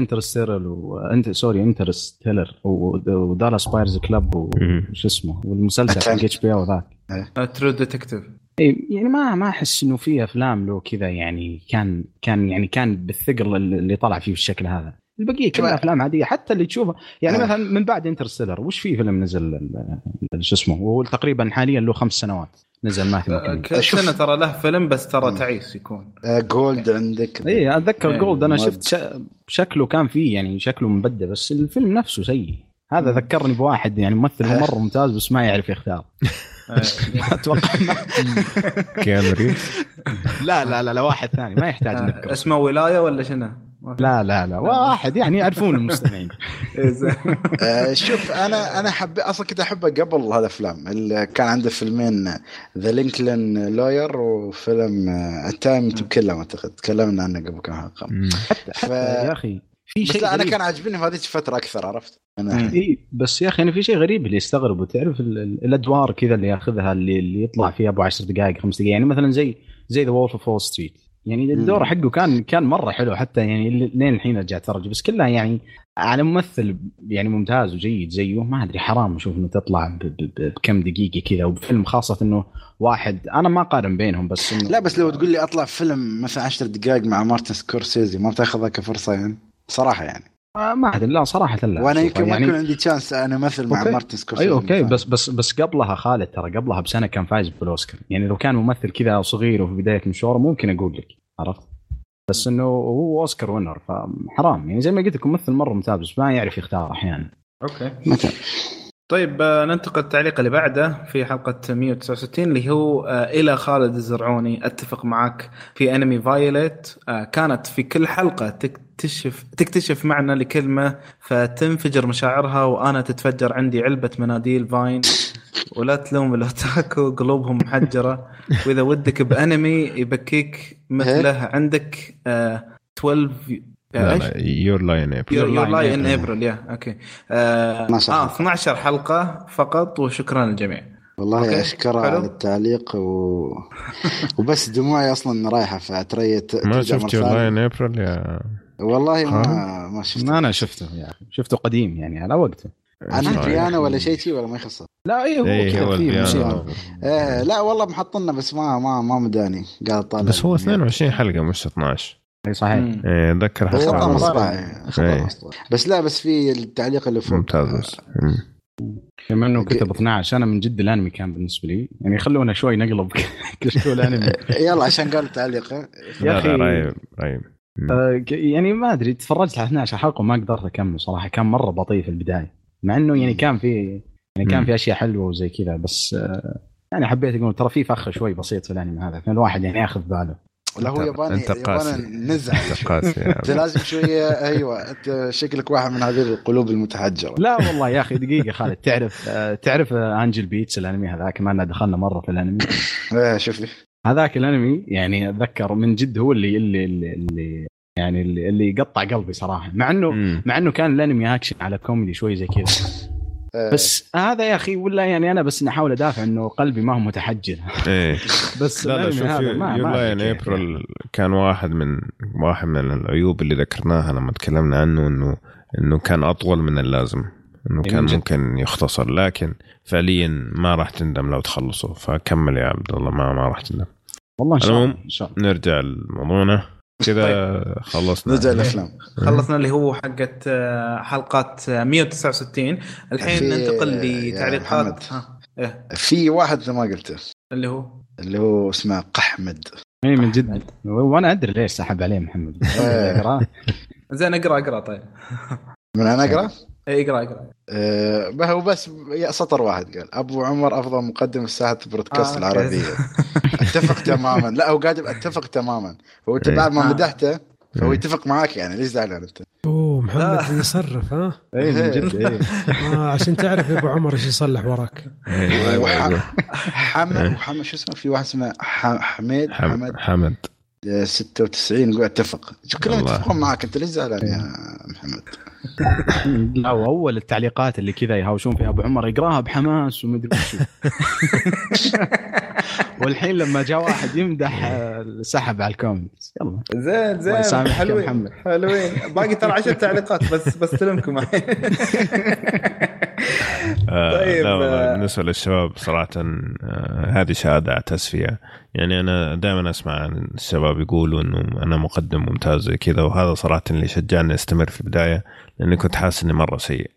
انترستيلر ودالاس بايرز كلاب وش اسمه والمسلسل حق HBO وذاك ترو ديتكتيف. يعني ما أحس إنه فيه أفلام له كذا، يعني كان بالثقل اللي طلع فيه بالشكل هذا. البقية كلها أفلام عادية حتى اللي تشوفها يعني مثلا من بعد انترستيلر وش فيه فيلم نزل شو اسمه، وهو تقريبا حاليا له 5 سنوات نزل ماثيو ماكوني. كل سنة ترى له فيلم بس ترى تعيس يكون. جولد عندك. اي اتذكر جولد انا شفت شكله كان فيه يعني شكله مبدع، بس الفيلم نفسه سيء. هذا ذكرني بواحد يعني ممثل مرة ممتاز بس ما يعرف يختار. اتوقع كيانو ريفز. لا واحد ثاني ما يحتاج نذكر اسمه ولاية ولا شنو؟ لا واحد يعني يعرفون المستمعين. شوف انا اصلا كنت احبه قبل هذا الافلام اللي كان عنده فيلمين، ذا لينكلين لوير وفيلم التايم تو كيل، اعتقد تكلمنا عنه قبل كم حلقه. حتى يا اخي في شيء لا انا كان عاجبني في هذه الفتره اكثر، عرفت انا بس يا اخي انا في شيء غريب اللي استغربوا، تعرف الادوار كذا اللي ياخذها اللي يطلع فيها ابو 10 دقائق 5 دقائق، يعني مثلا زي ذا وولف اوف وول ستريت، يعني الدور حقه كان مره حلو حتى يعني لين الحين رجع اتفرج، بس كلها يعني على ممثل يعني ممتاز وجيد زيه. ما ادري حرام اشوف انه تطلع بكم دقيقه كذا وبفيلم، خاصه انه واحد انا ما قارن بينهم بس إنه لا بس لو تقول لي اطلع فيلم مثلا 10 دقائق مع مارتن سكورسيزي ما بتاخذها كفرصه يعني صراحه يعني ما ادري. لا صراحه لا، وانا يمكن يعني ما يكون عندي تشانس انا مثل مع مارتن سكورسيزي. ايوه اوكي بس قبلها خالد ترى قبلها بسنه كان فايز بالاوسكار، يعني لو كان ممثل كذا صغير وفي بدايه مشواره ممكن اقول لك عرفت، بس انه هو اوسكار وينر فحرام يعني زي ما قلت لكم ممثل مره ممتاز بس ما يعرف يختار احيانا. اوكي مثلا. طيب ننتقل التعليق اللي بعده في حلقه 169 اللي هو الى خالد الزرعوني. اتفق معك في انمي فايوليت، كانت في كل حلقه تكتشف معنى لكلمه فتنفجر مشاعرها، وانا تتفجر عندي علبه مناديل فاين، ولا تلوم الاوتاكو قلوبهم محجره، واذا ودك بانمي يبكيك مثله عندك 12 يور لاين ابريل يا اوكي 12 حلقه فقط، وشكرا للجميع. والله اشكره على التعليق وبس دموعي اصلا رايحه فاتريا. ما شفت يور لاين ابريل يا والله ما شفته. ما انا شفته يعني شفته قديم يعني على وقته. انا بيانو ولا شيء ولا ما يخصه. لا ايه هو كذا لا والله محطنا بس ما مداني قال طالع بس هو 22 حلقه مش 12. اي صحيح. اتذكر بس لا بس في التعليق اللي فوق ممتاز. كما انه كتب 12 انا من جد الانمي كان بالنسبه لي يعني خلونا شوي نقلب كشكول الانمي يلا عشان قال التعليق يا اخي رايب يعني ما ادري تفرجت على 12 حلقه وما قدرت اكمل صراحه، كان مره بطيء في البدايه مع انه يعني كان في اشياء حلوه وزي كذا، بس يعني حبيت اقول ترى في فخ شوي بسيط في الانمي هذا، كان الواحد يعني ياخذ باله. لا هو ياباني نزع لازم شويه. ايوه انت شكلك واحد من هذه القلوب المتحجره. لا والله يا اخي دقيقه خالد، تعرف انجل بيتس الانمي هذاك، ما دخلنا مره في الانمي. شوفي هذاك الانمي يعني اتذكر من جد هو اللي يعني اللي قطع قلبي صراحه، مع انه كان الانمي اكشن على كوميدي شوي زي كذا بس هذا يا اخي ولا يعني انا بس نحاول ادافع انه قلبي ما هو متحجر. بس لا شوف يولاين ابريل كان واحد من العيوب اللي ذكرناها لما تكلمنا عنه انه كان اطول من اللازم، انه كان ممكن يختصر، لكن فعليا ما راح تندم لو تخلصه. فكمل يا عبد الله، ما راح تندم والله ان شاء الله. نرجع لموضوعنا كذا. خلصنا نرجع الافلام، خلصنا اللي هو حقت حلقات 169. الحين ننتقل لتعليقات. في واحد ما قلته اللي هو اسمه قحمد. اي من جد وانا ادري ليش سحب عليه محمد. زين اقرا طيب من انا اقرا اقرا. هو بس سطر واحد قال ابو عمر افضل مقدم في ساحه البودكاست العربيه. اتفق تماما. لا هو قاعد اتفق تماما. هو بعد ما مدحته فهو يتفق معاك يعني ليش زعلان انت؟ اوه محمد يصرف ها. اي من جد عشان تعرف يا ابو عمر ايش يصلح وراك. حمد شو اسمه في واحد اسمه حمد 96 يقول اتفق. كلهم يتفقون معاك انت ليش زعلان يا محمد؟ لا واول التعليقات اللي كذا يهاوشون فيها ابو عمر يقراها بحماس ومدري وش. والحين لما جاء واحد يمدح سحب على الكومنتس. يلا زين حلوين باقي ترى 10 تعليقات بس تلمكم معي. طيب بالنسبة للشباب صراحة هذه شهادة أعتز فيها. يعني أنا دائما أسمع عن الشباب يقولوا أنه أنا مقدم ممتاز كذا، وهذا صراحة اللي شجعني أستمر في البداية لأني كنت حاسس أني مرة سيء.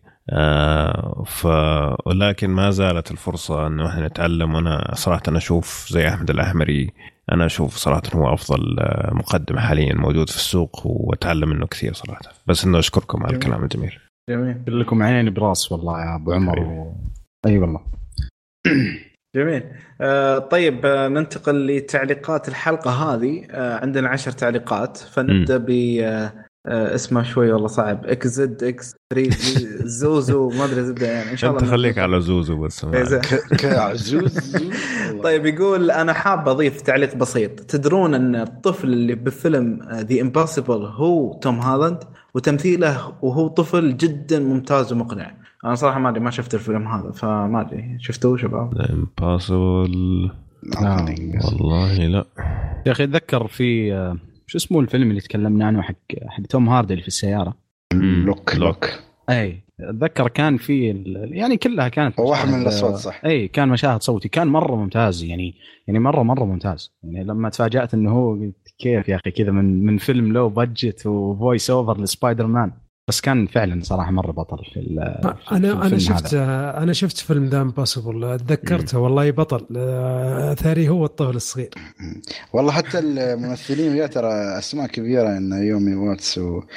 ولكن ما زالت الفرصة أنه إحنا نتعلم. وأنا صراحة أنا أشوف زي أحمد الأحمري، أنا أشوف صراحة هو أفضل مقدم حاليا موجود في السوق وأتعلم منه كثير صراحة. بس إنه أشكركم على الكلام الجميل. جميل كلكم عينين براس والله يا أبو عمر. أي والله. جميل. طيب ننتقل لتعليقات الحلقة هذه. عندنا 10 تعليقات فنبدأ ب اسمه شوي والله صعب XZX 3 زوزو ما ادري زبده يعني ان شاء الله انت خليك على زوزو بس كعزوز. طيب يقول انا حاب اضيف تعليق بسيط. تدرون ان الطفل اللي بفيلم The Impossible هو توم هالاند وتمثيله وهو طفل جدا ممتاز ومقنع. انا صراحه ما شفت الفيلم هذا فما ادري شفتوه شباب؟ The Impossible والله لا يا اخي اتذكر في شو اسمه الفيلم اللي تكلمنا عنه حق توم هاردي اللي في السيارة لوك. اي اتذكر كان في يعني كلها كانت واحد من الاصوات صح. اي كان مشاهد صوتي كان مرة ممتاز يعني مرة ممتاز. يعني لما تفاجأت انه هو كيف يا اخي كذا من فيلم لو بادجت وفويس اوفر لسبايدر مان. بس كان فعلا صراحة مرة بطل في أنا شفت فيلم ذا امبوسيبل تذكرته والله بطل ثري هو الطفل الصغير والله. حتى الممثلين ويا ترى أسماء كبيرة إن يومي واتس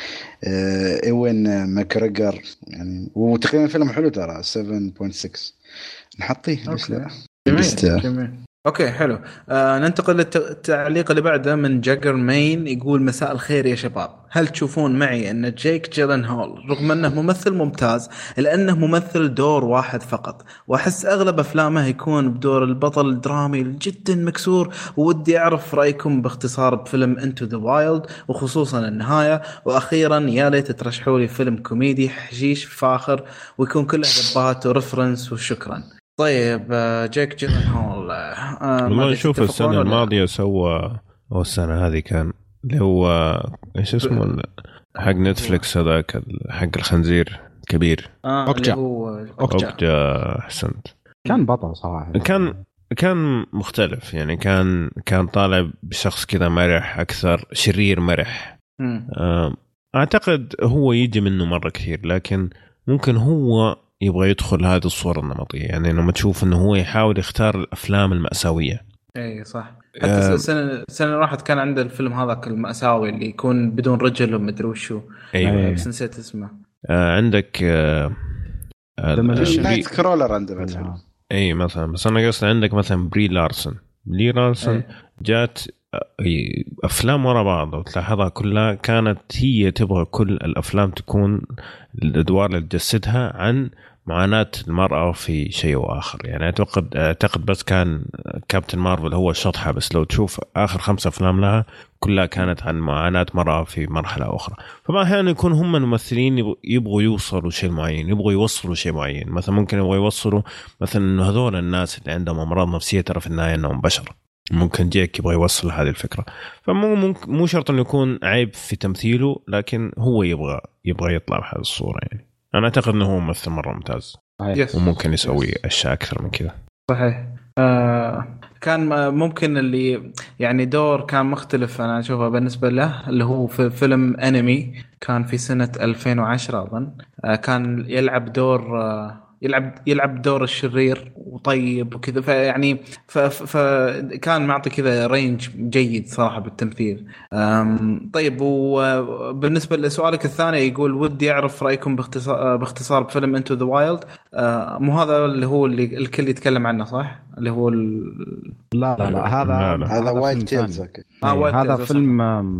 وإيوين ماكريغر يعني. وتقريبا فيلم حلو ترى 7.6 نحطيه ليش لا. جميل. اوكي حلو. ننتقل للتعليق اللي بعده من جاجر مين. يقول مساء الخير يا شباب. هل تشوفون معي ان جيك جيلنهول رغم انه ممثل ممتاز الا انه ممثل دور واحد فقط، واحس اغلب افلامه يكون بدور البطل الدرامي جدا مكسور؟ ودي اعرف رايكم باختصار بفيلم انتو ذا وايلد وخصوصا النهايه. واخيرا يا ليت ترشحوا لي فيلم كوميدي حشيش فاخر ويكون كله دبات ورفرنس وشكرا. طيب جيك جيلنهول والله نشوف السنة الماضية سوى أو السنة هذه كان اللي هو إيش اسمه حق نتفليكس هذاك حق الخنزير كبير أوكجا. أحسنت. كان بطل صراحة. كان مختلف يعني كان طالع بشخص كذا مرح أكثر شرير مرح. أعتقد هو يجي منه مرة كثير لكن ممكن هو يبغى يدخل هذه الصورة النمطية. يعني لما تشوف انه هو يحاول يختار الافلام المأساوية. اي صح. حتى السنة راحت كان عنده الفيلم هذاك المأساوي اللي يكون بدون رجل ومدري وشو. ايوه بس نسيت اسمه. عندك نايت كرولر عنده مثلا. اي مثلا. بس انا قصدي عندك مثلا بري لارسون جات افلام ورا بعض وتلاحظها كلها كانت هي تبغى كل الافلام تكون الادوار اللي تجسدها عن معاناة المرأة في شيء آخر. يعني أعتقد بس كان كابتن مارفل هو الشطحة. بس لو تشوف آخر 5 أفلام لها كلها كانت عن معاناة مرأة في مرحلة أخرى. فما أحيانا يكون هم الممثلين يبغوا يوصلوا شيء معين، يبغوا يوصلوا شيء معين. مثلا ممكن يبغوا يوصلوا مثلا إنه هذول الناس اللي عندهم أمراض نفسية ترى في النهاية إنهم بشر. ممكن جيك يبغى يوصل هذه الفكرة. مو شرط إنه يكون عيب في تمثيله لكن هو يبغى يطلع بهذه الصورة. يعني أنا أعتقد إنه هو ممثل مرة ممتاز وممكن يسوي أشياء أكثر من كذا. صحيح. كان ممكن اللي يعني دور كان مختلف أنا أشوفه بالنسبة له اللي هو في فيلم أنمي كان في سنة 2010 أظن. كان يلعب دور الشرير وطيب وكذا. فيعني فكان معطي كذا رينج جيد صراحة بالتمثيل. طيب وبالنسبة لسؤالك الثاني يقول ودي أعرف رأيكم باختصار بفيلم Into the Wild. مو هذا اللي هو اللي الكل يتكلم عنه صح؟ اللي هو لا هذا وايلد تيلز. هذا فيلم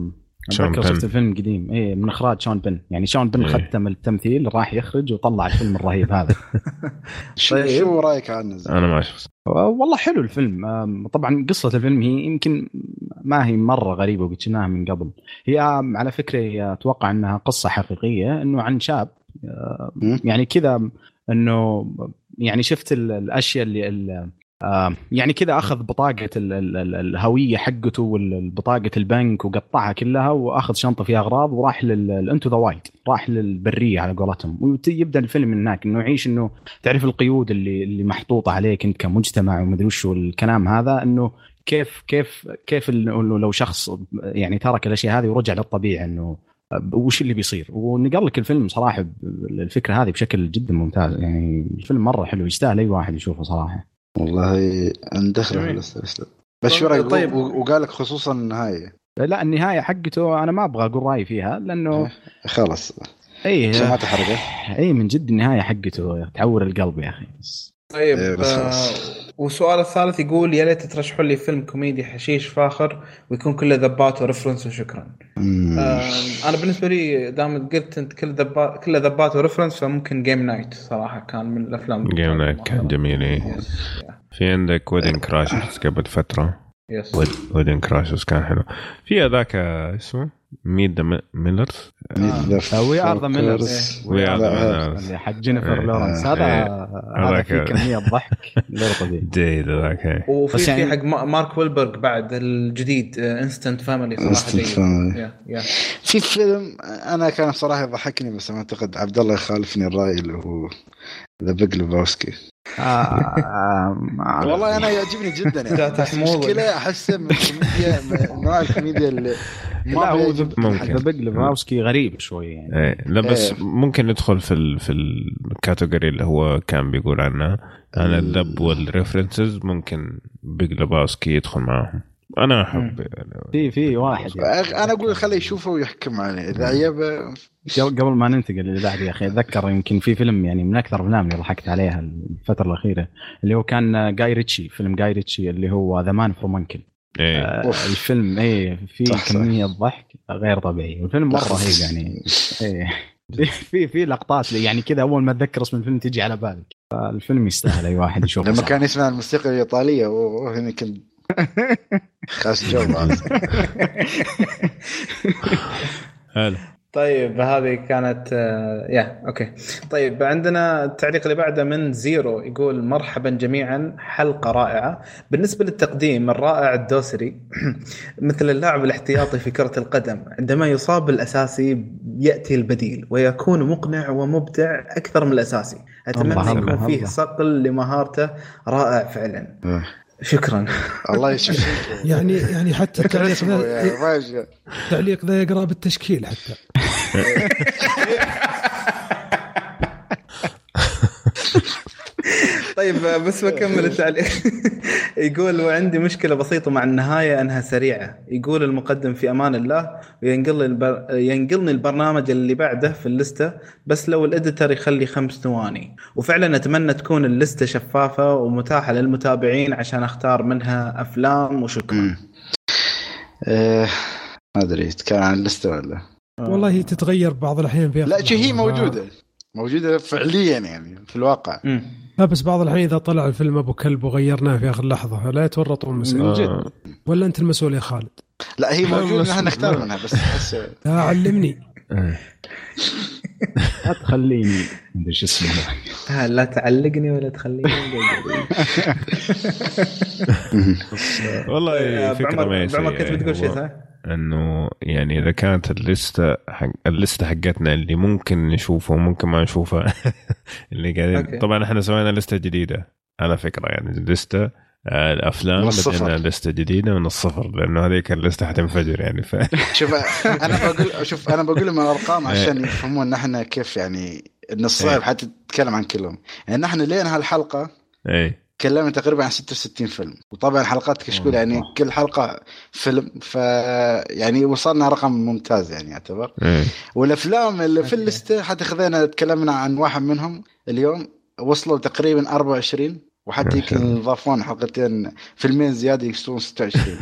اتذكر شفت الفيلم قديم من اخراج شون بن، يعني شون بن ختم التمثيل راح يخرج وطلع الفيلم الرهيب هذا. شو رايك عنه؟ انا ما شفت والله حلو الفيلم. طبعا قصة الفيلم هي يمكن ما هي مرة غريبة وقلناها من قبل. هي على فكرة هي أتوقع أنها قصة حقيقية، أنه عن شاب يعني كذا، أنه يعني شفت الأشياء اللي يعني كذا أخذ بطاقة الهوية حقته والبطاقة البنك وقطعها كلها وأخذ شنطة فيها أغراض وراح للانتو ذا وايلد، راح للبرية على قولتهم. ويبدأ الفيلم من هناك، إنه يعيش إنه تعرف القيود اللي محطوطة عليك أنت كمجتمع ومدري وش الكلام هذا، إنه كيف إنه لو شخص يعني ترك الأشياء هذه ورجع للطبيعة إنه وش اللي بيصير. ونقل لك الفيلم صراحة الفكرة هذه بشكل جدا ممتاز، يعني الفيلم مرة حلو يستاهل أي واحد يشوفه صراحة. والله ندخله في السلسلة. بس شو رأيك؟ طيب وقالك خصوصا النهاية. لا النهاية حقته أنا ما أبغى أقول رأيي فيها لأنه خلاص عشان ما تحرقه. من جد النهاية حقته تعور القلب يا أخي. طيب والسؤال الثالث يقول يا ليت ترشحوا لي فيلم كوميدي حشيش فاخر ويكون كله ذبات وريفرنس وشكرا. أنا بالنسبة لي دام قلت أنت كله ذبات وريفرنس فممكن جيم نايت صراحة كان من الأفلام. جيم نايت كان جميل. في عندك ويدن كراشز قبل فترة. ويدن كراشز كان حلو. في هذاك اسمه ميد ذا ميلرز وي ار ذا ميلرز اللي حق جينيفر لورنس. هذا في كمية ضحك غير طبيعي ذاك. وفي حق مارك ويلبرغ بعد الجديد انستنت فاميلي صراحة. في فيلم أنا كان صراحة يضحكني بس ما أعتقد عبد الله يخالفني الرأي اللي هو ذا بيج ليبوفسكي. والله أنا يعجبني جدا يعني. مشكلة أحسه من الكوميديا نوع الكوميديا اللي لا هو ذا بيج ليبوفسكي غريب شوي يعني. لا بس ممكن ندخل في الكاتيجوري اللي هو كان بيقول عنها أنا الدب والريفرنسز. ممكن بيج ليبوفسكي يدخل معهم. أنا أحب في واحد يعني. أنا أقول خليه يشوفه ويحكم عليه إذا عجبه. قبل ما ننتقل اللي بعد يا أخي أتذكر يمكن في فيلم يعني من أكثر الأفلام اللي ضحكت عليها الفترة الأخيرة اللي هو كان فيلم جاي ريتشي اللي هو ذا مان فروم أنكل. الفيلم في كمية ضحك غير طبيعي والفيلم مرة رهيب يعني. في لقطات يعني كذا أول ما أتذكر اسم الفيلم تيجي على بالك. الفيلم يستاهل أي واحد يشوفه. لما كان يسمع الموسيقى الإيطالية وهنا كنت خاص جو. هلا طيب هذه كانت اوكي. طيب عندنا التعليق اللي بعده من زيرو يقول مرحبا جميعا حلقة رائعة. بالنسبة للتقديم الرائع الدوسري مثل اللاعب الاحتياطي في كرة القدم عندما يصاب الأساسي يأتي البديل ويكون مقنع ومبدع أكثر من الأساسي. أتمنى يكون فيه صقل لمهارته رائع فعلا. شكرا. الله يشفيك. يعني حتى التعليق ذا يقرأ بالتشكيل حتى. طيب بس بكمل التعليق. يقول وعندي مشكلة بسيطة مع النهاية أنها سريعة. يقول المقدم في أمان الله وينقلني البرنامج اللي بعده في اللستة بس لو الإديتر يخلي 5 ثواني. وفعلا أتمنى تكون اللستة شفافة ومتاحة للمتابعين عشان أختار منها أفلام. وشكرا. ما أدري كان عن اللستة ولا والله هي تتغير بعض الأحيان فيها. لا هي موجودة فعليا يعني في الواقع. لا بس بعض الحين إذا طلع الفيلم أبو كلب وغيرناه في آخر لحظة لا يتورطون مسؤول. ولا أنت المسؤول يا خالد؟ لا هي موجودة نحن نختار منها بس أحس. لا علمني. لا تخليني مدري شو اسمه. لا تعلقني ولا تخليني. والله فكرة ماشي. بعمر كنت بتقول شيء صح؟ انه يعني اذا كانت الليسته حقتنا اللي ممكن نشوفه وممكن ما نشوفها اللي قاعدين. طبعا احنا سوينا لسته جديده على فكره يعني لسته الافلام بدنا لسته جديده من الصفر لانه هذيك اللسته حتنفجر يعني شوف انا بقول من الارقام عشان يفهمون نحن كيف يعني ان الصعب حتى تتكلم عن كلهم. يعني نحن لين هالحلقه تكلمنا تقريبا عن 66 فيلم وطبعا حلقات كشكول يعني كل حلقة فيلم يعني وصلنا رقم ممتاز يعني يعتبر. والأفلام اللي في الليستة حتى خذينا تكلمنا عن واحد منهم اليوم وصلوا تقريبا 24 وحتى يمكن ضافون حلقتين فيلمين زيادة يكسرون 26 يعني.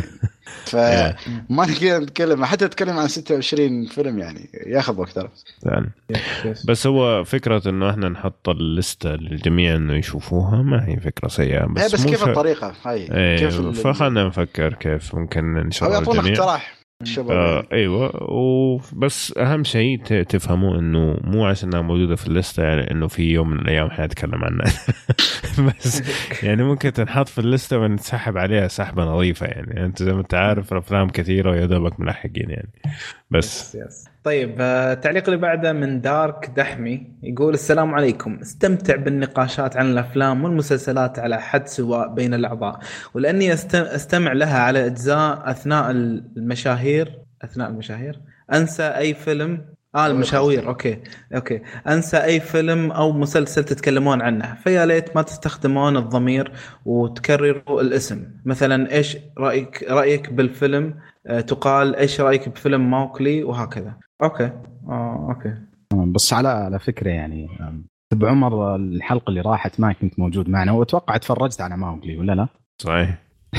فما نقدر نتكلم حتى نتكلم عن 26 فيلم يعني ياخذ وقت فعلا. بس هو فكرة إنه إحنا نحط الليستة للجميع إنه يشوفوها ما هي فكرة سيئة بس كيف الطريقة هاي كيف فخلنا نفكر كيف ممكن نشرح الجميع. اقتراح ايوه وبس اهم شيء تفهموا انه مو عشانها موجوده في الليسته يعني انه في يوم من الايام حنتكلم عنها بس يعني ممكن تنحط في الليسته ونتسحب عليها سحبه نظيفه يعني انت زي ما انت عارف افلام كثيره ويا دوبك ملحقين يعني بس طيب التعليق اللي بعده من دارك دحمي يقول السلام عليكم، استمتع بالنقاشات عن الأفلام والمسلسلات على حد سواء بين الأعضاء، ولأني أستمع لها على أجزاء أثناء المشاهير أنسى أي فيلم المشاوير أوكي أنسى أي فيلم أو مسلسل تتكلمون عنه، فيا ليت ما تستخدمون الضمير وتكرروا الاسم. مثلا إيش رأيك بالفيلم تقال إيش رأيك بفيلم موكلي وهكذا. أوكي بس على فكرة يعني أبو عمر الحلقة اللي راحت ما كنت موجود معنا وأتوقع تفرجت على موكلي ولا لا؟ صحيح.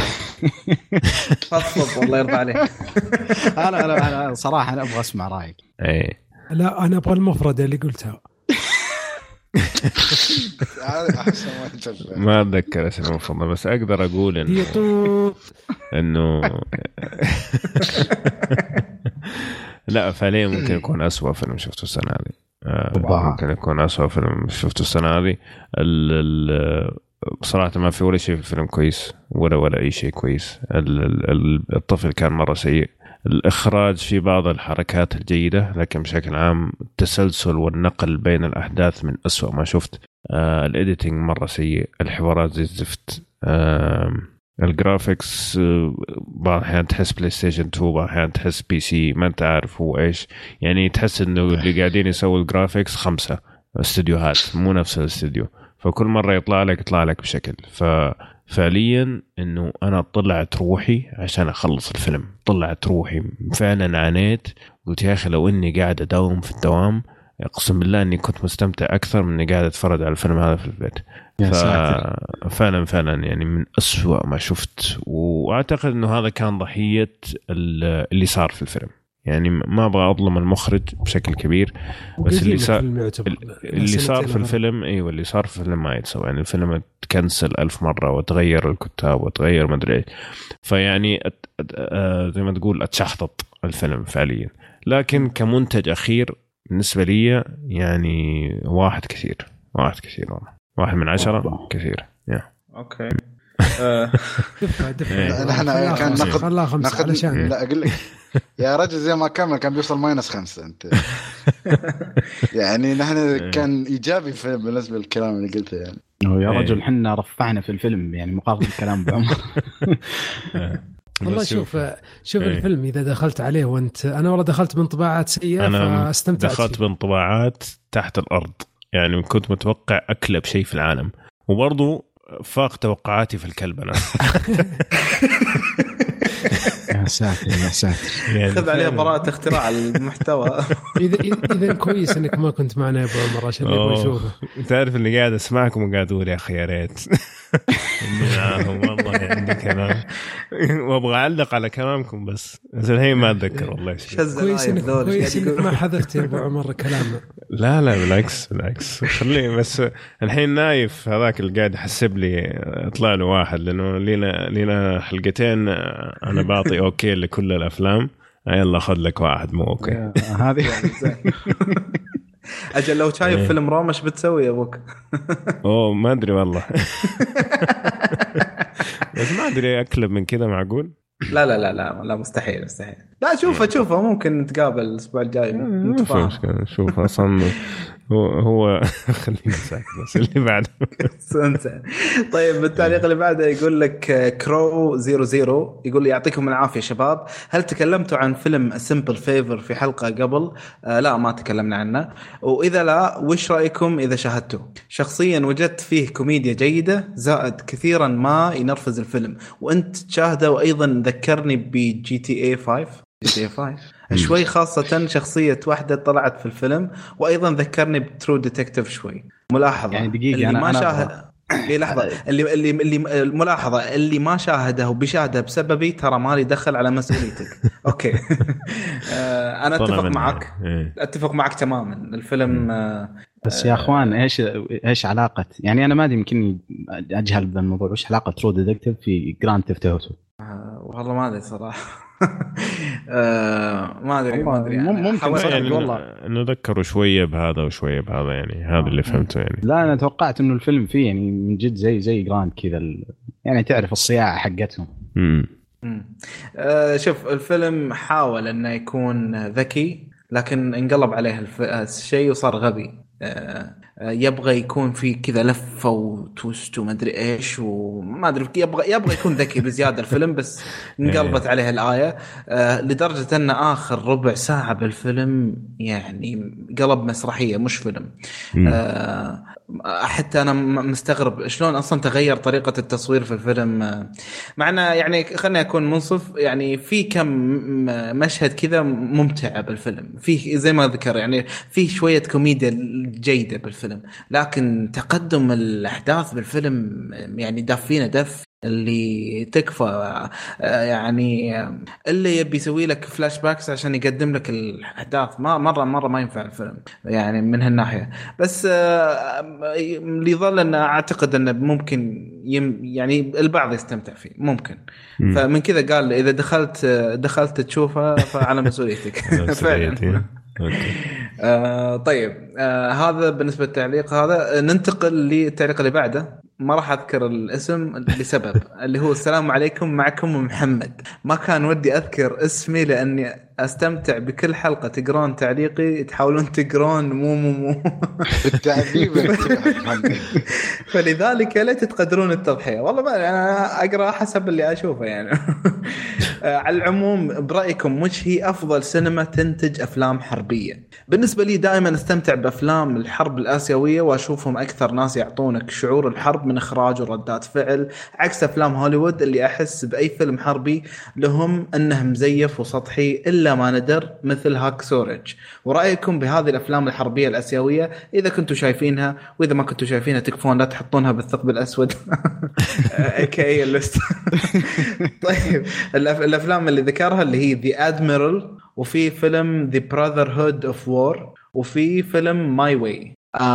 فضفض الله يرضى عليك. أنا صراحة أنا أبغى أسمع رأيك. لا أنا أبغى المفردة اللي قلتها. ما أتذكر اسم المفردة بس أقدر أقول إنه لا فعليا ممكن يكون أسوأ فيلم شفته السنة هذه. ممكن يكون أسوأ فيلم شفته السنة هذه. بصراحة ما في ولا شيء في الفيلم كويس ولا أي شيء كويس. الطفل كان مرة سيء. الإخراج في بعض الحركات الجيدة لكن بشكل عام التسلسل والنقل بين الأحداث من أسوأ ما شفت. الإديتينج مرة سيء. الحوارات زي الزفت. الجرافيكس بعض الأحيان تحس بلاي ستيشن 2 بعض الأحيان تحس بي سي ما أنت عارف هو إيش يعني. تحس إنه اللي قاعدين يسوي الجرافيكس 5 استديوهات مو نفس الاستديو فكل مرة يطلع لك بشكل. ففعليا إنه أنا طلعت روحي عشان أخلص الفيلم. طلعت روحي فعلا عانيت. قلت يا أخي لو إني قاعد أداوم في الدوام أقسم بالله إني كنت مستمتع أكثر من إني قاعد أتفرج على الفيلم هذا في البيت. فعلا يعني من أسوأ ما شفت. وأعتقد إنه هذا كان ضحية اللي صار في الفيلم. يعني ما أبغى أظلم المخرج بشكل كبير بس اللي صار في الفيلم أيوة اللي صار في الفيلم ما يتسوى. يعني الفيلم تكنسل 1000 مرة وتغير الكتاب وتغير ما أدري. فيعني زي ما تقول أتشحطط الفيلم فعليا. لكن كمنتج أخير بالنسبة لي يعني 1 كثير 1 من 10 كثير. أوكي. دفع احنا كان ناخذ علشان لا اقول لك يا رجل زي ما كمل كان بيوصل -5 انت يعني نحن كان ايجابي بالنسبه للكلام اللي قلته يعني. يا رجل حنا رفعنا في الفيلم يعني مقابل الكلام بعمر. والله شوف الفيلم اذا دخلت عليه وانت انا والله دخلت بانطباعات سيئه فاستمتعت. دخلت بانطباعات تحت الارض يعني كنت متوقع اكلب شيء في العالم وبرضو فاق توقعاتي في الكلب أنا. يا ساتر يعني خذ عليها براءة اختراع المحتوى. إذا كويس إنك ما كنت معنا يا أبو عمر عشان نبغى نشوفه. تعرف اللي قاعد أسمعكم وقاعد أقول يا أخي يا ريت والله عندي كلام وأبغى أعلق على كلامكم بس الحين ما أتذكر والله. كويس إنك ما حذفت يا أبو عمر كلامنا. لا بالعكس خليه بس الحين نايف هذاك اللي قاعد يحسب لي اطلع له واحد لأنه لينا حلقتين أنا بعطي أوكي لكل الأفلام. يلا خذ لك واحد مو أوكي هذه أجل لو شايف فيلم روما إيش بتسوي يا أبوك؟ ما أدري والله. بس ما أدري أكلب من كذا معقول. لا مستحيل. لا شوفه ممكن نتقابل الأسبوع الجاي نتفاهم. شوف أصلا هو خلينا ساكت بس اللي بعده. طيب التعليق اللي بعده يقول لك كرو 00 يقول يعطيكم العافية شباب. هل تكلمتوا عن فيلم سيمبل فيفر في حلقة قبل؟ لا ما تكلمنا عنه. وإذا لا وش رأيكم إذا شاهدته؟ شخصيا وجدت فيه كوميديا جيدة زائد كثيرا ما ينرفز الفيلم وأنت تشاهده. وأيضا ذكرني GTA 5 شوي خاصة شخصية واحدة طلعت في الفيلم. وأيضا ذكرني بترو ديتكتيف شوي. ملاحظة يعني دقيقة اللي ما شاهد إيه لحظة، اللي الملاحظة اللي ما شاهده وبيشاهده بسببي ترى مالي دخل على مسؤوليتك. أوكي. أنا أتفق معك تماما. الفيلم بس يا أخوان إيش علاقة، يعني أنا ما أدري يمكن أجهل بالموضوع، وش علاقة ترو ديتكتيف في جراند ثيفت أوتو؟ والله ما أدري صراحة. ما أدري ممكن يعني والله نذكروا شوية بهذا وشوية بهذا، يعني هذا اللي فهمته يعني. لا أنا توقعت إنه الفيلم فيه يعني من جد زي جراند كذا يعني تعرف الصياعة حقتهم. شوف الفيلم حاول إنه يكون ذكي لكن انقلب عليه الشيء وصار غبي. يبغى يكون في كذا لفة وتوست وما أدري إيش وما أدري، يبغى يكون ذكي بزيادة الفيلم، بس انقلبت عليه الآية لدرجة أن آخر ربع ساعة بالفيلم يعني قلب مسرحية مش فيلم. حتى أنا مستغرب شلون أصلا تغير طريقة التصوير في الفيلم. معنا يعني خلني أكون منصف، يعني في كم مشهد كذا ممتعة بالفيلم، في زي ما ذكر يعني في شوية كوميديا جيدة بالفيلم، لكن تقدم الأحداث بالفيلم يعني دافينا دف اللي تكفى. يعني اللي يبي يسوي لك فلاش باكس عشان يقدم لك الأحداث مرة ما ينفع الفيلم يعني من هالناحية. بس اللي ظل أن أعتقد أنه ممكن يعني البعض يستمتع فيه ممكن. فمن كذا قال إذا دخلت تشوفها فعلى مسؤوليتك. فعلا. طيب هذا بالنسبة للتعليق هذا. ننتقل للتعليق اللي بعده، ما راح أذكر الاسم لسبب اللي هو السلام عليكم، معكم محمد. ما كان ودي أذكر اسمي لأني أستمتع بكل حلقة تقرون تعليقي تحاولون تقرون مو بالتعذيب. فلذلك لا تقدرون التضحية. والله ما أنا أقرأ حسب اللي أشوفه يعني. على العموم برأيكم وش هي أفضل سينما تنتج أفلام حربية؟ بالنسبة لي دائما استمتع بأفلام الحرب الآسيوية وأشوفهم أكثر ناس يعطونك شعور الحرب من إخراج وردات فعل، عكس أفلام هوليوود اللي أحس بأي فيلم حربي لهم أنه مزيف وسطحي إلا ما ندر مثل هاك سورج. ورأيكم بهذه الأفلام الحربية الآسيوية إذا كنتوا شايفينها، وإذا ما كنتوا شايفينها تكفون لا تحطونها بالثقب الأسود. أوكي الليست. طيب الأفلام اللي ذكرها اللي هي The Admiral، وفي فيلم The Brotherhood of War، وفي فيلم My Way.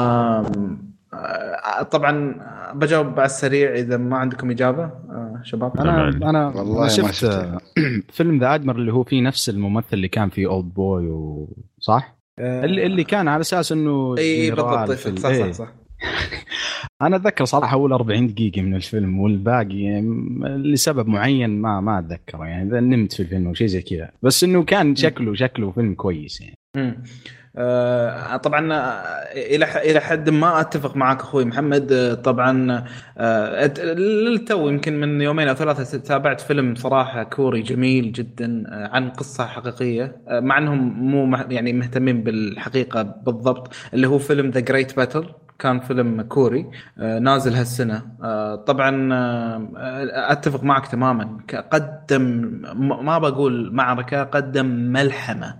طبعا بجاوب على السريع إذا ما عندكم إجابة شباب. أنا شفت فيلم ذا أدمر اللي هو فيه نفس الممثل اللي كان في أولد بوي صح؟ اللي كان على أساس إنه بالضبط صح. أنا أتذكر صراحة أول 40 دقيقة من الفيلم، والباقي لسبب معين ما أتذكره يعني، إذا نمت في الفيلم أو شيء زي كذا، بس إنه كان شكله فيلم كويس يعني. طبعا إلى حد ما أتفق معك أخوي محمد. طبعا للتو يمكن من يومين أو ثلاثة تابعت فيلم صراحة كوري جميل جدا عن قصة حقيقية، مع أنهم مو يعني مهتمين بالحقيقة بالضبط، اللي هو فيلم The Great Battle. كان فيلم كوري نازل هالسنة. طبعا أتفق معك تماما، قدم ما بقول معركة، قدم ملحمة.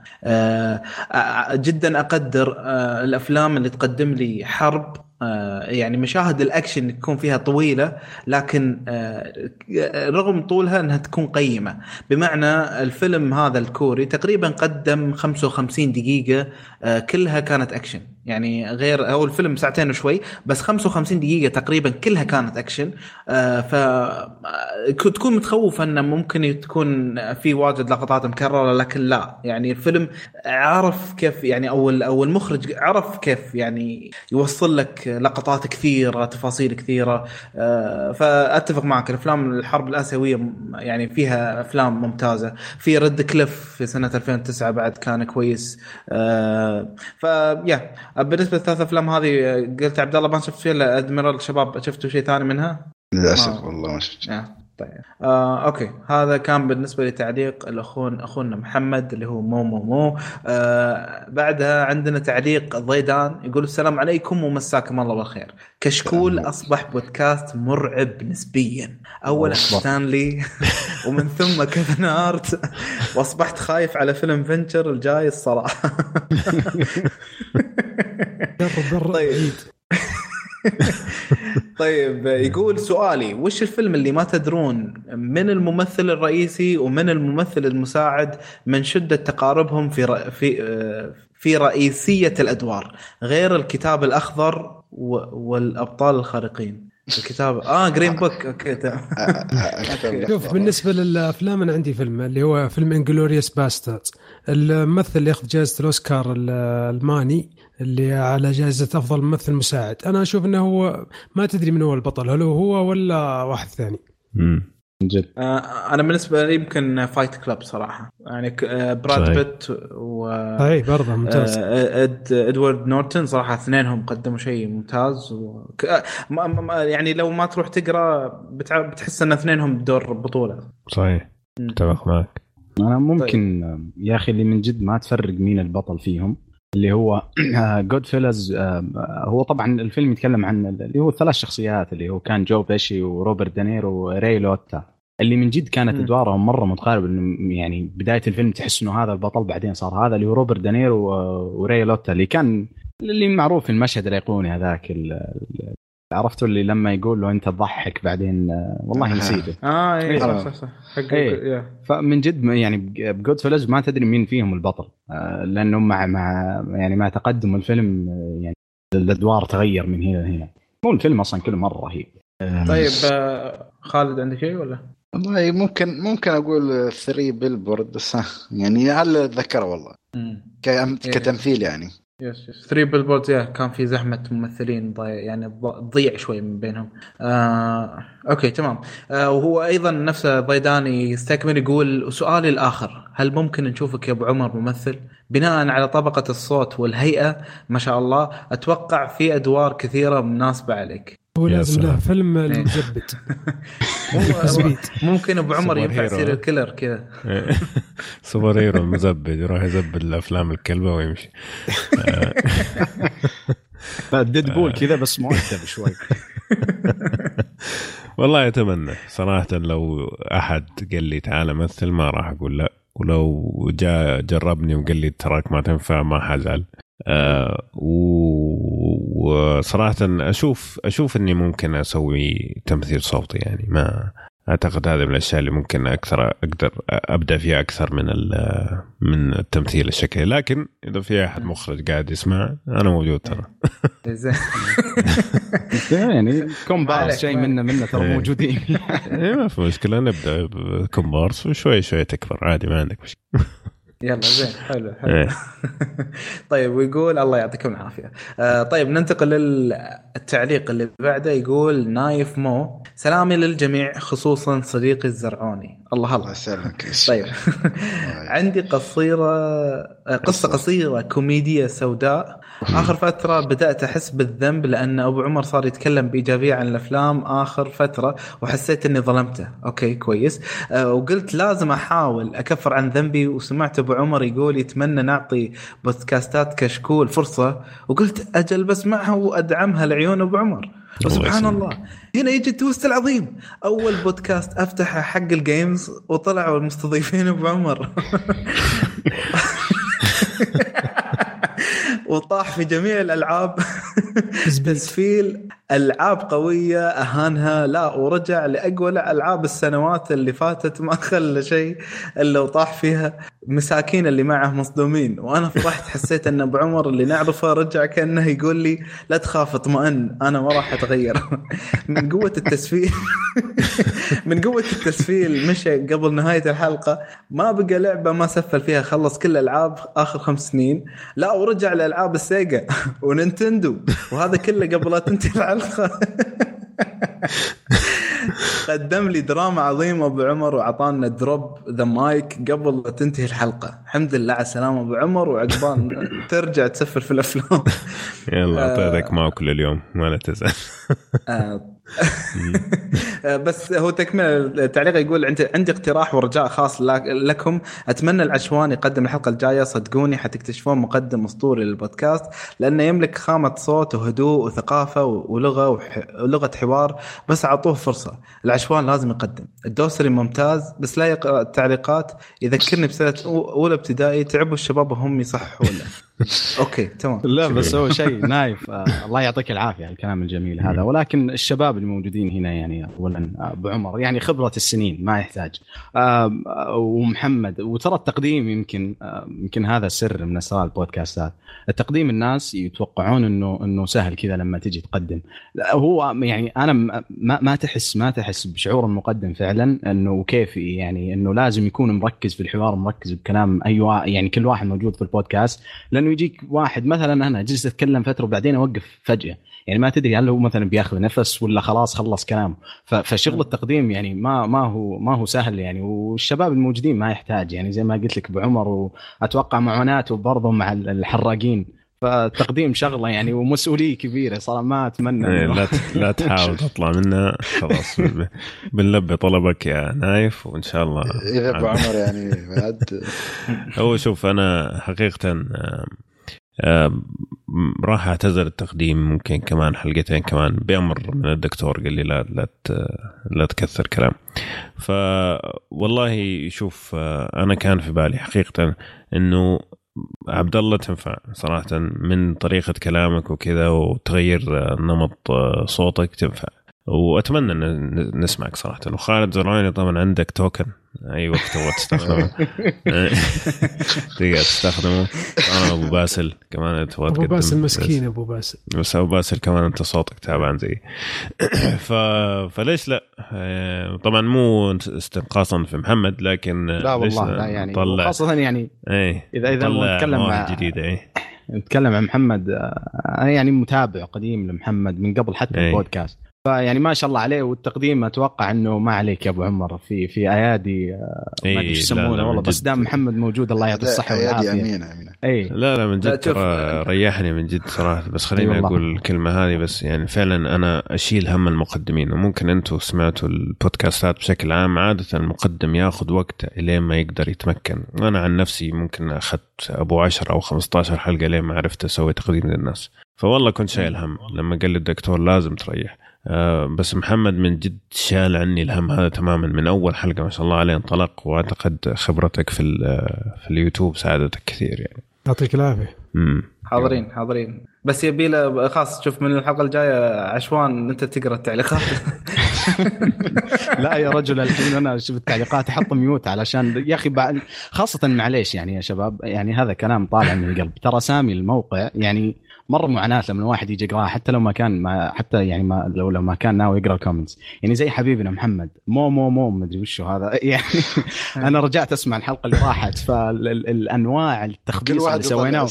جدا أقدر الأفلام اللي تقدم لي حرب، يعني مشاهد الأكشن تكون فيها طويلة لكن رغم طولها أنها تكون قيمة. بمعنى الفيلم هذا الكوري تقريبا قدم 55 دقيقة كلها كانت أكشن، يعني غير أول فيلم ساعتين وشوي، بس 55 دقيقة تقريبا كلها كانت أكشن. فتكون متخوف أنه ممكن تكون في واجد لقطات مكررة، لكن لا، يعني الفيلم عرف كيف يعني أو المخرج عرف كيف يعني يوصل لك لقطات كثيرة، تفاصيل كثيرة. فأتفق معك، الأفلام الحرب الآسيوية يعني فيها أفلام ممتازة. في ريد كليف في سنة 2009 بعد كان كويس. فيا بالنسبة للثلاث أفلام هذه قلت عبد الله ما شفت فيها إلا أدميرال. شباب شفتوا شيء ثاني منها؟ للأسف والله ما شفت. طيب اوكي، هذا كان بالنسبه لتعليق اخونا محمد اللي هو مو. بعدها عندنا تعليق ضيدان يقول السلام عليكم ومساكم الله بالخير. كشكول اصبح بودكاست مرعب نسبيا، اولا ستانلي ومن ثم كيفن هارت، واصبحت خايف على فيلم فينتشر الجاي الصراحه. طيب طيب يقول سؤالي، وش الفيلم اللي ما تدرون من الممثل الرئيسي ومن الممثل المساعد من شدة تقاربهم في رئيسية الأدوار غير الكتاب الأخضر والأبطال الخارقين؟ الكتاب جرين بوك. اوكي تمام. شوف بالنسبه للافلام انا عندي فيلم اللي هو فيلم انجلوريوس باستردز. الممثل اللي ياخذ جائزه الاوسكار الالماني اللي على جائزه افضل ممثل مساعد، انا اشوف انه هو ما تدري من هو البطل، هل هو ولا واحد ثاني. جد انا بالنسبه لي يمكن فايت كلاب صراحه، يعني براد بيت اي برضه ممتاز. ادوارد نورتون صراحه اثنينهم قدموا شيء ممتاز يعني لو ما تروح تقرا بتحس ان اثنينهم دور بطوله. صحيح اتفق معك. انا ممكن يا اخي اللي من جد ما تفرق مين البطل فيهم اللي هو جود فيلز. هو طبعا الفيلم يتكلم عن اللي هو الثلاث شخصيات اللي هو كان جو بيشي وروبرت دينيرو وري لوتا، اللي من جد كانت ادوارهم مره متقاربه، انه يعني بدايه الفيلم تحس انه هذا البطل بعدين صار هذا اللي هو روبرت دينيرو وري لوتا اللي كان اللي معروف في المشهد الايقوني هذاك عرفتوا اللي لما يقول له انت تضحك بعدين والله نسيته. صح فمن جد يعني بجود فيلز ما تدري مين فيهم البطل، لانه مع تقدم الفيلم يعني الادوار تغير من هنا لهنا. مو الفيلم اصلا كله مره رهيب. طيب خالد عندك شيء ولا؟ والله ممكن اقول 3 بيلبورد بس يعني هل اتذكره والله كتمثيل يعني. يس 3 بيلبوردز كان في زحمة ممثلين يعني ضيع شوي من بينهم. أوكي تمام. وهو أيضا نفسه ضيداني يستكمل يقول سؤالي الآخر، هل ممكن نشوفك يا أبو عمر ممثل بناء على طبقة الصوت والهيئة ما شاء الله؟ أتوقع في أدوار كثيرة مناسبة عليك. هو لازم له فيلم المزبد. ممكن أبو عمر ينفع يصير الكيلر كذا. سوبر هيرو المزبد يروح يزبد الأفلام الكلبة ويمشي. ديدبول كذا بس مؤدب شوي. والله أتمنى صراحة لو أحد قال لي تعال مثل ما راح أقول لا، ولو جاء جربني وقال لي تراك ما تنفع ما حزعل. وصراحة أشوف أني ممكن أسوي تمثيل صوتي، يعني ما أعتقد هذا من الأشياء اللي ممكن أقدر أبدأ فيها أكثر من التمثيل الشكلي. لكن إذا في أحد مخرج قاعد يسمع أنا موجود ترى. يعني كومبارس شيء منا ترى موجودين. ما في مشكلة، نبدأ بكومبارس وشوي تكبر عادي ما عندك مشكلة. يلا زين حلو. طيب ويقول الله يعطيكم العافية. طيب ننتقل للتعليق اللي بعده. يقول نايف مو سلامي للجميع خصوصا صديقي الزرعوني. الله يسلمك. طيب عندي قصة قصيرة كوميدية سوداء. آخر فترة بدأت أحس بالذنب لأن أبو عمر صار يتكلم بإيجابية عن الأفلام آخر فترة وحسيت أني ظلمته. أوكي كويس. وقلت لازم أحاول أكفر عن ذنبي، وسمعت أبو عمر يقول يتمنى نعطي بودكاستات كشكول فرصة، وقلت أجل بسمعها وأدعمها لعيون أبو عمر. وسبحان الله هنا يجي التوست العظيم، أول بودكاست أفتحه حق الجيمز وطلعوا المستضيفين أبو عمر. وطاح في جميع الألعاب. تسفيل ألعاب قوية أهانها لا، ورجع لأقوى ألعاب السنوات اللي فاتت ما خلى شيء إلا وطاح فيها. مساكين اللي معه مصدومين، وأنا فرحت حسيت أن أبو عمر اللي نعرفه رجع كأنه يقول لي لا تخاف اطمئن أنا ما راح أتغير. من قوة التسفيل من قوة التسفيل مشى قبل نهاية الحلقة ما بقى لعبة ما سفل فيها، خلص كل الألعاب آخر 5 سنين لا، ورجع لألعاب السيجا ونينتندو، وهذا كله قبل لا تنتهي الحلقة. قدم لي دراما عظيمة أبو عمر وعطانا دروب ذا مايك قبل لا تنتهي الحلقة. الحمد لله على السلامة أبو عمر، وعقبال ترجع تسفر في الأفلام. يلا أعطيك معه كل اليوم ما لا تزعل. بس هو تكمل التعليق يقول عندي اقتراح ورجاء خاص لكم. أتمنى العشوان يقدم الحلقة الجاية، صدقوني حتكتشفون مقدم أسطوري للبودكاست لأنه يملك خامة صوت وهدوء وثقافة ولغة حوار، بس عطوه فرصة. العشوان لازم يقدم. الدوسري ممتاز بس لا يقرأ التعليقات، يذكرني بسنة أولى ابتدائي تعبوا الشباب وهم يصححوا له. اوكي تمام. لا بس هو شيء نايف. الله يعطيك العافيه على الكلام الجميل هذا. ولكن الشباب الموجودين هنا يعني اولا ابو عمر يعني خبره السنين ما يحتاج، ومحمد. وترى التقديم يمكن هذا سر من اسرار البودكاستات. التقديم الناس يتوقعون انه سهل كذا لما تيجي تقدم. لا هو يعني انا ما تحس بشعور المقدم فعلا انه كيف يعني انه لازم يكون مركز في الحوار، مركز بكلام ايوه يعني كل واحد موجود في البودكاست. لانه يجيك واحد مثلا انا جلست اتكلم فتره وبعدين اوقف فجاه، يعني ما تدري هل هو مثلا بياخذ نفس ولا خلاص خلص كلامه. فشغل التقديم يعني ما هو سهل يعني. والشباب الموجودين ما يحتاج يعني زي ما قلت لك ابو عمر، واتوقع معاناته برضه مع الحراقين. فالتقديم شغله يعني ومسؤوليه كبيره صراحه. ما اتمنى لا تحاول تطلع منها خلاص. بنلبي طلبك يا نايف وان شاء الله. اذا ابو عمر يعني بعد هو شوف انا حقيقه راح اعتذر التقديم ممكن كمان حلقتين كمان بأمر من الدكتور قال لي لا تكثر كلام. فوالله شوف انا كان في بالي حقيقه انه عبد الله تنفع صراحة من طريقة كلامك وكذا وتغير نمط صوتك تنفع، وأتمنى أن نسمعك صراحة. وخالد زرعوني طبعا عندك توكن أي وقت تبغى تستخدمه تقدر تستخدمه. أبو باسل كمان تبغى أبو باسل مسكين أبو باسل. بس أبو باسل كمان أنت صوتك تعبان زي فليش لا. طبعا مو استنقاصا في محمد لكن لا والله لا يعني خاصة يعني إذا نتكلم عن جديدة نتكلم عن محمد يعني متابع قديم لمحمد من قبل حتى البودكاست. فيعني ما شاء الله عليه. والتقديم اتوقع انه ما عليك يا ابو عمر في ايادي ما ادري ايش يسمونه والله. بس دام محمد موجود الله يعطيه الصحه والعافيه. امين. لا من جد ريحني من جد صراحه. بس خليني اقول الكلمه هذه بس يعني فعلا انا اشيل هم المقدمين. وممكن انتم سمعتوا البودكاستات بشكل عام عاده المقدم ياخذ وقت لين ما يقدر يتمكن. وانا عن نفسي ممكن اخذت ابو 10 او 15 حلقه لين ما عرفت اسوي تقديم للناس. فوالله كنت شايل هم لما قال لي الدكتور لازم تريح. بس محمد من جد شال عني الهم هذا تماما من أول حلقة ما شاء الله عليه انطلق. وأعتقد خبرتك في اليوتيوب ساعدتك كثير يعني. يعطيك العافية. حاضرين بس يبي له خاص. شوف من الحلقة الجاية عشوان أنت تقرأ التعليقات. لا يا رجل الحين أنا شوف التعليقات أحط ميوت علشان يا أخي خاصة معليش يعني يا شباب يعني هذا كلام طالع من القلب. ترى سامي الموقع يعني مرة معاناة لما الواحد يجي يقرأ حتى لو ما كان حتى يعني لو ما كان ناوي يقرأ الكومنتس يعني زي حبيبنا محمد مو ما أدري وشو هذا يعني. أنا رجعت أسمع الحلقة اللي راحت فالأنواع التخبيص اللي سويناه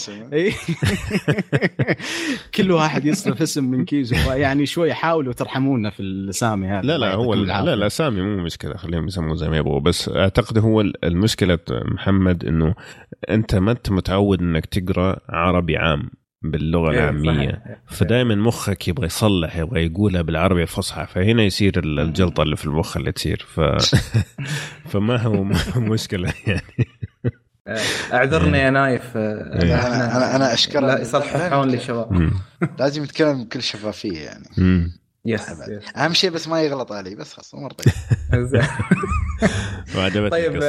كل واحد يصرف اسم من كيزه. يعني شوي حاولوا ترحمونا في السامي هذا. لا هو لا سامي مو مشكلة خليهم يسموه زي ما يبغوا. بس أعتقد هو المشكلة محمد إنه أنت ما أنت متعود إنك تقرأ عربي عام باللغة العامية. فدائما مخك يبغى يصلح يبغى يقولها بالعربي الفصحى. فهنا يصير الجلطة اللي في المخ اللي تصير فما هو مشكلة يعني. اعذرني يا نايف. انا اشكر لا يصلحون لي شباب. لازم يتكلم بكل شفافية يعني. يس. اهم شيء بس ما يغلط علي بس خلاص مرتين. طيب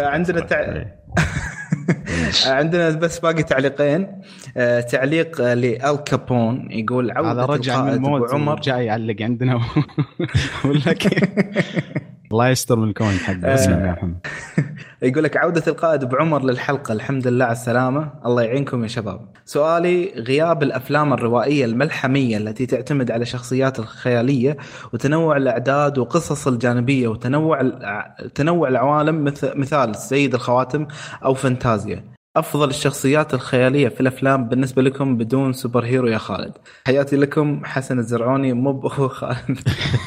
عندنا بس باقي تعليقين. تعليق لأل كابون يقول عودة القائد أبو عمر جاي يعلق عندنا ولا الله يستر من الكون حق اسلم يا محمد. يقول لك عودة القائد أبو عمر للحلقة الحمد لله على السلامة. الله يعينكم يا شباب. سؤالي غياب الأفلام الروائية الملحمية التي تعتمد على شخصيات الخيالية وتنوع الأعداد وقصص الجانبية وتنوع العوالم مثال السيد الخواتم أو فانتازيا. أفضل الشخصيات الخيالية في الأفلام بالنسبة لكم بدون سوبر هيرو يا خالد. حياتي لكم حسن الزرعوني مو أخو خالد.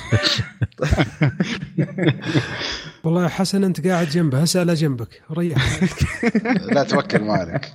والله يا حسن أنت قاعد جنبه هسأله جنبك ريح. لا توكل مالك.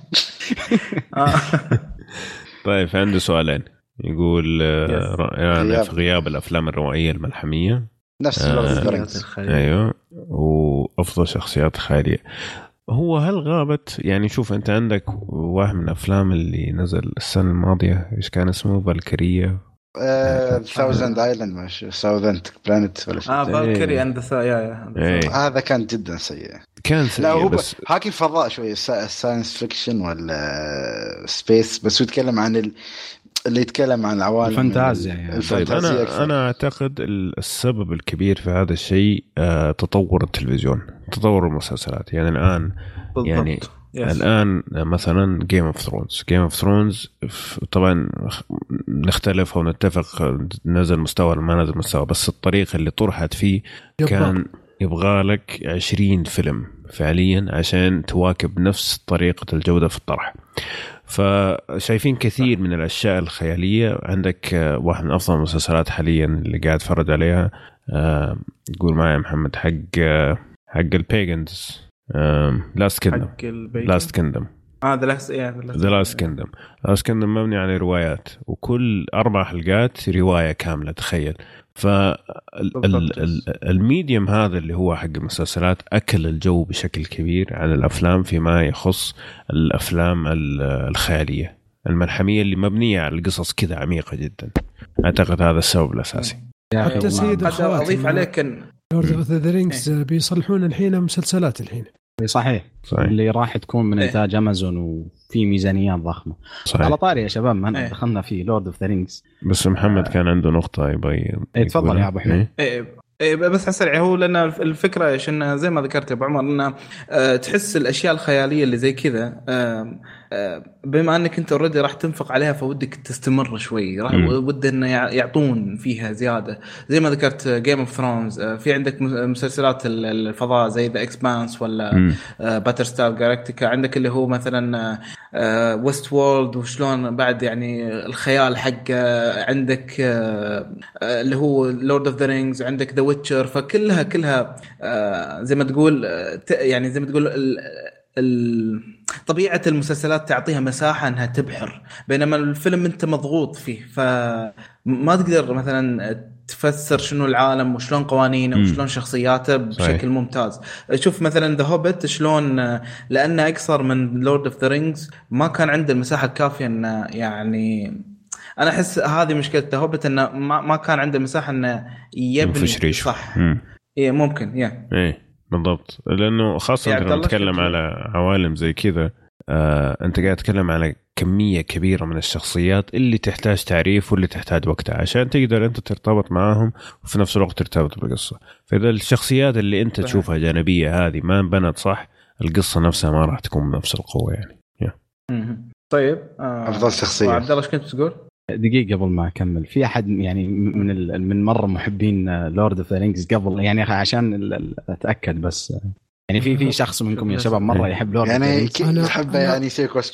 طيب عنده سؤالين. يقول يعني في غياب الأفلام الروائية الملحمية نفس أيوة وأفضل شخصيات خيالية. هو هل غابت يعني شوف أنت عندك واحد من الأفلام اللي نزل السنة الماضية إيش كان اسمه فالكيريا ثاوزند ايلاند ماشي ثاوزند بلانت ولا شيء. فالكري اند هذا كان جدا سيء. كان سيء. لا هو بس حاكي فضاء شويه ساينس فيكشن ولا سبيس، بس يتكلم عن اللي يتكلم عن العوالم الفانتازيا يعني. طيب أنا أعتقد السبب الكبير في هذا الشيء تطور التلفزيون، تطور المسلسلات. يعني الآن يعني الآن مثلا Game of Thrones طبعا نختلف أو نتفق نزل مستوى ما نزل مستوى، بس الطريقة اللي طرحت فيه كان يبغالك 20 فيلم فعليا عشان تواكب نفس طريقة الجودة في الطرح. فشايفين كثير من الأشياء الخيالية. عندك واحد من أفضل المسلسلات حاليا اللي قاعد أتفرج عليها، قول معي محمد، حق البيجنز، لاست كيندم. The Last Kingdom مبني على روايات، وكل 4 حلقات رواية كاملة، تخيل. فالميديوم هذا اللي هو حق المسلسلات أكل الجو بشكل كبير عن الأفلام فيما يخص الأفلام الخيالية الملحمية اللي مبنية على القصص كذا عميقة جدا. أعتقد هذا السبب الأساسي. حتى سيد أضيف عليك أن لورد اوف ذا رينجز بيصلحون الحين مسلسلات الحين. صحيح. اللي راح تكون من إنتاج أمازون وفي ميزانيات ضخمة. صحيح. على طاري يا شباب ما دخلنا في لورد اوف ذا رينجز، بس محمد كان عنده نقطة يبغى تفضل يا أبو حميد. بس حسرع هو لأن الفكرة إيش إنه زي ما ذكرت يا أبو عمر، إنه تحس الأشياء الخيالية اللي زي كذا بما أنك أنت أوريدي راح تنفق عليها فودك تستمر شوي، راح ودي إنه يعطون فيها زيادة. زي ما ذكرت Game of Thrones، في عندك مسلسلات الفضاء زي The Expanse ولا Battlestar Galactica، عندك اللي هو مثلا ويست وورلد، وشلون بعد يعني الخيال حق عندك اللي هو Lord of the Rings، عندك The Witcher. فكلها زي ما تقول يعني زي ما تقول طبيعة المسلسلات تعطيها مساحة أنها تبحر، بينما الفيلم أنت مضغوط فيه فما تقدر مثلا تفسر شنو العالم وشلون قوانينه وشلون شخصياته بشكل ممتاز. شوف مثلا The Hobbit شلون لأنه أكثر من Lord of the Rings ما كان عنده المساحة الكافية أنه يعني أنا أحس هذه مشكلة The Hobbit أنه ما كان عنده مساحة أنه يبني صح. إيه ممكن إيه بالضبط، لأنه خاصة يعني نتكلم على عوالم زي كذا. أنت قاعد تتكلم على كمية كبيرة من الشخصيات اللي تحتاج تعريف واللي تحتاج وقتها عشان تقدر أنت ترتبط معهم وفي نفس الوقت ترتبط بالقصة. فإذا الشخصيات اللي أنت تشوفها جانبية هذه ما بنت صح، القصة نفسها ما راح تكون بنفس القوة يعني. طيب أفضل شخصية عبد الله إيش كنت تقول؟ دقيقة قبل ما أكمل، في أحد يعني من مرة محبين لورد اوف ذا رينجز قبل يعني عشان أتأكد بس يعني في شخص منكم يا شباب مرة يحب لورد اوف ذا رينجز؟ أنا أحبه يعني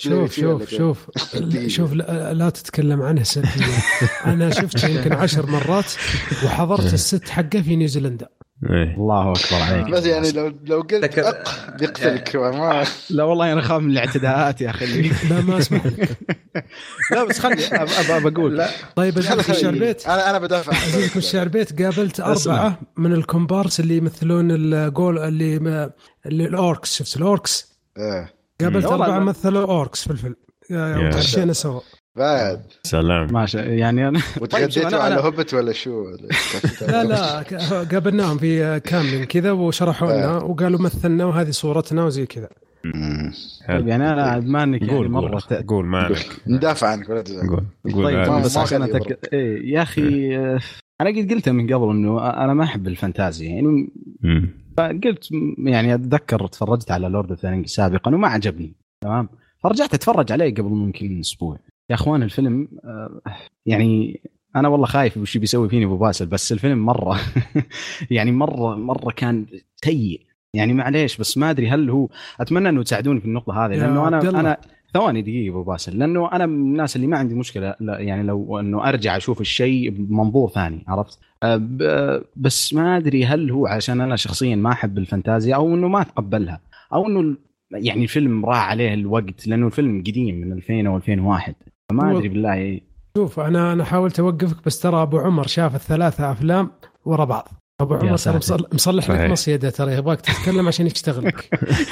شوف لا تتكلم عنه سلبيا. أنا شفته يمكن 10 مرات وحضرت الست حقه في نيوزيلندا. الله أكبر عليك. بس يعني لو قلت بيقتلك ما لا والله أنا خاف من الاعتداءات يا أخي. لا ما أسمح لك. لا بس خلي بقول لا. طيب أزيدك الشربيت، أنا بدافع أزيدك الشربيت. قابلت 4 من الكومبارس اللي يمثلون الجول اللي الأوركس. شفت الأوركس؟ قابلت 4 مثلوا أوركس في الفيلم وتعشينا سوا بعد. سلام ماشي يعني أنا وتغديتوا على هوبت ولا شو؟ لا قابلناهم في كاملين كذا وشرحوا لنا وقالوا مثلنا وهذه صورتنا وزي كذا. يعني أنا أدمانك يعني مرة قول ما عليك ندافع عنك ولا قول طيب بس عشان يا أخي أنا قلت من قبل إنه أنا ما أحب الفانتازيا يعني فقلت يعني أتذكر تفرجت على لورد اوف ذا رينجز سابقا وما عجبني تمام، فرجعت أتفرج عليه قبل ممكن أسبوع. يا أخوان الفيلم يعني أنا والله خايف وش بيسوي فيني أبو باسل، بس الفيلم مرة يعني مرة كان سيء يعني معليش، بس ما أدري هل هو أتمنى أنه تساعدوني في النقطة هذه لأنه أنا ثواني دقيقة أبو باسل، لأنه أنا من الناس اللي ما عندي مشكلة يعني لو أنه أرجع أشوف الشيء بمنظور ثاني عرفت، بس ما أدري هل هو عشان أنا شخصيا ما أحب الفانتازيا أو أنه ما أتقبلها أو أنه يعني الفيلم راح عليه الوقت لأنه الفيلم قديم من 2000 أو 2001 فما أدري بالله. شوف أنا حاولت أوقفك بس ترى أبو عمر شاف ال3 أفلام ورا بعض ابو عمر مصلح لك مصيده ترى يبغاك تتكلم عشان يشتغل لك.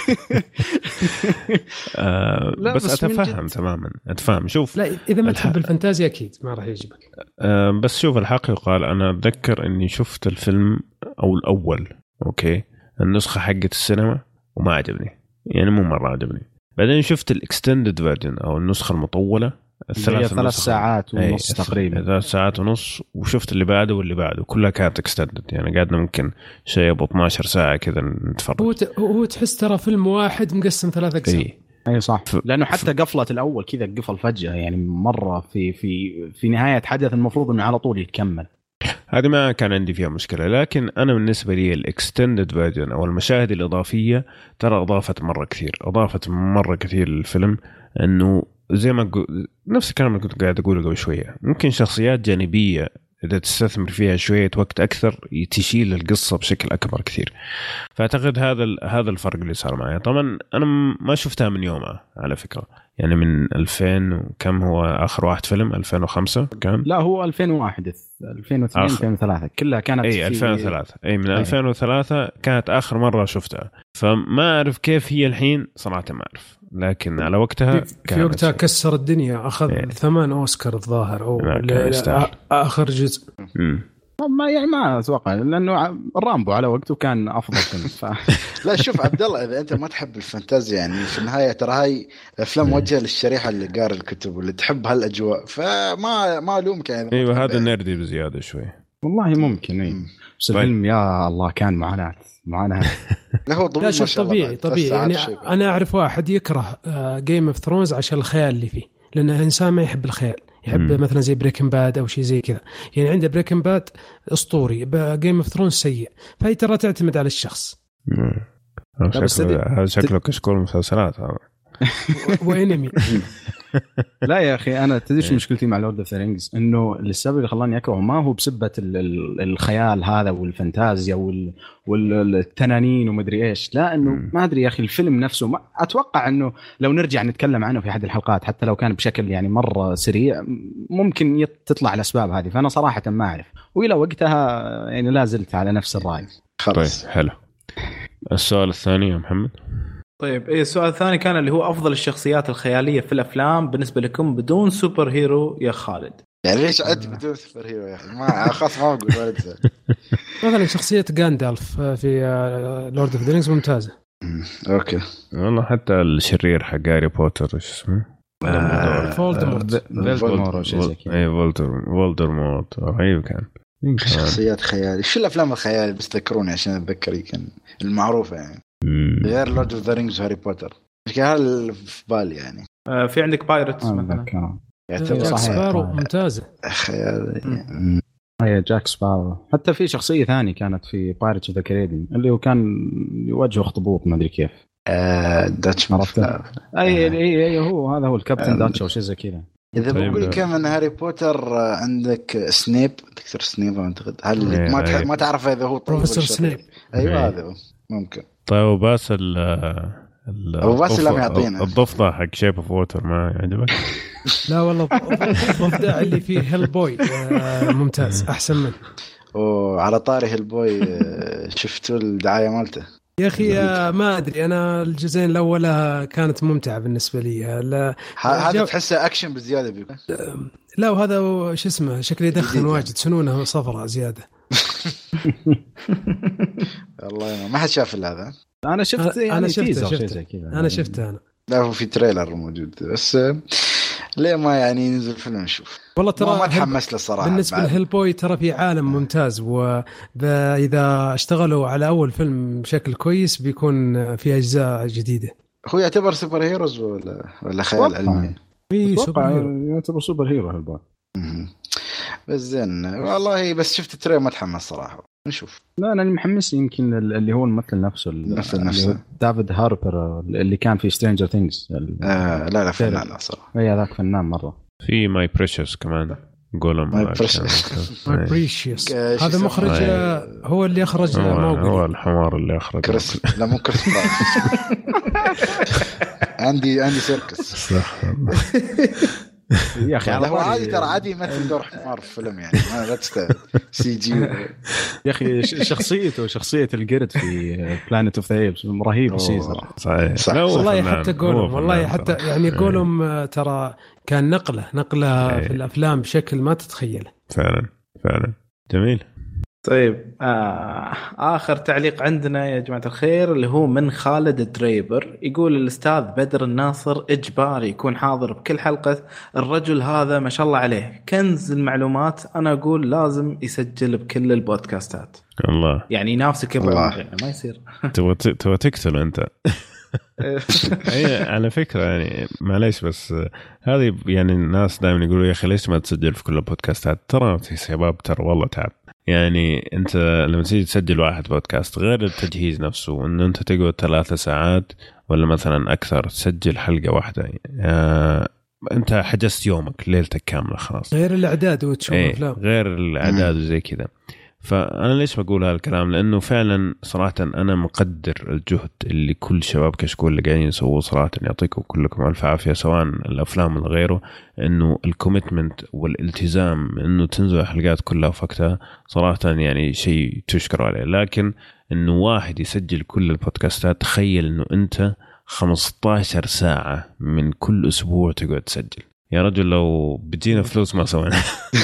بس اتفهم تماما اتفهم. شوف لا اذا ما تحب الفانتازيا اكيد ما راح يعجبك. بس شوف الحق يقال انا اتذكر اني شفت الفيلم او الاول اوكي النسخه حقت السينما وما عجبني يعني مو مره عجبني. بعدين شفت الاكستندد فيرجن او النسخه المطوله 3 ساعات ونص تقريبا 3 ساعات ونص وشفت اللي بعده واللي بعده كلها كانت اكستندد يعني قعدنا ممكن شيء ابو 12 ساعه كذا نتفرج. هو تحس ترى فيلم واحد مقسم 3 أجزاء. اي صح لانه حتى قفله الاول كذا قفل فجاه يعني مره في نهايه حدث المفروض انه على طول يتكمل. هذه ما كان عندي فيها مشكله لكن انا بالنسبه لي الاكستندد فيرجن او المشاهد الاضافيه ترى اضافت مره كثير للفيلم. انه زي ما نفس الكلام اللي كنت قاعد أقوله قبل شوية ممكن شخصيات جانبية إذا تستثمر فيها شوية وقت أكثر تشيل القصة بشكل أكبر كثير. فأعتقد هذا الفرق اللي صار معي. طبعا أنا ما شفتها من يومها على فكرة يعني من 2000 وكم هو آخر واحد فيلم 2005 كان لا هو 2001 2002 2003 كلها كانت 2003 من 2003 كانت آخر مرة شفتها. فما أعرف كيف هي الحين صراحة ما أعرف لكن على وقتها في وقتها كسر الدنيا أخذ 8 أوسكار الظاهر أو آخر جزء. ما أتوقع لأنه رامبو على وقته كان أفضل فيلم. لا شوف عبد الله إذا أنت ما تحب الفانتازيا يعني في النهاية ترى هاي أفلام موجهة للشريحة اللي قارئ الكتب واللي تحب هالأجواء فما ألومك يعني. أيوة هذا نردي بزيادة شوي والله ممكن بس الفيلم يا الله كان معاناة. لا هو طبيعي يعني أنا أعرف واحد يكره جيم اوف ثرونز عشان الخيال اللي فيه لأنه إنسان ما يحب الخيال يحب مثلا زي بريكن باد أو شيء زي كذا يعني عنده بريكن باد أسطوري جيم اوف ثرونز سيء فهي ترى تعتمد على الشخص. هذا شكله كشكول مسلسلات وإنمي. لا يا أخي أنا تدريش مشكلتي مع لورد اوف ذا رينجز إنه السبب اللي خلاني أكره ما هو بسبة الخيال هذا والفانتازيا والتنانين ومدري إيش لا إنه ما أدري يا أخي الفيلم نفسه ما أتوقع إنه لو نرجع نتكلم عنه في أحد الحلقات حتى لو كان بشكل يعني مرة سريع ممكن تطلع الأسباب هذه فأنا صراحة ما أعرف وإلى وقتها يعني لا زلت على نفس الرأي. خلاص حلو. السؤال الثاني يا محمد. طيب السؤال الثاني كان اللي هو أفضل الشخصيات الخيالية في الأفلام بالنسبة لكم بدون سوبر هيرو يا خالد. يعني ليش عد بدون سوبر هيرو يا أخي ما خاص ما أقول ولا تزال. مثلا شخصية غاندالف في لورد اوف ذا رينجز ممتازة. أوكي والله حتى الشرير حق هاري بوتر إيش اسمه فولدمورت فولدمورت رهيب كان. شخصيات خيالي شو الأفلام الخيالي بس ذكروني عشان أتذكر كان المعروفة يعني غير لورد اوف ذا رينجز وهاري بوتر مش كان في بالي يعني. في عندك بايرتس مثلا جاك سبارو ممتازة خيالي. هي جاك سبارو حتى في شخصية ثانية كانت في بايرتس اوف ذا كاريبيان اللي هو كان يواجه اخطبوط ما ادري كيف داتش عرفته. اي هو هذا هو الكابتن داتش او شيء زي كذا. إذا بقول كمان هاري بوتر عندك سنيب دكتور سنيب أعتقد هل ما تعرف إذا هو بروفيسور سنيب. أيوة هذا ممكن. طيب باس الضفدع حق شيب اوف ووتر ما يعجبك؟ لا والله الضفدع اللي فيه هيل بوي ممتاز أحسن منه. وعلى طاري هيل بوي شفتوا الدعاية مالته يا أخي ما أدري أنا الجزئين الأولى كانت ممتعة بالنسبة لي. هذا تحسه أكشن بزيادة بيكون. لا وهذا شو اسمه شكله يدخن واجد سنونه صفراء زيادة. والله ما حد شاف هذا. أنا شفت يعني أنا شفته أنا. لا هو في تريلر موجود بس ليه ما يعني ننزل فيلم نشوف. والله ترى ما تحمس له الصراحة. بالنسبة لهيل بوي ترى في عالم ممتاز وإذا اشتغلوا على أول فيلم بشكل كويس بيكون في أجزاء جديدة. هو يعتبر سوبر هيروز ولا خيال علمي؟ يعتبر سوبر هيرو هيل بوي. بس زين والله بس شفت التريلر ما تحمس صراحة نشوف. لا أنا المحمس يمكن اللي هو الممثل نفسه دافيد هاربر اللي كان في سترينجر ثينجز. لا فنان صراحة. هي هذاك فنان مرة. في ماي بريشيوس كمان قولهم ماي بريشيوس هذا مخرج هو اللي أخرج موقع. هو الحمار اللي أخرج لا مو كريس عندي سيركس. يا اخي هو عادي ترى عادي يمثل دور حمار في فيلم يعني ما لا تستاهل سي جي. يا اخي شخصيه القرد في بلانيت اوف ذا ايبس رهيب سيزر. صحيح. والله حتى قولهم والله حتى يعني قولهم ترى كان نقله في الافلام بشكل ما تتخيله. فعلا جميل. طيب آخر تعليق عندنا يا جماعة الخير اللي هو من خالد دريبر، يقول الأستاذ بدر الناصر إجباري يكون حاضر بكل حلقة. الرجل هذا ما شاء الله عليه كنز المعلومات، أنا أقول لازم يسجل بكل البودكاستات. الله يعني نفسك يعني ما يصير تبغى تقتل أنت. على فكرة يعني معليش بس هذه يعني الناس دائما يقولوا يا أخي ليش ما تسجل في كل البودكاستات؟ ترى في شباب ترى والله تعب. يعني أنت لما تيجي تسجل واحد بودكاست غير التجهيز نفسه، إنه أنت تقعد 3 ساعات ولا مثلا أكثر تسجل حلقة واحدة، أنت حجزت يومك ليلتك كاملة خلاص، غير الإعداد وتشوف أفلام غير الإعداد وزي كذا. فأنا ليش بقول هالكلام؟ لأنه فعلا صراحة أنا مقدر الجهد اللي كل شباب كشكول اللي قاعدين يسووه، صراحة يعطيكم كلكم ألف عافية سواء الأفلام ولا غيره. إنه الكوميتمنت والالتزام إنه تنزل حلقات كلها وفقتها صراحة يعني شيء تشكر عليه. لكن إنه واحد يسجل كل البودكاستات، تخيل إنه أنت 15 ساعة من كل أسبوع تقعد تسجل. يا رجل لو بتجينا فلوس ما سوينا.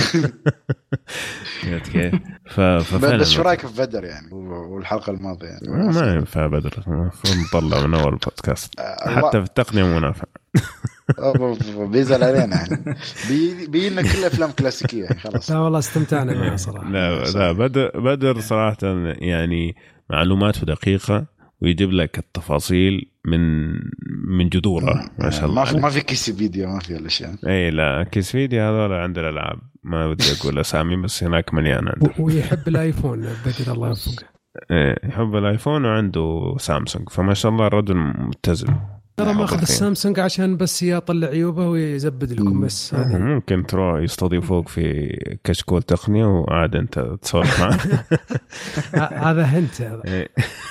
بس شو رايك في بدر يعني والحلقة الماضية يعني؟ ما ينفع بدر، المفروض نطلع من أول بودكاست حتى في التقنية منافع. بيزل علينا يعني بينا كل أفلام كلاسيكية يعني خلاص. لا والله استمتعنا معها صراحة. لا بدر صراحة يعني معلوماته دقيقة ويجيب لك التفاصيل من جذورها ما شاء الله. ما في كيسيبيديا ما في الاشياء. اي لا كيسيبيديا هذول عند الالعاب ما بدي اقول اسامي بس هناك مليان عنده. ويحب الايفون بدر الله يوفقه. يحب الايفون وعنده سامسونج، فما شاء الله الرجل متزن. ترى ماخذ السامسونج عشان بس يطلع عيوبه ويزبد لكم بس. ممكن ترى يستضيفوك في كشكول تقنية وعاد انت تسولف معه. هذا هنت هذا.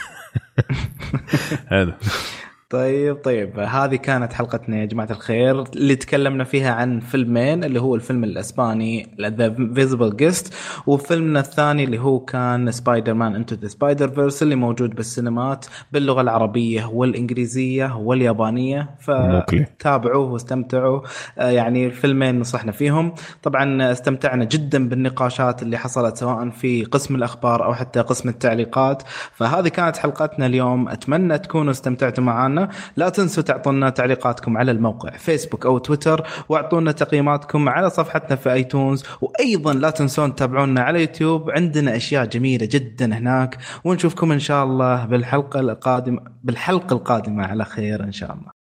هذا طيب هذه كانت حلقتنا يا جماعة الخير اللي تكلمنا فيها عن فيلمين، اللي هو الفيلم الإسباني The Invisible Guest، وفيلمنا الثاني اللي هو كان سبايدر مان Into the Spider-Verse اللي موجود بالسينمات باللغة العربية والإنجليزية واليابانية، فتابعوه واستمتعوا. يعني الفيلمين نصحنا فيهم. طبعا استمتعنا جدا بالنقاشات اللي حصلت سواء في قسم الأخبار أو حتى قسم التعليقات. فهذه كانت حلقتنا اليوم، أتمنى تكونوا استمتعتوا معنا. لا تنسوا تعطونا تعليقاتكم على الموقع فيسبوك أو تويتر، واعطونا تقييماتكم على صفحتنا في ايتونز، وأيضا لا تنسون تتابعونا على يوتيوب، عندنا أشياء جميلة جدا هناك. ونشوفكم إن شاء الله بالحلقة القادمة على خير إن شاء الله.